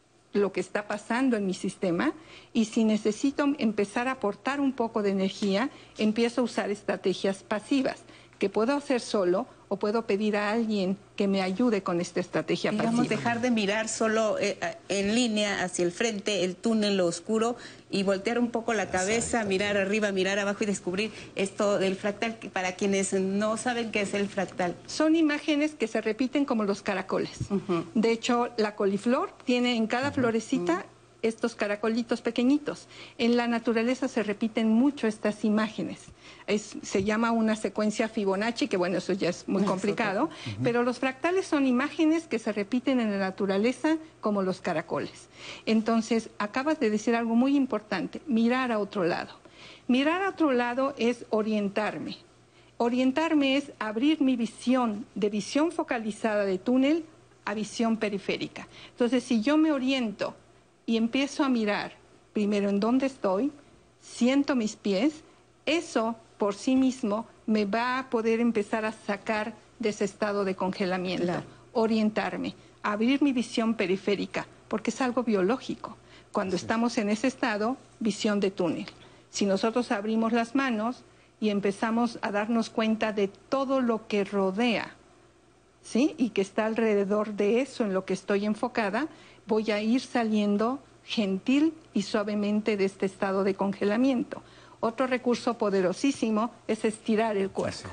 lo que está pasando en mi sistema y si necesito empezar a aportar un poco de energía, empiezo a usar estrategias pasivas que puedo hacer solo o puedo pedir a alguien que me ayude con esta estrategia Digamos, pasiva. dejar de mirar solo eh, en línea hacia el frente, el túnel, lo oscuro, y voltear un poco la cabeza, mirar arriba, mirar abajo y descubrir esto del fractal, para quienes no saben qué es el fractal. Son imágenes que se repiten como los caracoles. Uh-huh. De hecho, la coliflor tiene en cada uh-huh. florecita uh-huh. estos caracolitos pequeñitos. En la naturaleza se repiten mucho estas imágenes. Es, se llama una secuencia Fibonacci, que bueno, eso ya es muy complicado, uh-huh. pero los fractales son imágenes que se repiten en la naturaleza como los caracoles. Entonces, acabas de decir algo muy importante, mirar a otro lado. Mirar a otro lado es orientarme. Orientarme es abrir mi visión, de visión focalizada de túnel a visión periférica. Entonces, si yo me oriento y empiezo a mirar primero en dónde estoy, siento mis pies, eso por sí mismo me va a poder empezar a sacar de ese estado de congelamiento, claro. orientarme, abrir mi visión periférica, porque es algo biológico. Cuando sí. estamos en ese estado, visión de túnel. Si nosotros abrimos las manos y empezamos a darnos cuenta de todo lo que rodea, ¿sí? y que está alrededor de eso en lo que estoy enfocada, voy a ir saliendo gentil y suavemente de este estado de congelamiento. Otro recurso poderosísimo es estirar el cuerpo.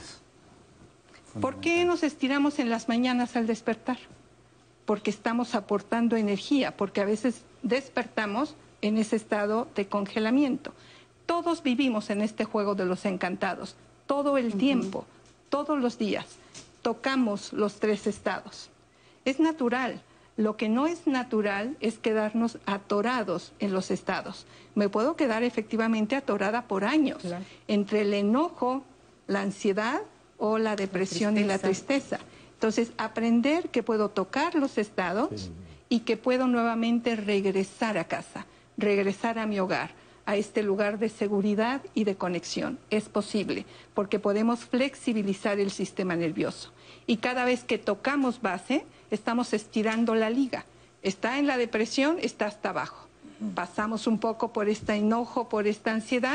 ¿Por qué nos estiramos en las mañanas al despertar? Porque estamos aportando energía, porque a veces despertamos en ese estado de congelamiento. Todos vivimos en este juego de los encantados, todo el uh-huh. tiempo, todos los días. Tocamos los tres estados. Es natural. Lo que no es natural es quedarnos atorados en los estados. Me puedo quedar efectivamente atorada por años, claro. entre el enojo, la ansiedad o la depresión la y la tristeza. Entonces, aprender que puedo tocar los estados sí. y que puedo nuevamente regresar a casa, regresar a mi hogar, a este lugar de seguridad y de conexión. Es posible, porque podemos flexibilizar el sistema nervioso. Y cada vez que tocamos base, estamos estirando la liga. Está en la depresión, está hasta abajo. Pasamos un poco por este enojo, por esta ansiedad,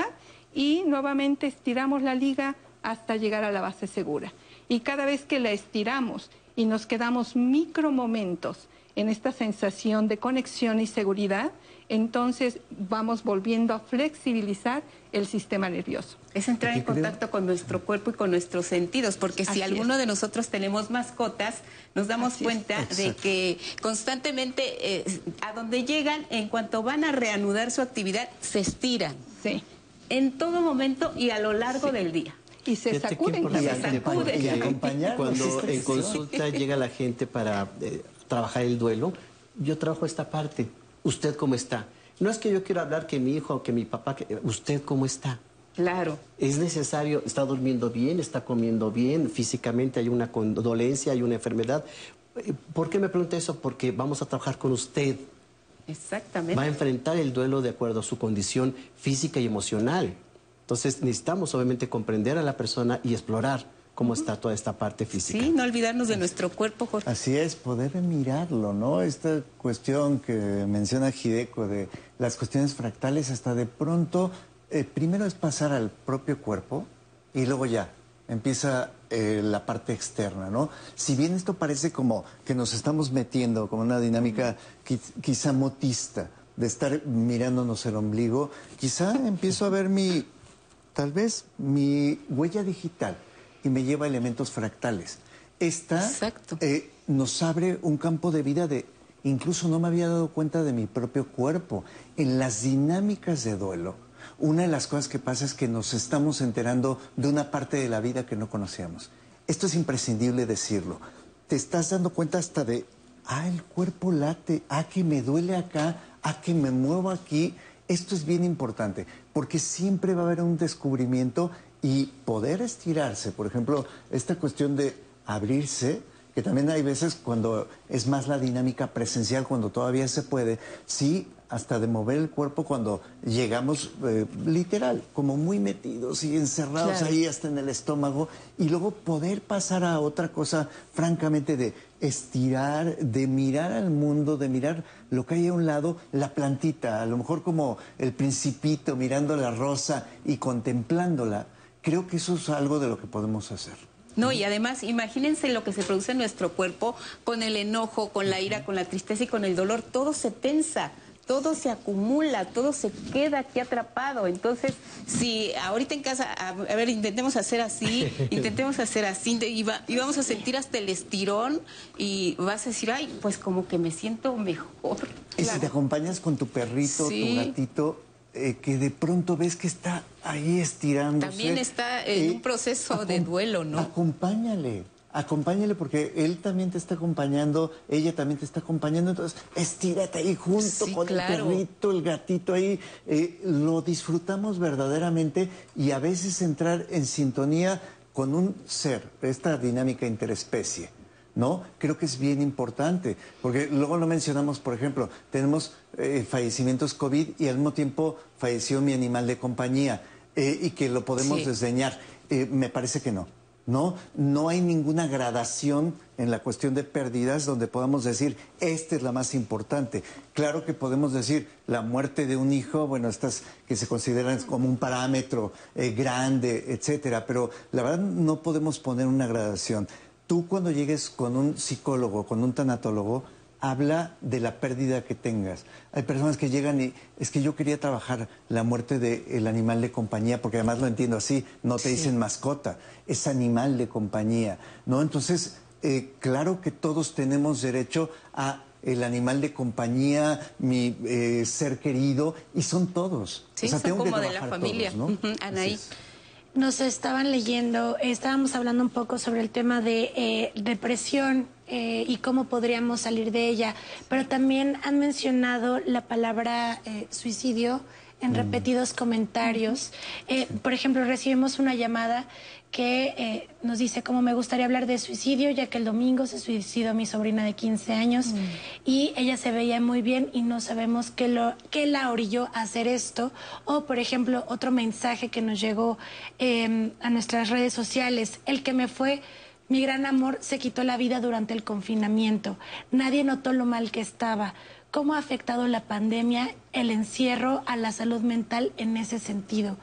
y nuevamente estiramos la liga hasta llegar a la base segura. Y cada vez que la estiramos y nos quedamos micromomentos en esta sensación de conexión y seguridad, entonces vamos volviendo a flexibilizar el sistema nervioso. Es entrar en contacto con nuestro cuerpo y con nuestros sentidos, porque si Así alguno es. de nosotros tenemos mascotas, nos damos Así cuenta es. de que constantemente eh, a donde llegan, en cuanto van a reanudar su actividad, se estiran. Sí. En todo momento y a lo largo sí. del día. Y se Fíjate qué sacuden. importante, se sacuden. y acompañarnos, Cuando esta en consulta llega la gente para eh, trabajar el duelo, yo trabajo esta parte. ¿Usted cómo está? No es que yo quiera hablar que mi hijo o que mi papá, que, ¿usted cómo está? Claro. Es necesario, está durmiendo bien, está comiendo bien, físicamente hay una dolencia, hay una enfermedad. ¿Por qué me pregunta eso? Porque vamos a trabajar con usted. Exactamente. Va a enfrentar el duelo de acuerdo a su condición física y emocional. Entonces necesitamos obviamente comprender a la persona y explorar cómo está toda esta parte física. Sí, no olvidarnos de nuestro cuerpo, Jorge. Así es, poder mirarlo, ¿no? Esta cuestión que menciona Hideko de las cuestiones fractales, hasta de pronto, eh, primero es pasar al propio cuerpo y luego ya empieza eh, la parte externa, ¿no? Si bien esto parece como que nos estamos metiendo como una dinámica quiz- quizá motista, de estar mirándonos el ombligo, quizá empiezo a ver mi, tal vez, mi huella digital y me lleva a elementos fractales. Esta eh, nos abre un campo de vida de, incluso no me había dado cuenta de mi propio cuerpo. En las dinámicas de duelo, una de las cosas que pasa es que nos estamos enterando de una parte de la vida que no conocíamos. Esto es imprescindible decirlo. Te estás dando cuenta hasta de, ah, el cuerpo late, ah, que me duele acá, ah, que me muevo aquí. Esto es bien importante, porque siempre va a haber un descubrimiento y poder estirarse. Por ejemplo, esta cuestión de abrirse, que también hay veces cuando es más la dinámica presencial, cuando todavía se puede, sí, hasta de mover el cuerpo cuando llegamos eh, literal, como muy metidos y encerrados Claro. ahí hasta en el estómago, y luego poder pasar a otra cosa, francamente, de estirar, de mirar al mundo, de mirar lo que hay a un lado, la plantita, a lo mejor como el principito mirando la rosa y contemplándola. Creo que eso es algo de lo que podemos hacer. No, y además, imagínense lo que se produce en nuestro cuerpo con el enojo, con la ira, con la tristeza y con el dolor. Todo se tensa, todo se acumula, todo se queda aquí atrapado. Entonces, si ahorita en casa, a, a ver, intentemos hacer así, intentemos hacer así, y, va, y vamos a sentir hasta el estirón y vas a decir, ay, pues como que me siento mejor. Y si te acompañas con tu perrito, Sí. tu gatito, eh, que de pronto ves que está ahí estirándose. También está en eh, un proceso de duelo, ¿no? Acompáñale, acompáñale porque él también te está acompañando, ella también te está acompañando, entonces estírate ahí junto Sí, con claro. el perrito, el gatito ahí, eh, lo disfrutamos verdaderamente y a veces entrar en sintonía con un ser, esta dinámica interespecie, ¿no? Creo que es bien importante, porque luego lo mencionamos, por ejemplo, tenemos eh, fallecimientos COVID y al mismo tiempo falleció mi animal de compañía eh, y que lo podemos Sí. desdeñar. Eh, me parece que no. No, no hay ninguna gradación en la cuestión de pérdidas donde podamos decir, esta es la más importante. Claro que podemos decir, la muerte de un hijo, bueno, estas que se consideran como un parámetro eh, grande, etcétera, pero la verdad no podemos poner una gradación. Tú cuando llegues con un psicólogo, con un tanatólogo, habla de la pérdida que tengas. Hay personas que llegan y es que yo quería trabajar la muerte del animal de compañía, porque además lo entiendo así, no te Sí. dicen mascota, es animal de compañía, ¿no? Entonces, eh, claro que todos tenemos derecho a el animal de compañía, mi eh, ser querido, y son todos. Sí, o sea, son tengo como que de la trabajar familia. todos, ¿no? Ujú, Anaí. Así es. Nos estaban leyendo, estábamos hablando un poco sobre el tema de eh, depresión eh, y cómo podríamos salir de ella, pero también han mencionado la palabra eh, suicidio en repetidos comentarios. Eh, por ejemplo, recibimos una llamada que eh, nos dice cómo me gustaría hablar de suicidio, ya que el domingo se suicidó mi sobrina de quince años mm. y ella se veía muy bien y no sabemos qué, lo, qué la orilló a hacer esto. O, por ejemplo, otro mensaje que nos llegó eh, a nuestras redes sociales, el que me fue... Mi gran amor se quitó la vida durante el confinamiento. Nadie notó lo mal que estaba. ¿Cómo ha afectado la pandemia, el encierro a la salud mental en ese sentido?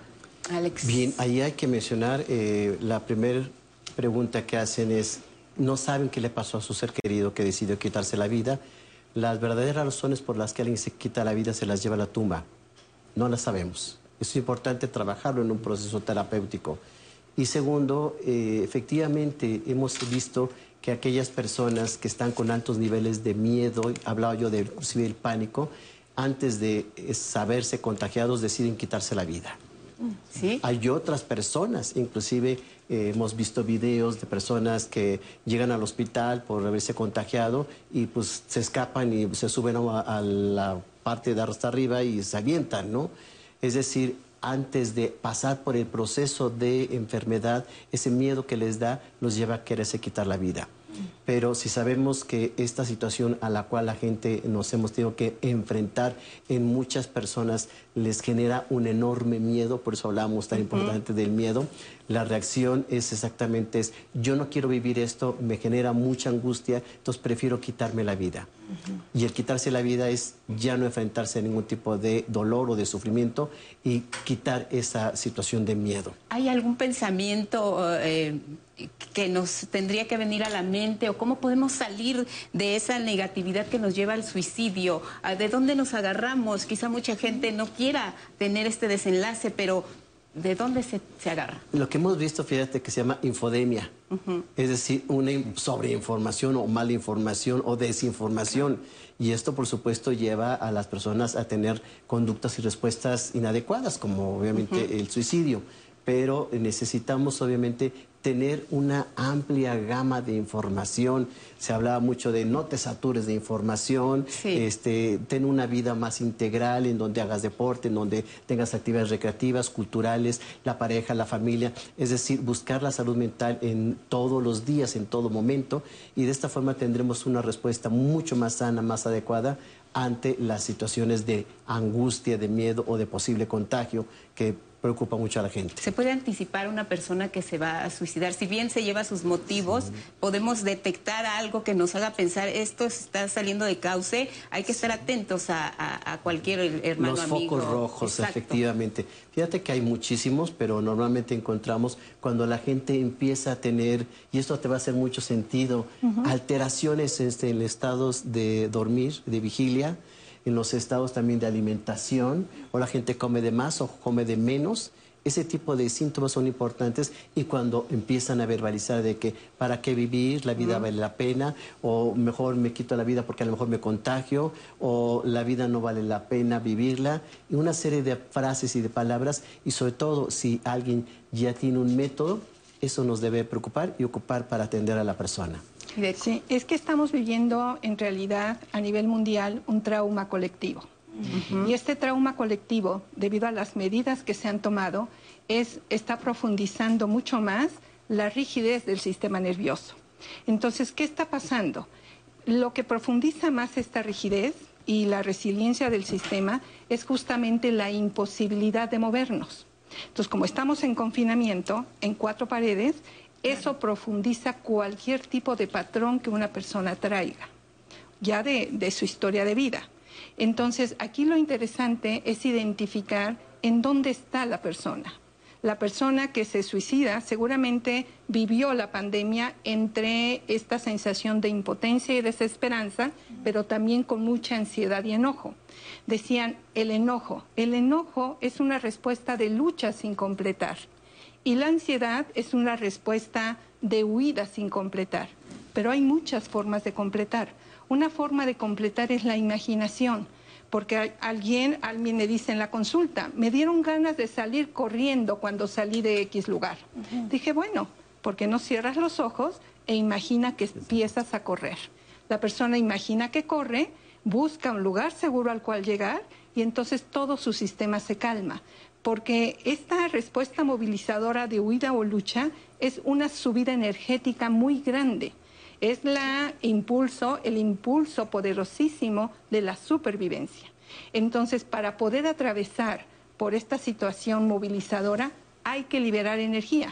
Alex. Bien, ahí hay que mencionar, eh, la primera pregunta que hacen es, no saben qué le pasó a su ser querido que decidió quitarse la vida. Las verdaderas razones por las que alguien se quita la vida se las lleva a la tumba. No las sabemos. Es importante trabajarlo en un proceso terapéutico. Y segundo, eh, efectivamente hemos visto que aquellas personas que están con altos niveles de miedo, hablaba yo de inclusive el pánico, antes de saberse contagiados deciden quitarse la vida. ¿Sí? Hay otras personas, inclusive eh, hemos visto videos de personas que llegan al hospital por haberse contagiado y pues se escapan y se suben a, a la parte de hasta arriba y se avientan, ¿no? Es decir, antes de pasar por el proceso de enfermedad, ese miedo que les da los lleva a quererse quitar la vida. Pero si sabemos que esta situación a la cual la gente nos hemos tenido que enfrentar en muchas personas les genera un enorme miedo, por eso hablábamos tan uh-huh. importante del miedo, la reacción es exactamente es, yo no quiero vivir esto, me genera mucha angustia, entonces prefiero quitarme la vida. Uh-huh. Y el quitarse la vida es ya no enfrentarse a ningún tipo de dolor o de sufrimiento y quitar esa situación de miedo. ¿Hay algún pensamiento eh, que nos tendría que venir a la mente o cómo podemos salir de esa negatividad que nos lleva al suicidio? ¿De dónde nos agarramos? Quizá mucha gente no quiera tener este desenlace, pero ¿de dónde se, se agarra? Lo que hemos visto, fíjate, que se llama infodemia, uh-huh. es decir, una sobreinformación o mala información o desinformación. Y esto, por supuesto, lleva a las personas a tener conductas y respuestas inadecuadas, como obviamente uh-huh. el suicidio. Pero necesitamos, obviamente, tener una amplia gama de información. Se hablaba mucho de no te satures de información, sí. este, ten una vida más integral en donde hagas deporte, en donde tengas actividades recreativas, culturales, la pareja, la familia. Es decir, buscar la salud mental en todos los días, en todo momento. Y de esta forma tendremos una respuesta mucho más sana, más adecuada ante las situaciones de angustia, de miedo o de posible contagio que preocupa mucho a la gente. ¿Se puede anticipar una persona que se va a suicidar? Si bien se lleva sus motivos, sí. podemos detectar algo que nos haga pensar esto está saliendo de cauce, hay que estar atentos a, a, a cualquier hermano, Los amigo. Los focos rojos, Exacto. efectivamente. Fíjate que hay muchísimos, pero normalmente encontramos cuando la gente empieza a tener, y esto te va a hacer mucho sentido, uh-huh. alteraciones este, en estados de dormir, de vigilia, en los estados también de alimentación, o la gente come de más o come de menos. Ese tipo de síntomas son importantes y cuando empiezan a verbalizar de que para qué vivir, la vida uh-huh. vale la pena, o mejor me quito la vida porque a lo mejor me contagio, o la vida no vale la pena vivirla, y una serie de frases y de palabras, y sobre todo si alguien ya tiene un método, eso nos debe preocupar y ocupar para atender a la persona. Sí, es que estamos viviendo en realidad a nivel mundial un trauma colectivo. Uh-huh. Y este trauma colectivo, debido a las medidas que se han tomado, es, está profundizando mucho más la rigidez del sistema nervioso. Entonces, ¿qué está pasando? Lo que profundiza más esta rigidez y la resiliencia del sistema es justamente la imposibilidad de movernos. Entonces, como estamos en confinamiento, en cuatro paredes, eso profundiza cualquier tipo de patrón que una persona traiga, ya de, de su historia de vida. Entonces, aquí lo interesante es identificar en dónde está la persona. La persona que se suicida seguramente vivió la pandemia entre esta sensación de impotencia y desesperanza, pero también con mucha ansiedad y enojo. Decían, el enojo. El enojo es una respuesta de lucha sin completar. Y la ansiedad es una respuesta de huida sin completar. Pero hay muchas formas de completar. Una forma de completar es la imaginación. Porque alguien, alguien me dice en la consulta, me dieron ganas de salir corriendo cuando salí de X lugar. Uh-huh. Dije, bueno, ¿por qué no cierras los ojos e imagina que empiezas a correr? La persona imagina que corre, busca un lugar seguro al cual llegar y entonces todo su sistema se calma. Porque esta respuesta movilizadora de huida o lucha es una subida energética muy grande. Es la impulso, el impulso poderosísimo de la supervivencia. Entonces, para poder atravesar por esta situación movilizadora, hay que liberar energía.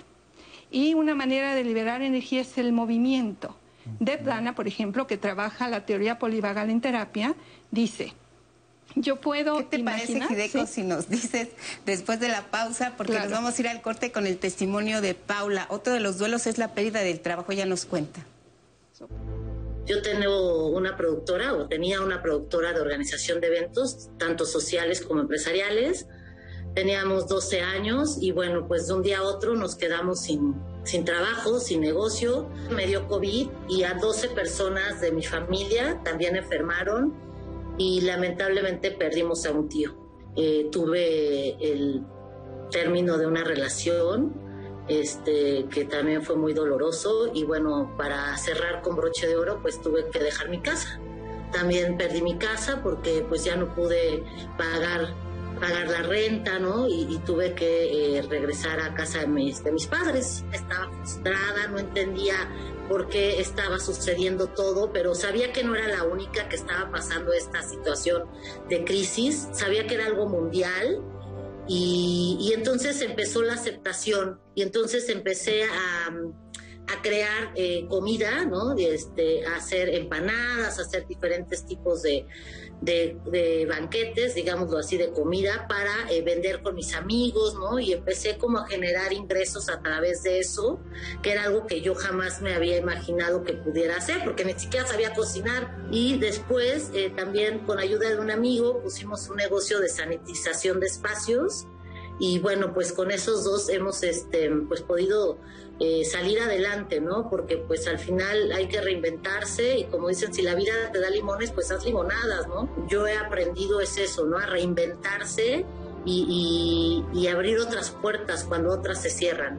Y una manera de liberar energía es el movimiento. Deb Dana, por ejemplo, que trabaja la teoría polivagal en terapia, dice, Yo puedo ¿Qué te imaginar? parece, Hideko, ¿Sí? si nos dices después de la pausa? Porque Claro. nos vamos a ir al corte con el testimonio de Paula. Otro de los duelos es la pérdida del trabajo, ya nos cuenta. Yo tengo una productora, o tenía una productora de organización de eventos, tanto sociales como empresariales. Teníamos doce años y bueno, pues de un día a otro nos quedamos sin, sin trabajo, sin negocio. Me dio COVID y a doce personas de mi familia también enfermaron y lamentablemente perdimos a un tío. Eh, tuve el término de una relación este, que también fue muy doloroso y bueno, para cerrar con broche de oro, pues tuve que dejar mi casa. También perdí mi casa porque pues ya no pude pagar pagar la renta, ¿no? Y, y tuve que eh, regresar a casa de mis, de mis padres. Estaba frustrada, no entendía por qué estaba sucediendo todo, pero sabía que no era la única que estaba pasando esta situación de crisis, sabía que era algo mundial y, y entonces empezó la aceptación y entonces empecé a... a crear eh, comida, ¿no? Este, a hacer empanadas, a hacer diferentes tipos de, de, de banquetes, digámoslo así, de comida para eh, vender con mis amigos, ¿no? Y empecé como a generar ingresos a través de eso, que era algo que yo jamás me había imaginado que pudiera hacer, porque ni siquiera sabía cocinar. Y después, eh, también con ayuda de un amigo, pusimos un negocio de sanitización de espacios, y bueno, pues con esos dos hemos este, pues podido eh, salir adelante, ¿no? Porque pues al final hay que reinventarse y como dicen, si la vida te da limones, pues haz limonadas, ¿no? Yo he aprendido es eso, ¿no? A reinventarse y, y, y abrir otras puertas cuando otras se cierran.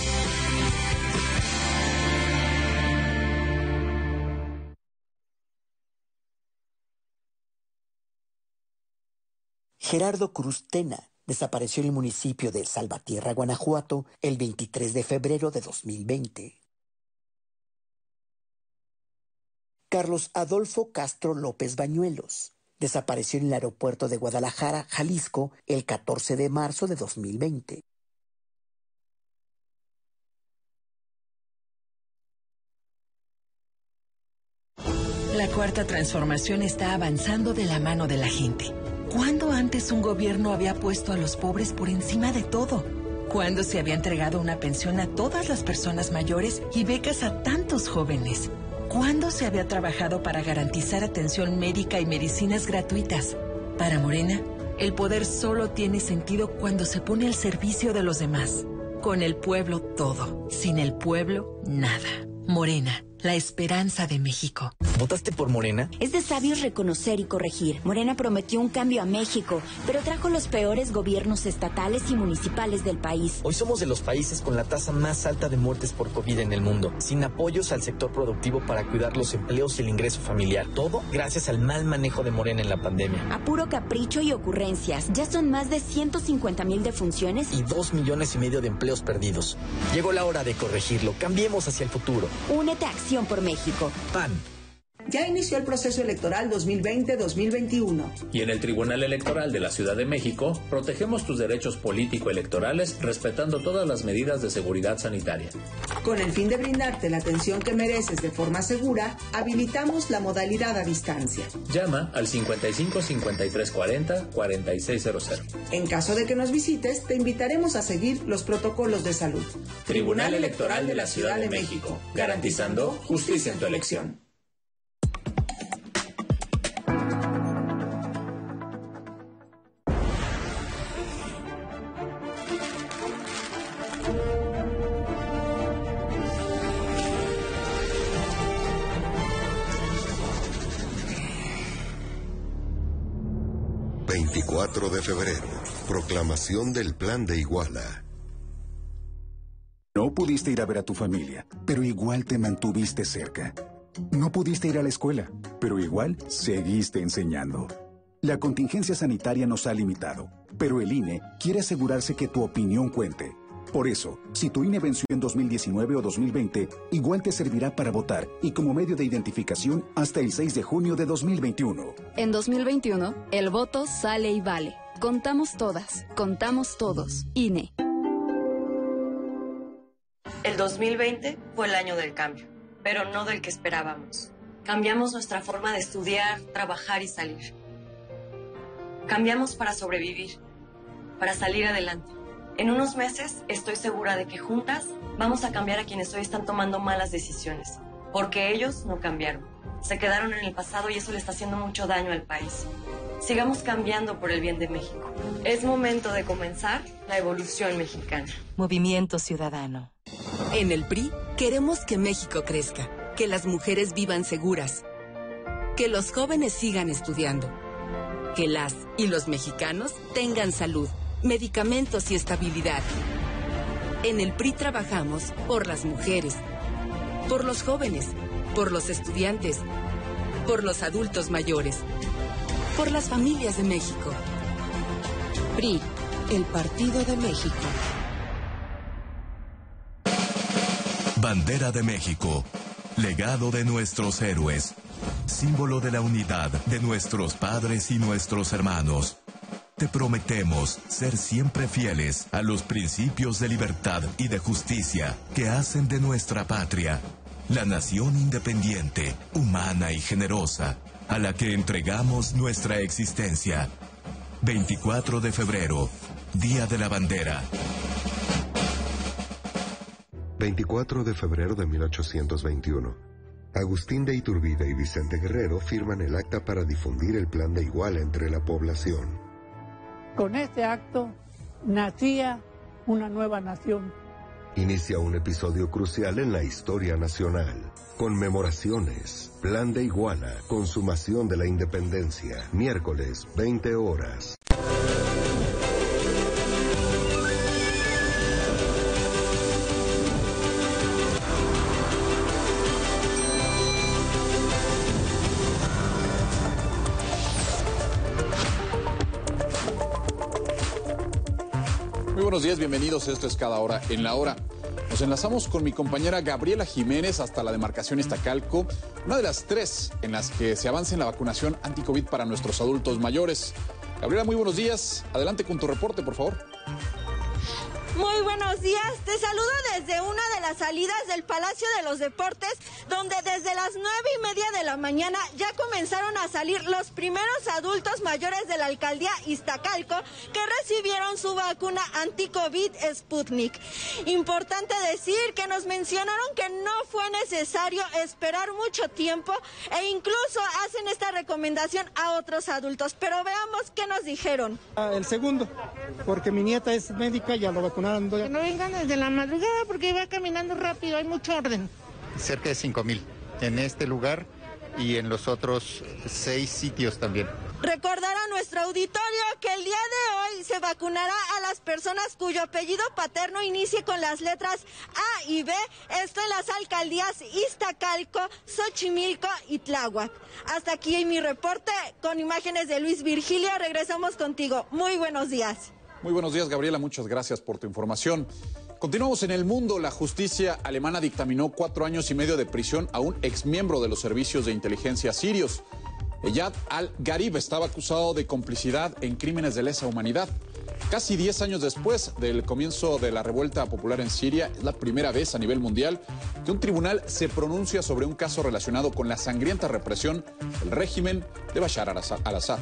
Gerardo Cruz Tena desapareció en el municipio de Salvatierra, Guanajuato, el veintitrés de febrero de dos mil veinte. Carlos Adolfo Castro López Bañuelos desapareció en el aeropuerto de Guadalajara, Jalisco, el catorce de marzo de dos mil veinte. La cuarta transformación está avanzando de la mano de la gente. ¿Cuándo antes un gobierno había puesto a los pobres por encima de todo? ¿Cuándo se había entregado una pensión a todas las personas mayores y becas a tantos jóvenes? ¿Cuándo se había trabajado para garantizar atención médica y medicinas gratuitas? Para Morena, el poder solo tiene sentido cuando se pone al servicio de los demás. Con el pueblo todo, sin el pueblo nada. Morena, la esperanza de México. ¿Votaste por Morena? Es de sabios reconocer y corregir. Morena prometió un cambio a México, pero trajo los peores gobiernos estatales y municipales del país. Hoy somos de los países con la tasa más alta de muertes por COVID en el mundo, sin apoyos al sector productivo para cuidar los empleos y el ingreso familiar. Todo gracias al mal manejo de Morena en la pandemia. A puro capricho y ocurrencias. Ya son más de ciento cincuenta mil defunciones y dos millones y medio de empleos perdidos. Llegó la hora de corregirlo. Cambiemos hacia el futuro. Únete a Acción por México. P A N. Ya inició el proceso electoral dos mil veinte dos mil veintiuno. Y en el Tribunal Electoral de la Ciudad de México, protegemos tus derechos político-electorales respetando todas las medidas de seguridad sanitaria. Con el fin de brindarte la atención que mereces de forma segura, habilitamos la modalidad a distancia. Llama al cincuenta y cinco cincuenta y tres cuarenta cuarenta y seis cero cero. En caso de que nos visites, te invitaremos a seguir los protocolos de salud. Tribunal Electoral de la Ciudad de México, garantizando justicia en tu elección. veinticuatro de febrero, proclamación del Plan de Iguala. No pudiste ir a ver a tu familia, pero igual te mantuviste cerca. No pudiste ir a la escuela, pero igual seguiste enseñando. La contingencia sanitaria nos ha limitado, pero el I N E quiere asegurarse que tu opinión cuente. Por eso, si tu I N E venció en dos mil diecinueve o dos mil veinte, igual te servirá para votar y como medio de identificación hasta el seis de junio de dos mil veintiuno. En dos mil veintiuno, el voto sale y vale. Contamos todas, contamos todos. I N E. El dos mil veinte fue el año del cambio, pero no del que esperábamos. Cambiamos nuestra forma de estudiar, trabajar y salir. Cambiamos para sobrevivir, para salir adelante. En unos meses estoy segura de que juntas vamos a cambiar a quienes hoy están tomando malas decisiones, porque ellos no cambiaron. Se quedaron en el pasado y eso le está haciendo mucho daño al país. Sigamos cambiando por el bien de México. Es momento de comenzar la evolución mexicana. Movimiento Ciudadano. En el P R I queremos que México crezca, que las mujeres vivan seguras, que los jóvenes sigan estudiando, que las y los mexicanos tengan salud, medicamentos y estabilidad. En el P R I trabajamos por las mujeres, por los jóvenes, por los estudiantes, por los adultos mayores, por las familias de México. P R I, el Partido de México. Bandera de México, legado de nuestros héroes, símbolo de la unidad de nuestros padres y nuestros hermanos. Te prometemos ser siempre fieles a los principios de libertad y de justicia que hacen de nuestra patria la nación independiente, humana y generosa, a la que entregamos nuestra existencia. veinticuatro de febrero, Día de la Bandera. veinticuatro de febrero de mil ochocientos veintiuno. Agustín de Iturbide y Vicente Guerrero firman el acta para difundir el Plan de Iguala entre la población. Con este acto nacía una nueva nación. Inicia un episodio crucial en la historia nacional. Conmemoraciones, Plan de Iguala, consumación de la independencia, miércoles, veinte horas. Muy buenos días, bienvenidos. Esto es Cada Hora en la Hora. Nos enlazamos con mi compañera Gabriela Jiménez hasta la demarcación Iztacalco, una de las tres en las que se avanza en la vacunación anti-COVID para nuestros adultos mayores. Gabriela, muy buenos días. Adelante con tu reporte, por favor. Muy buenos días, te saludo desde una de las salidas del Palacio de los Deportes, donde desde las nueve y media de la mañana ya comenzaron a salir los primeros adultos mayores de la alcaldía Iztacalco que recibieron su vacuna anti-COVID Sputnik. Importante decir que nos mencionaron que no fue necesario esperar mucho tiempo e incluso hacen esta recomendación a otros adultos, pero veamos qué nos dijeron. El segundo, porque mi nieta es médica y ya lo vacunaron. Que no vengan desde la madrugada porque va caminando rápido, hay mucho orden. Cerca de cinco mil en este lugar y en los otros seis sitios también. Recordar a nuestro auditorio que el día de hoy se vacunará a las personas cuyo apellido paterno inicie con las letras A y B, esto en las alcaldías Iztacalco, Xochimilco y Tláhuac. Hasta aquí mi reporte con imágenes de Luis Virgilio, regresamos contigo. Muy buenos días. Muy buenos días, Gabriela. Muchas gracias por tu información. Continuamos en el mundo. La justicia alemana dictaminó cuatro años y medio de prisión a un exmiembro de los servicios de inteligencia sirios. Eyad al-Gharib estaba acusado de complicidad en crímenes de lesa humanidad. Casi diez años después del comienzo de la revuelta popular en Siria, es la primera vez a nivel mundial que un tribunal se pronuncia sobre un caso relacionado con la sangrienta represión del régimen de Bashar al-Assad.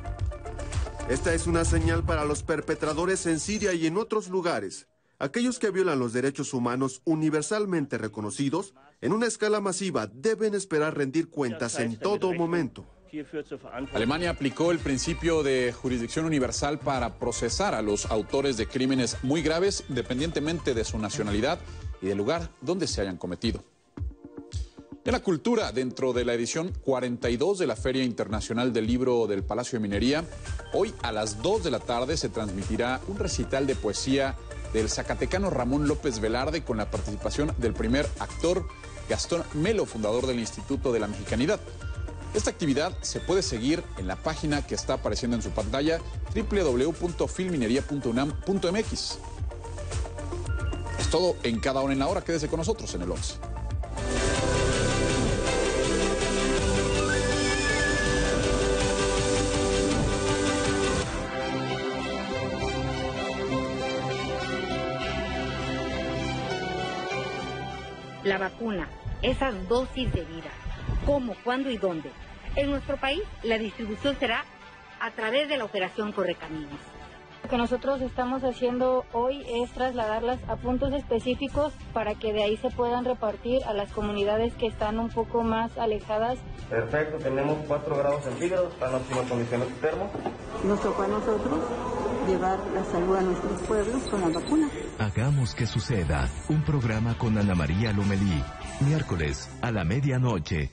Esta es una señal para los perpetradores en Siria y en otros lugares. Aquellos que violan los derechos humanos universalmente reconocidos, en una escala masiva, deben esperar rendir cuentas en todo momento. Alemania aplicó el principio de jurisdicción universal para procesar a los autores de crímenes muy graves, independientemente de su nacionalidad y del lugar donde se hayan cometido. En la cultura, dentro de la edición cuarenta y dos de la Feria Internacional del Libro del Palacio de Minería, hoy a las dos de la tarde se transmitirá un recital de poesía del zacatecano Ramón López Velarde con la participación del primer actor Gastón Melo, fundador del Instituto de la Mexicanidad. Esta actividad se puede seguir en la página que está apareciendo en su pantalla, doble u doble u doble u punto filminería punto unam punto m x. Es todo en Cada Hora en la Hora. Quédese con nosotros en el once. La vacuna, esas dosis de vida, cómo, cuándo y dónde. En nuestro país la distribución será a través de la Operación Correcaminos. Lo que nosotros estamos haciendo hoy es trasladarlas a puntos específicos para que de ahí se puedan repartir a las comunidades que están un poco más alejadas. Perfecto, tenemos cuatro grados centígrados, están en óptimas condiciones de termo. Nos tocó a nosotros llevar la salud a nuestros pueblos con la vacuna. Hagamos que suceda, un programa con Ana María Lomelí, miércoles a la medianoche.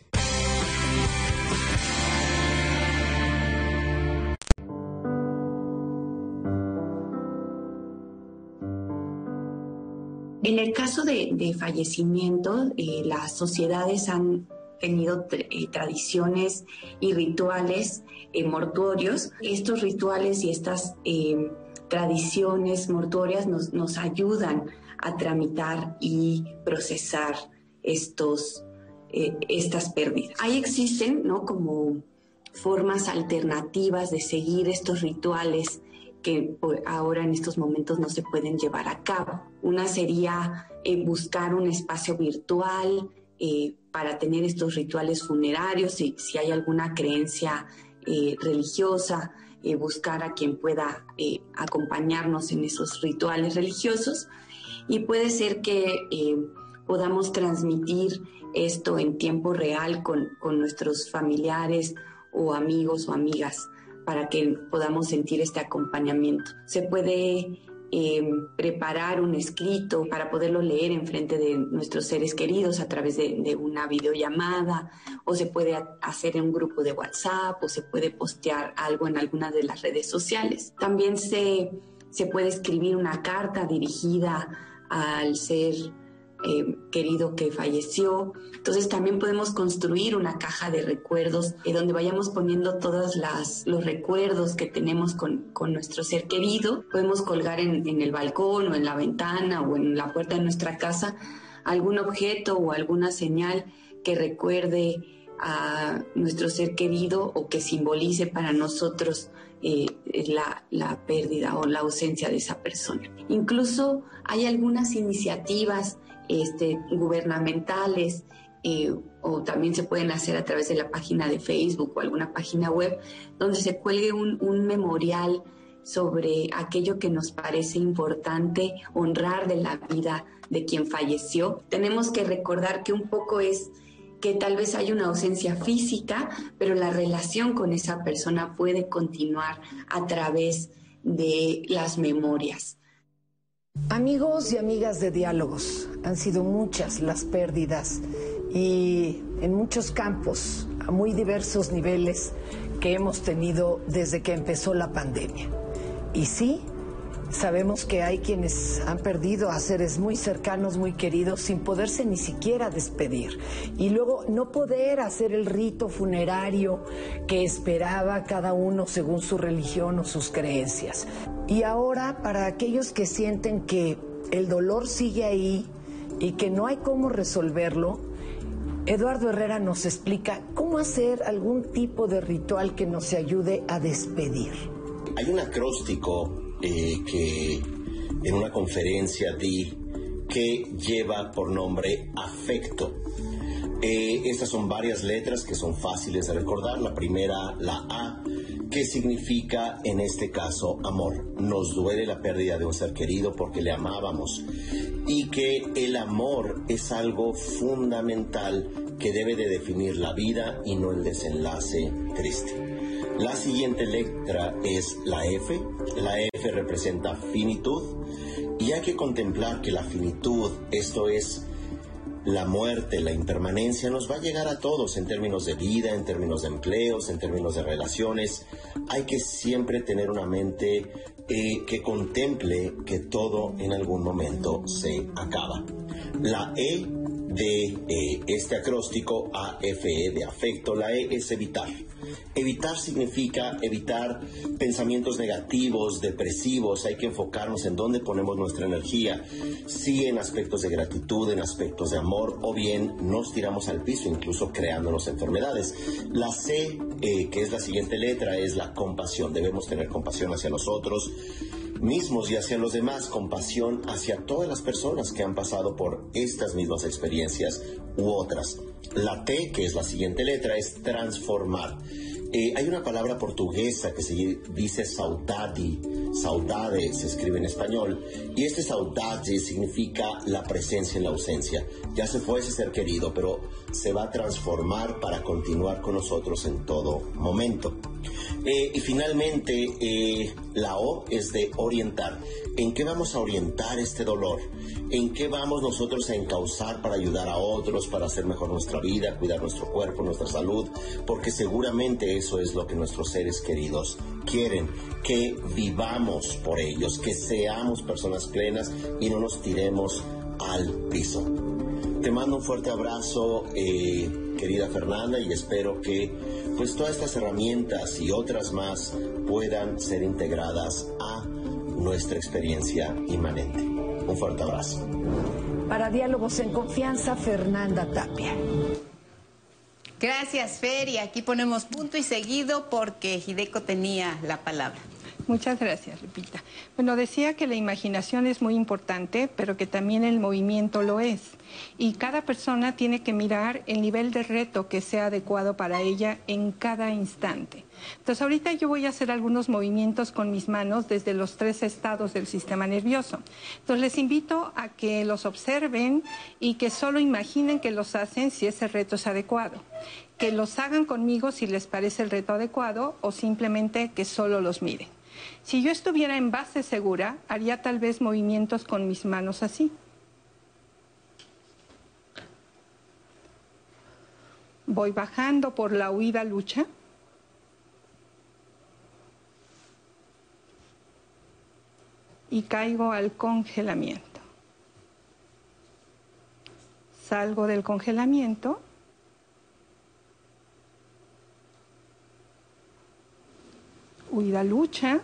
En el caso de, de fallecimiento, eh, las sociedades han tenido eh, tradiciones y rituales eh, mortuorios. Estos rituales y estas eh, tradiciones mortuorias nos, nos ayudan a tramitar y procesar estos, eh, estas pérdidas. Ahí existen, ¿no?, como formas alternativas de seguir estos rituales que por ahora en estos momentos no se pueden llevar a cabo. Una sería eh, buscar un espacio virtual eh, para tener estos rituales funerarios, si, si hay alguna creencia eh, religiosa, eh, buscar a quien pueda eh, acompañarnos en esos rituales religiosos. Y puede ser que eh, podamos transmitir esto en tiempo real con, con nuestros familiares o amigos o amigas, para que podamos sentir este acompañamiento. Se puede eh, preparar un escrito para poderlo leer en frente de nuestros seres queridos a través de, de una videollamada, o se puede hacer en un grupo de WhatsApp, o se puede postear algo en alguna de las redes sociales. También se, se puede escribir una carta dirigida al ser Eh, querido que falleció. Entonces también podemos construir una caja de recuerdos eh, donde vayamos poniendo todos los recuerdos que tenemos con, con nuestro ser querido. Podemos colgar en, en el balcón o en la ventana o en la puerta de nuestra casa algún objeto o alguna señal que recuerde a nuestro ser querido o que simbolice para nosotros eh, la, la pérdida o la ausencia de esa persona. Incluso hay algunas iniciativas Este, gubernamentales eh, o también se pueden hacer a través de la página de Facebook o alguna página web donde se cuelgue un, un memorial sobre aquello que nos parece importante honrar de la vida de quien falleció. Tenemos que recordar que un poco es que tal vez hay una ausencia física, pero la relación con esa persona puede continuar a través de las memorias. Amigos y amigas de Diálogos, han sido muchas las pérdidas y en muchos campos, a muy diversos niveles que hemos tenido desde que empezó la pandemia. Y sí, sabemos que hay quienes han perdido a seres muy cercanos, muy queridos, sin poderse ni siquiera despedir. Y luego no poder hacer el rito funerario que esperaba cada uno según su religión o sus creencias. Y ahora, para aquellos que sienten que el dolor sigue ahí y que no hay cómo resolverlo, Eduardo Herrera nos explica cómo hacer algún tipo de ritual que nos ayude a despedir. Hay un acróstico eh, que en una conferencia di que lleva por nombre afecto. Eh, estas son varias letras que son fáciles de recordar. La primera, la A, que significa en este caso amor. Nos duele la pérdida de un ser querido porque le amábamos, y que el amor es algo fundamental que debe de definir la vida y no el desenlace triste. La siguiente letra es la F. La F representa finitud, y hay que contemplar que la finitud, esto es la muerte, la impermanencia, nos va a llegar a todos en términos de vida, en términos de empleos, en términos de relaciones. Hay que siempre tener una mente eh, que contemple que todo en algún momento se acaba. La E de eh, este acróstico, A F E de afecto, la E es evitar. Evitar significa evitar pensamientos negativos, depresivos. Hay que enfocarnos en dónde ponemos nuestra energía, sí en aspectos de gratitud, en aspectos de amor, o bien nos tiramos al piso, incluso creándonos enfermedades. La C, eh, que es la siguiente letra, es la compasión. Debemos tener compasión hacia nosotros mismos y hacia los demás, compasión hacia todas las personas que han pasado por estas mismas experiencias u otras. La T, que es la siguiente letra, es transformar. Eh, hay una palabra portuguesa que se dice saudade, saudade se escribe en español, y este saudade significa la presencia en la ausencia. Ya se fue ese ser querido, pero se va a transformar para continuar con nosotros en todo momento. Eh, y finalmente, eh, la O es de orientar. ¿En qué vamos a orientar este dolor? ¿En qué vamos nosotros a encauzar para ayudar a otros, para hacer mejor nuestra vida, cuidar nuestro cuerpo, nuestra salud? Porque seguramente eso es lo que nuestros seres queridos quieren, que vivamos por ellos, que seamos personas plenas y no nos tiremos al piso. Te mando un fuerte abrazo, eh, querida Fernanda, y espero que pues todas estas herramientas y otras más puedan ser integradas a nuestra experiencia inmanente. Un fuerte abrazo. Para Diálogos en Confianza, Fernanda Tapia. Gracias, Fer, y aquí ponemos punto y seguido porque Hideko tenía la palabra. Muchas gracias, Lupita. Bueno, decía que la imaginación es muy importante, pero que también el movimiento lo es. Y cada persona tiene que mirar el nivel de reto que sea adecuado para ella en cada instante. Entonces, ahorita yo voy a hacer algunos movimientos con mis manos desde los tres estados del sistema nervioso. Entonces, les invito a que los observen y que solo imaginen que los hacen si ese reto es adecuado. Que los hagan conmigo si les parece el reto adecuado o simplemente que solo los miren. Si yo estuviera en base segura, haría tal vez movimientos con mis manos así. Voy bajando por la huida-lucha. Y caigo al congelamiento. Salgo del congelamiento. Huida-lucha.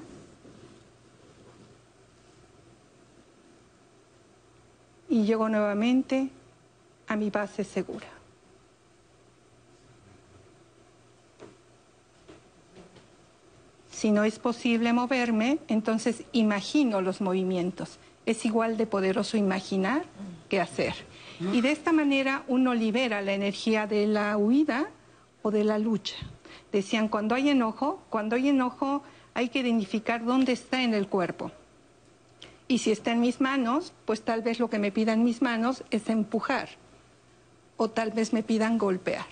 Y llego nuevamente a mi base segura. Si no es posible moverme, entonces imagino los movimientos. Es igual de poderoso imaginar que hacer. Y de esta manera uno libera la energía de la huida o de la lucha. Decían, cuando hay enojo, cuando hay enojo hay que identificar dónde está en el cuerpo. Y si está en mis manos, pues tal vez lo que me pidan mis manos es empujar. O tal vez me pidan golpear.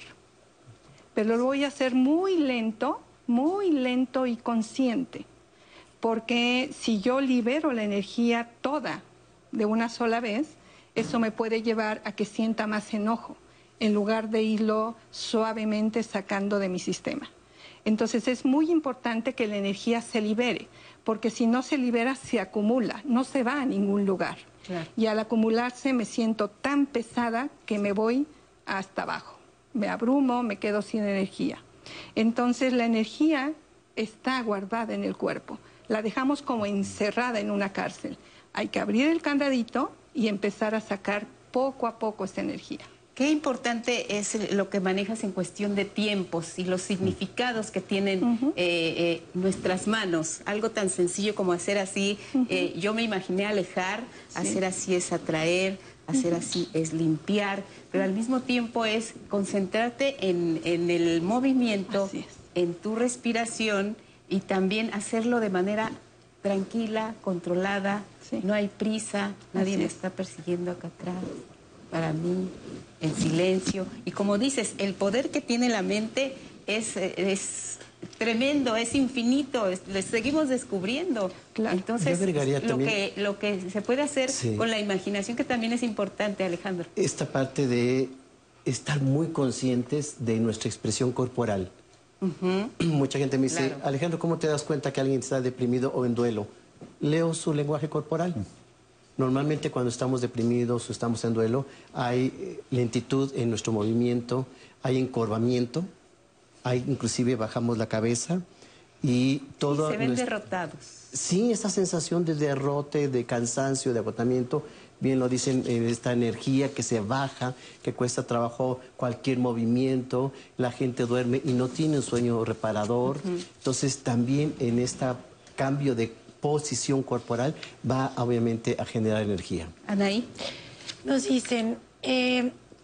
Pero lo voy a hacer muy lento, muy lento y consciente. Porque si yo libero la energía toda de una sola vez, eso me puede llevar a que sienta más enojo, en lugar de irlo suavemente sacando de mi sistema. Entonces es muy importante que la energía se libere, porque si no se libera se acumula, no se va a ningún lugar. Claro. Y al acumularse me siento tan pesada que me voy hasta abajo. Me abrumo, me quedo sin energía. Entonces la energía está guardada en el cuerpo. La dejamos como encerrada en una cárcel. Hay que abrir el candadito y empezar a sacar poco a poco esa energía. Qué importante es lo que manejas en cuestión de tiempos y los significados que tienen uh-huh. eh, eh, nuestras manos. Algo tan sencillo como hacer así. Uh-huh. eh, yo me imaginé alejar, sí. Hacer así es atraer, hacer uh-huh. así es limpiar, pero al mismo tiempo es concentrarte en, en el movimiento, en tu respiración y también hacerlo de manera tranquila, controlada. Sí. No hay prisa, nadie me está persiguiendo acá atrás. Para mí, en silencio. Y como dices, el poder que tiene la mente es, es tremendo, es infinito, es, lo seguimos descubriendo. Claro. Entonces, lo que, lo que se puede hacer sí. con la imaginación, que también es importante, Alejandro. Esta parte de estar muy conscientes de nuestra expresión corporal. Uh-huh. Mucha gente me dice, claro. Alejandro, ¿cómo te das cuenta que alguien está deprimido o en duelo? Leo su lenguaje corporal. Uh-huh. Normalmente cuando estamos deprimidos o estamos en duelo, hay lentitud en nuestro movimiento, hay encorvamiento, hay inclusive bajamos la cabeza y todo... Y se ven nuestro... derrotados. Sí, esa sensación de derrote, de cansancio, de agotamiento, bien lo dicen, eh, esta energía que se baja, que cuesta trabajo cualquier movimiento, la gente duerme y no tiene un sueño reparador. Uh-huh. Entonces también en este cambio de posición corporal va obviamente a generar energía. Anaí. Nos dicen, eh,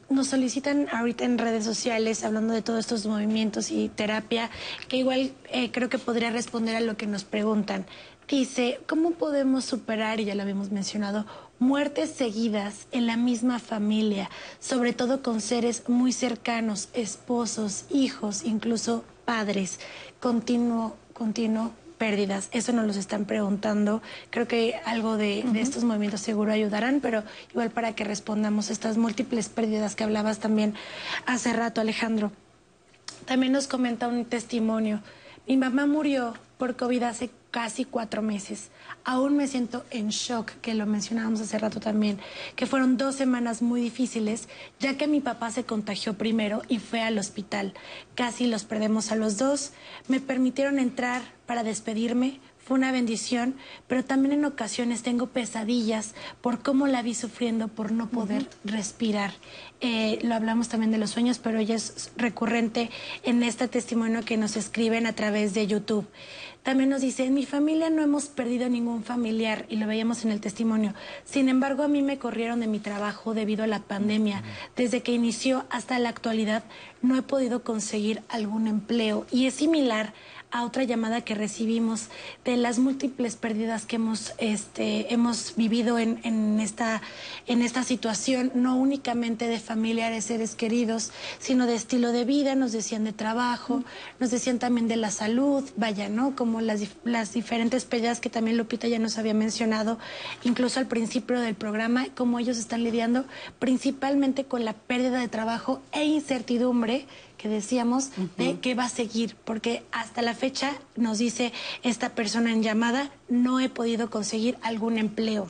nos solicitan ahorita en redes sociales, hablando de todos estos movimientos y terapia, que igual eh, creo que podría responder a lo que nos preguntan. Dice, ¿cómo podemos superar, y ya lo habíamos mencionado, muertes seguidas en la misma familia, sobre todo con seres muy cercanos, esposos, hijos, incluso padres, continuo, continuo, pérdidas? Eso nos lo están preguntando. Creo que algo de, uh-huh. de estos movimientos seguro ayudarán, pero igual para que respondamos estas múltiples pérdidas que hablabas también hace rato, Alejandro. También nos comenta un testimonio. Mi mamá murió por COVID hace casi cuatro meses. Aún me siento en shock, que lo mencionábamos hace rato también, que fueron dos semanas muy difíciles, ya que mi papá se contagió primero y fue al hospital. Casi los perdemos a los dos. Me permitieron entrar para despedirme. Fue una bendición, pero también en ocasiones tengo pesadillas por cómo la vi sufriendo, por no poder uh-huh. respirar. Eh, lo hablamos también de los sueños, pero ella es recurrente en este testimonio que nos escriben a través de YouTube. También nos dice, en mi familia no hemos perdido ningún familiar, y lo veíamos en el testimonio. Sin embargo, a mí me corrieron de mi trabajo debido a la pandemia. Desde que inició hasta la actualidad no he podido conseguir algún empleo, y es similar a otra llamada que recibimos de las múltiples pérdidas que hemos, este, hemos vivido en, en, esta, en esta situación, no únicamente de familiares, seres queridos, sino de estilo de vida, nos decían de trabajo, nos decían también de la salud, vaya, ¿no? Como las, las diferentes pérdidas que también Lupita ya nos había mencionado, incluso al principio del programa, cómo ellos están lidiando principalmente con la pérdida de trabajo e incertidumbre que decíamos, uh-huh. de qué va a seguir, porque hasta la fecha, nos dice esta persona en llamada, no he podido conseguir algún empleo.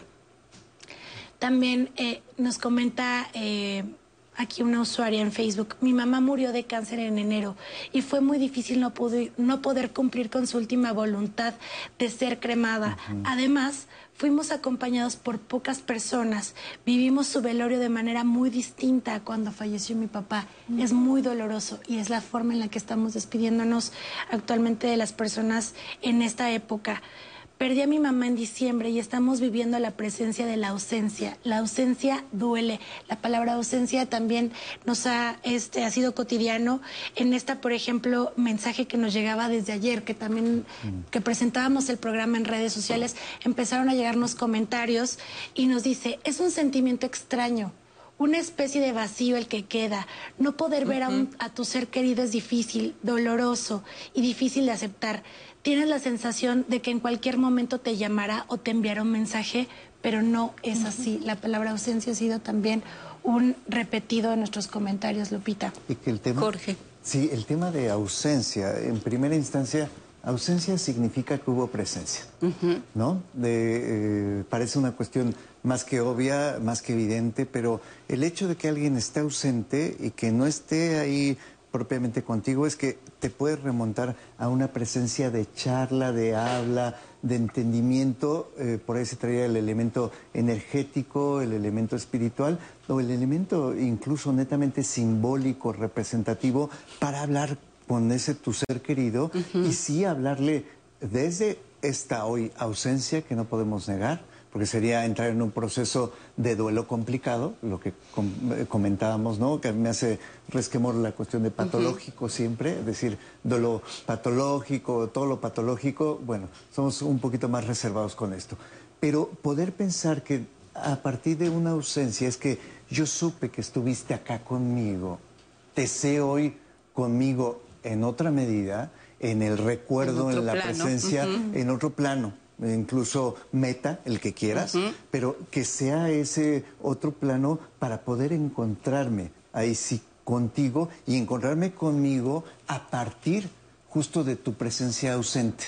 También eh, nos comenta eh, aquí una usuaria en Facebook, mi mamá murió de cáncer en enero y fue muy difícil no poder, no poder cumplir con su última voluntad de ser cremada. Uh-huh. Además, fuimos acompañados por pocas personas. Vivimos su velorio de manera muy distinta a cuando falleció mi papá. Mm. Es muy doloroso y es la forma en la que estamos despidiéndonos actualmente de las personas en esta época. Perdí a mi mamá en diciembre y estamos viviendo la presencia de la ausencia. La ausencia duele. La palabra ausencia también nos ha, este, ha sido cotidiano. En esta, por ejemplo, mensaje que nos llegaba desde ayer, que también, que presentábamos el programa en redes sociales, empezaron a llegarnos comentarios y nos dice, es un sentimiento extraño. Una especie de vacío el que queda. No poder ver a, un, a tu ser querido es difícil, doloroso y difícil de aceptar. Tienes la sensación de que en cualquier momento te llamará o te enviará un mensaje, pero no es así. La palabra ausencia ha sido también un repetido en nuestros comentarios, Lupita. Y que el tema, Jorge. Sí, el tema de ausencia, en primera instancia, ausencia significa que hubo presencia, uh-huh. ¿no? De, eh, parece una cuestión más que obvia, más que evidente, pero el hecho de que alguien esté ausente y que no esté ahí propiamente contigo es que te puedes remontar a una presencia de charla, de habla, de entendimiento. Eh, por ahí se traía el elemento energético, el elemento espiritual o el elemento incluso netamente simbólico, representativo, para hablar con ese tu ser querido uh-huh. y sí hablarle desde esta hoy ausencia que no podemos negar, porque sería entrar en un proceso de duelo complicado, lo que com comentábamos, ¿no? Que me hace resquemor la cuestión de patológico uh-huh. siempre, es decir, duelo patológico, todo lo patológico, bueno, somos un poquito más reservados con esto. Pero poder pensar que a partir de una ausencia es que yo supe que estuviste acá conmigo, te sé hoy conmigo en otra medida, en el recuerdo, en, en la plano. presencia, uh-huh. en otro plano. Incluso meta, el que quieras, uh-huh. pero que sea ese otro plano para poder encontrarme ahí sí contigo y encontrarme conmigo a partir justo de tu presencia ausente.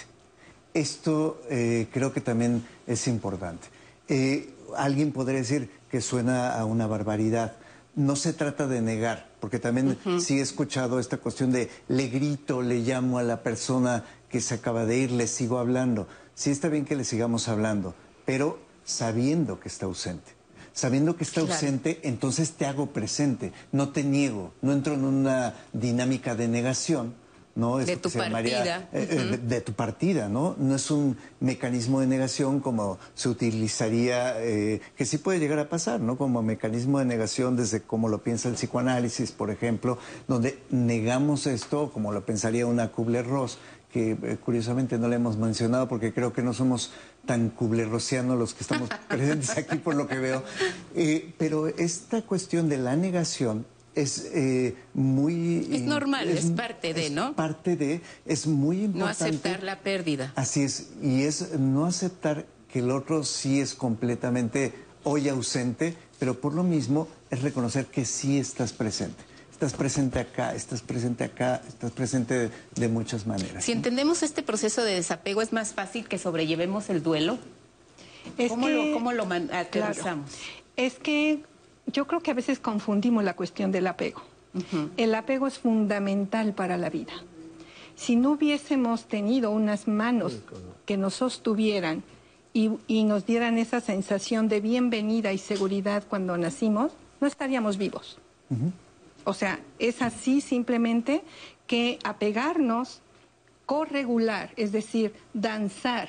Esto eh, creo que también es importante. Eh, alguien podría decir que suena a una barbaridad. No se trata de negar, porque también uh-huh. sí he escuchado esta cuestión de le grito, le llamo a la persona que se acaba de ir, le sigo hablando. Sí está bien que le sigamos hablando, pero sabiendo que está ausente. Sabiendo que está claro. ausente, entonces te hago presente, no te niego, no entro en una dinámica de negación, ¿no? De Esto tu que se llamaría, partida. eh, eh, de, de tu partida, ¿no? No es un mecanismo de negación como se utilizaría, eh, que sí puede llegar a pasar, ¿no? Como mecanismo de negación desde como lo piensa el psicoanálisis, por ejemplo, donde negamos esto como lo pensaría una Kubler-Ross, que eh, curiosamente no le hemos mencionado porque creo que no somos tan kubler-rossianos los que estamos presentes aquí por lo que veo. Eh, pero esta cuestión de la negación es eh, muy... Es normal, es, es parte de, ¿no? Parte de, es muy importante. No aceptar la pérdida. Así es, y es no aceptar que el otro sí es completamente hoy ausente, pero por lo mismo es reconocer que sí estás presente. Estás presente acá, estás presente acá, estás presente de, de muchas maneras. Si entendemos este proceso de desapego, ¿es más fácil que sobrellevemos el duelo? Es ¿Cómo, que, lo, cómo lo aterrizamos? Claro, es que yo creo que a veces confundimos la cuestión del apego. Uh-huh. El apego es fundamental para la vida. Si no hubiésemos tenido unas manos que nos sostuvieran y, y nos dieran esa sensación de bienvenida y seguridad cuando nacimos, no estaríamos vivos. Uh-huh. O sea, es así simplemente que apegarnos, corregular, es decir, danzar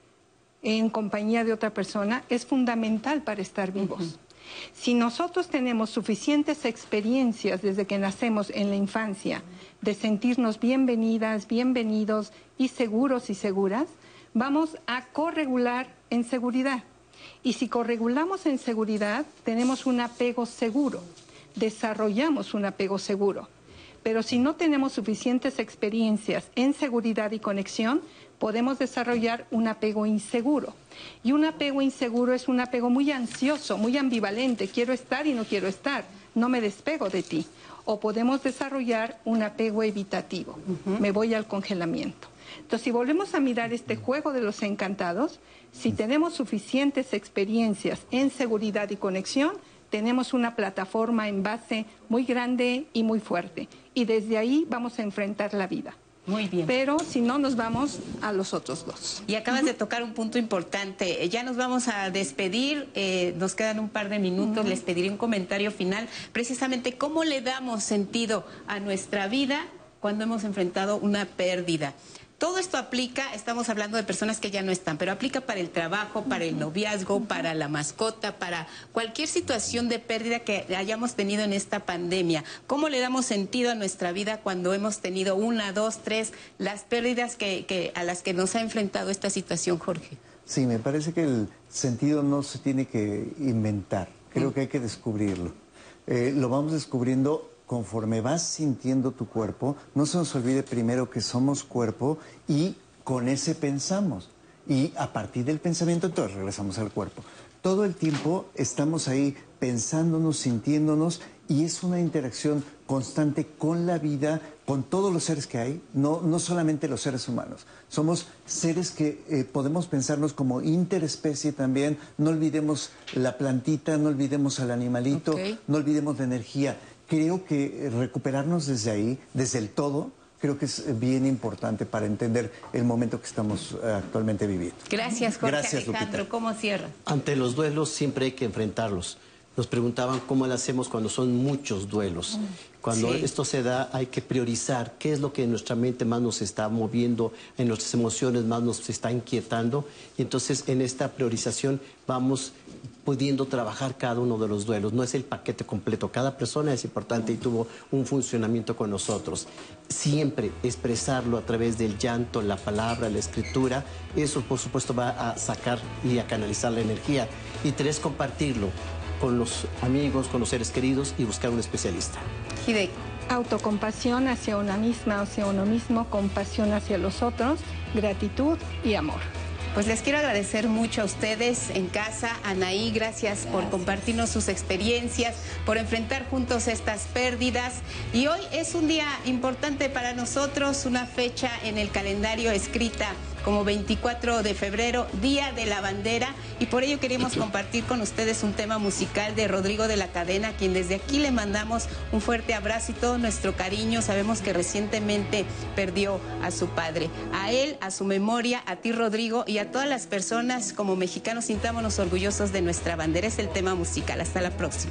en compañía de otra persona, es fundamental para estar vivos. Uh-huh. Si nosotros tenemos suficientes experiencias desde que nacemos en la infancia de sentirnos bienvenidas, bienvenidos y seguros y seguras, vamos a corregular en seguridad. Y si corregulamos en seguridad, tenemos un apego seguro. Desarrollamos un apego seguro. Pero si no tenemos suficientes experiencias en seguridad y conexión, podemos desarrollar un apego inseguro. Y un apego inseguro es un apego muy ansioso, muy ambivalente. Quiero estar y no quiero estar. No me despego de ti. O podemos desarrollar un apego evitativo. Uh-huh. Me voy al congelamiento. Entonces, si volvemos a mirar este juego de los encantados, si tenemos suficientes experiencias en seguridad y conexión, tenemos una plataforma en base muy grande y muy fuerte. Y desde ahí vamos a enfrentar la vida. Muy bien. Pero si no, nos vamos a los otros dos. Y acabas uh-huh. de tocar un punto importante. Ya nos vamos a despedir. Eh, nos quedan un par de minutos. Uh-huh. Les pediré un comentario final. Precisamente, ¿cómo le damos sentido a nuestra vida cuando hemos enfrentado una pérdida? Todo esto aplica, estamos hablando de personas que ya no están, pero aplica para el trabajo, para el noviazgo, para la mascota, para cualquier situación de pérdida que hayamos tenido en esta pandemia. ¿Cómo le damos sentido a nuestra vida cuando hemos tenido una, dos, tres, las pérdidas que, que, a las que nos ha enfrentado esta situación, Jorge? Sí, me parece que el sentido no se tiene que inventar, creo mm. que hay que descubrirlo. Eh, lo vamos descubriendo conforme vas sintiendo tu cuerpo. No se nos olvide primero que somos cuerpo y con ese pensamos. Y a partir del pensamiento entonces regresamos al cuerpo. Todo el tiempo estamos ahí pensándonos, sintiéndonos y es una interacción constante con la vida, con todos los seres que hay, no, no solamente los seres humanos. Somos seres que eh, podemos pensarnos como interespecie también. No olvidemos la plantita, no olvidemos al animalito, okay. no olvidemos la energía. Creo que recuperarnos desde ahí, desde el todo, creo que es bien importante para entender el momento que estamos actualmente viviendo. Gracias, Jorge. Gracias, Alejandro. Lupita. ¿Cómo cierra? Ante los duelos siempre hay que enfrentarlos. Nos preguntaban cómo lo hacemos cuando son muchos duelos. Cuando sí. esto se da, hay que priorizar qué es lo que en nuestra mente más nos está moviendo, en nuestras emociones más nos está inquietando. Y entonces, en esta priorización vamos pudiendo trabajar cada uno de los duelos. No es el paquete completo. Cada persona es importante y tuvo un funcionamiento con nosotros. Siempre expresarlo a través del llanto, la palabra, la escritura, eso por supuesto va a sacar y a canalizar la energía. Y tres, compartirlo con los amigos, con los seres queridos y buscar un especialista. Hideki. Autocompasión hacia una misma, hacia uno mismo, compasión hacia los otros, gratitud y amor. Pues les quiero agradecer mucho a ustedes en casa. Anaí, gracias, gracias por compartirnos sus experiencias, por enfrentar juntos estas pérdidas. Y hoy es un día importante para nosotros, una fecha en el calendario escrita como veinticuatro de febrero, Día de la Bandera, y por ello queremos compartir con ustedes un tema musical de Rodrigo de la Cadena, a quien desde aquí le mandamos un fuerte abrazo y todo nuestro cariño. Sabemos que recientemente perdió a su padre. A él, a su memoria, a ti, Rodrigo, y a todas las personas como mexicanos, sintámonos orgullosos de nuestra bandera. Es el tema musical. Hasta la próxima.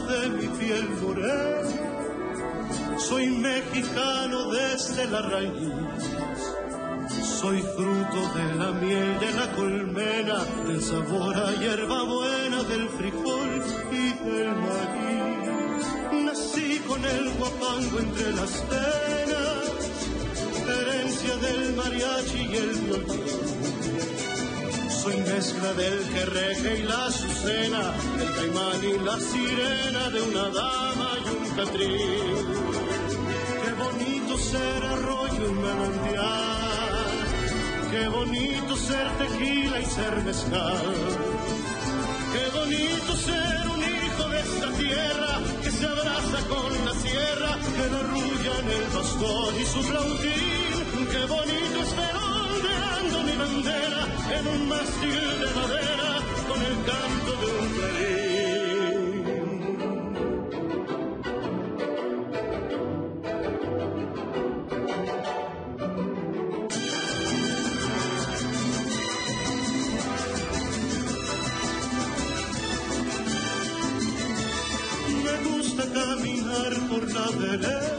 de mi piel morena. Soy mexicano desde la raíz. Soy fruto de la miel de la colmena, del sabor a hierba buena, del frijol y del maíz. Nací con el guapango entre las venas, herencia del mariachi y el violín. Soy mezcla del querreje y la azucena, del caimán y la sirena, de una dama y un catrín. Qué bonito ser arroyo y manantial, qué bonito ser tequila y ser mezcal. Qué bonito ser un hijo de esta tierra que se abraza con la sierra, que le arrullan el bastón y su flautín. Qué bonito es ver ondeando mi bandera en un mástil de madera con el canto de un caminar por la vereda,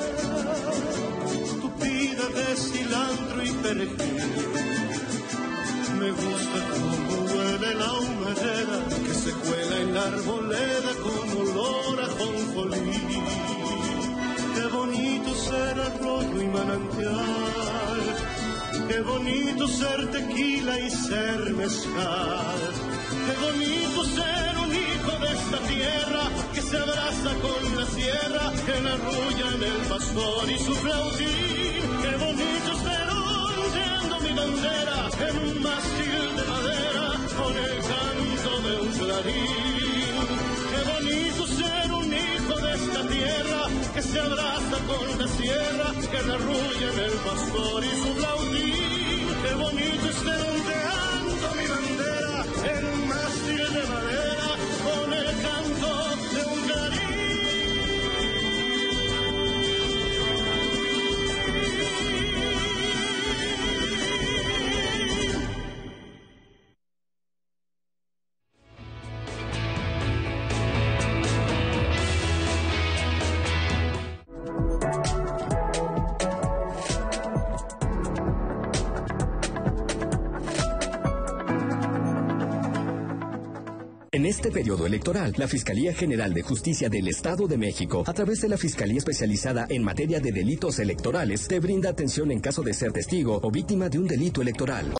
tupida de cilantro y perejil. Me gusta cómo huele la humareda que se cuela en la arboleda con olor a jonjolí. Qué bonito ser arroyo y manantial, qué bonito ser tequila y ser mezcal. Qué bonito ser un hijo de esta tierra que se abraza con la sierra, que la arrulla en el pastor y su flautín. Qué bonito ser ondeando mi bandera en un mástil de madera con el canto de un clarín. Qué bonito ser un hijo de esta tierra que se abraza con la sierra, que la arrulla en el pastor y su flautín. Qué bonito es ser ondeando mi bandera en un mástil de madera con el canto de un clarín. En este periodo electoral, la Fiscalía General de Justicia del Estado de México, a través de la Fiscalía Especializada en Materia de Delitos Electorales, te brinda atención en caso de ser testigo o víctima de un delito electoral.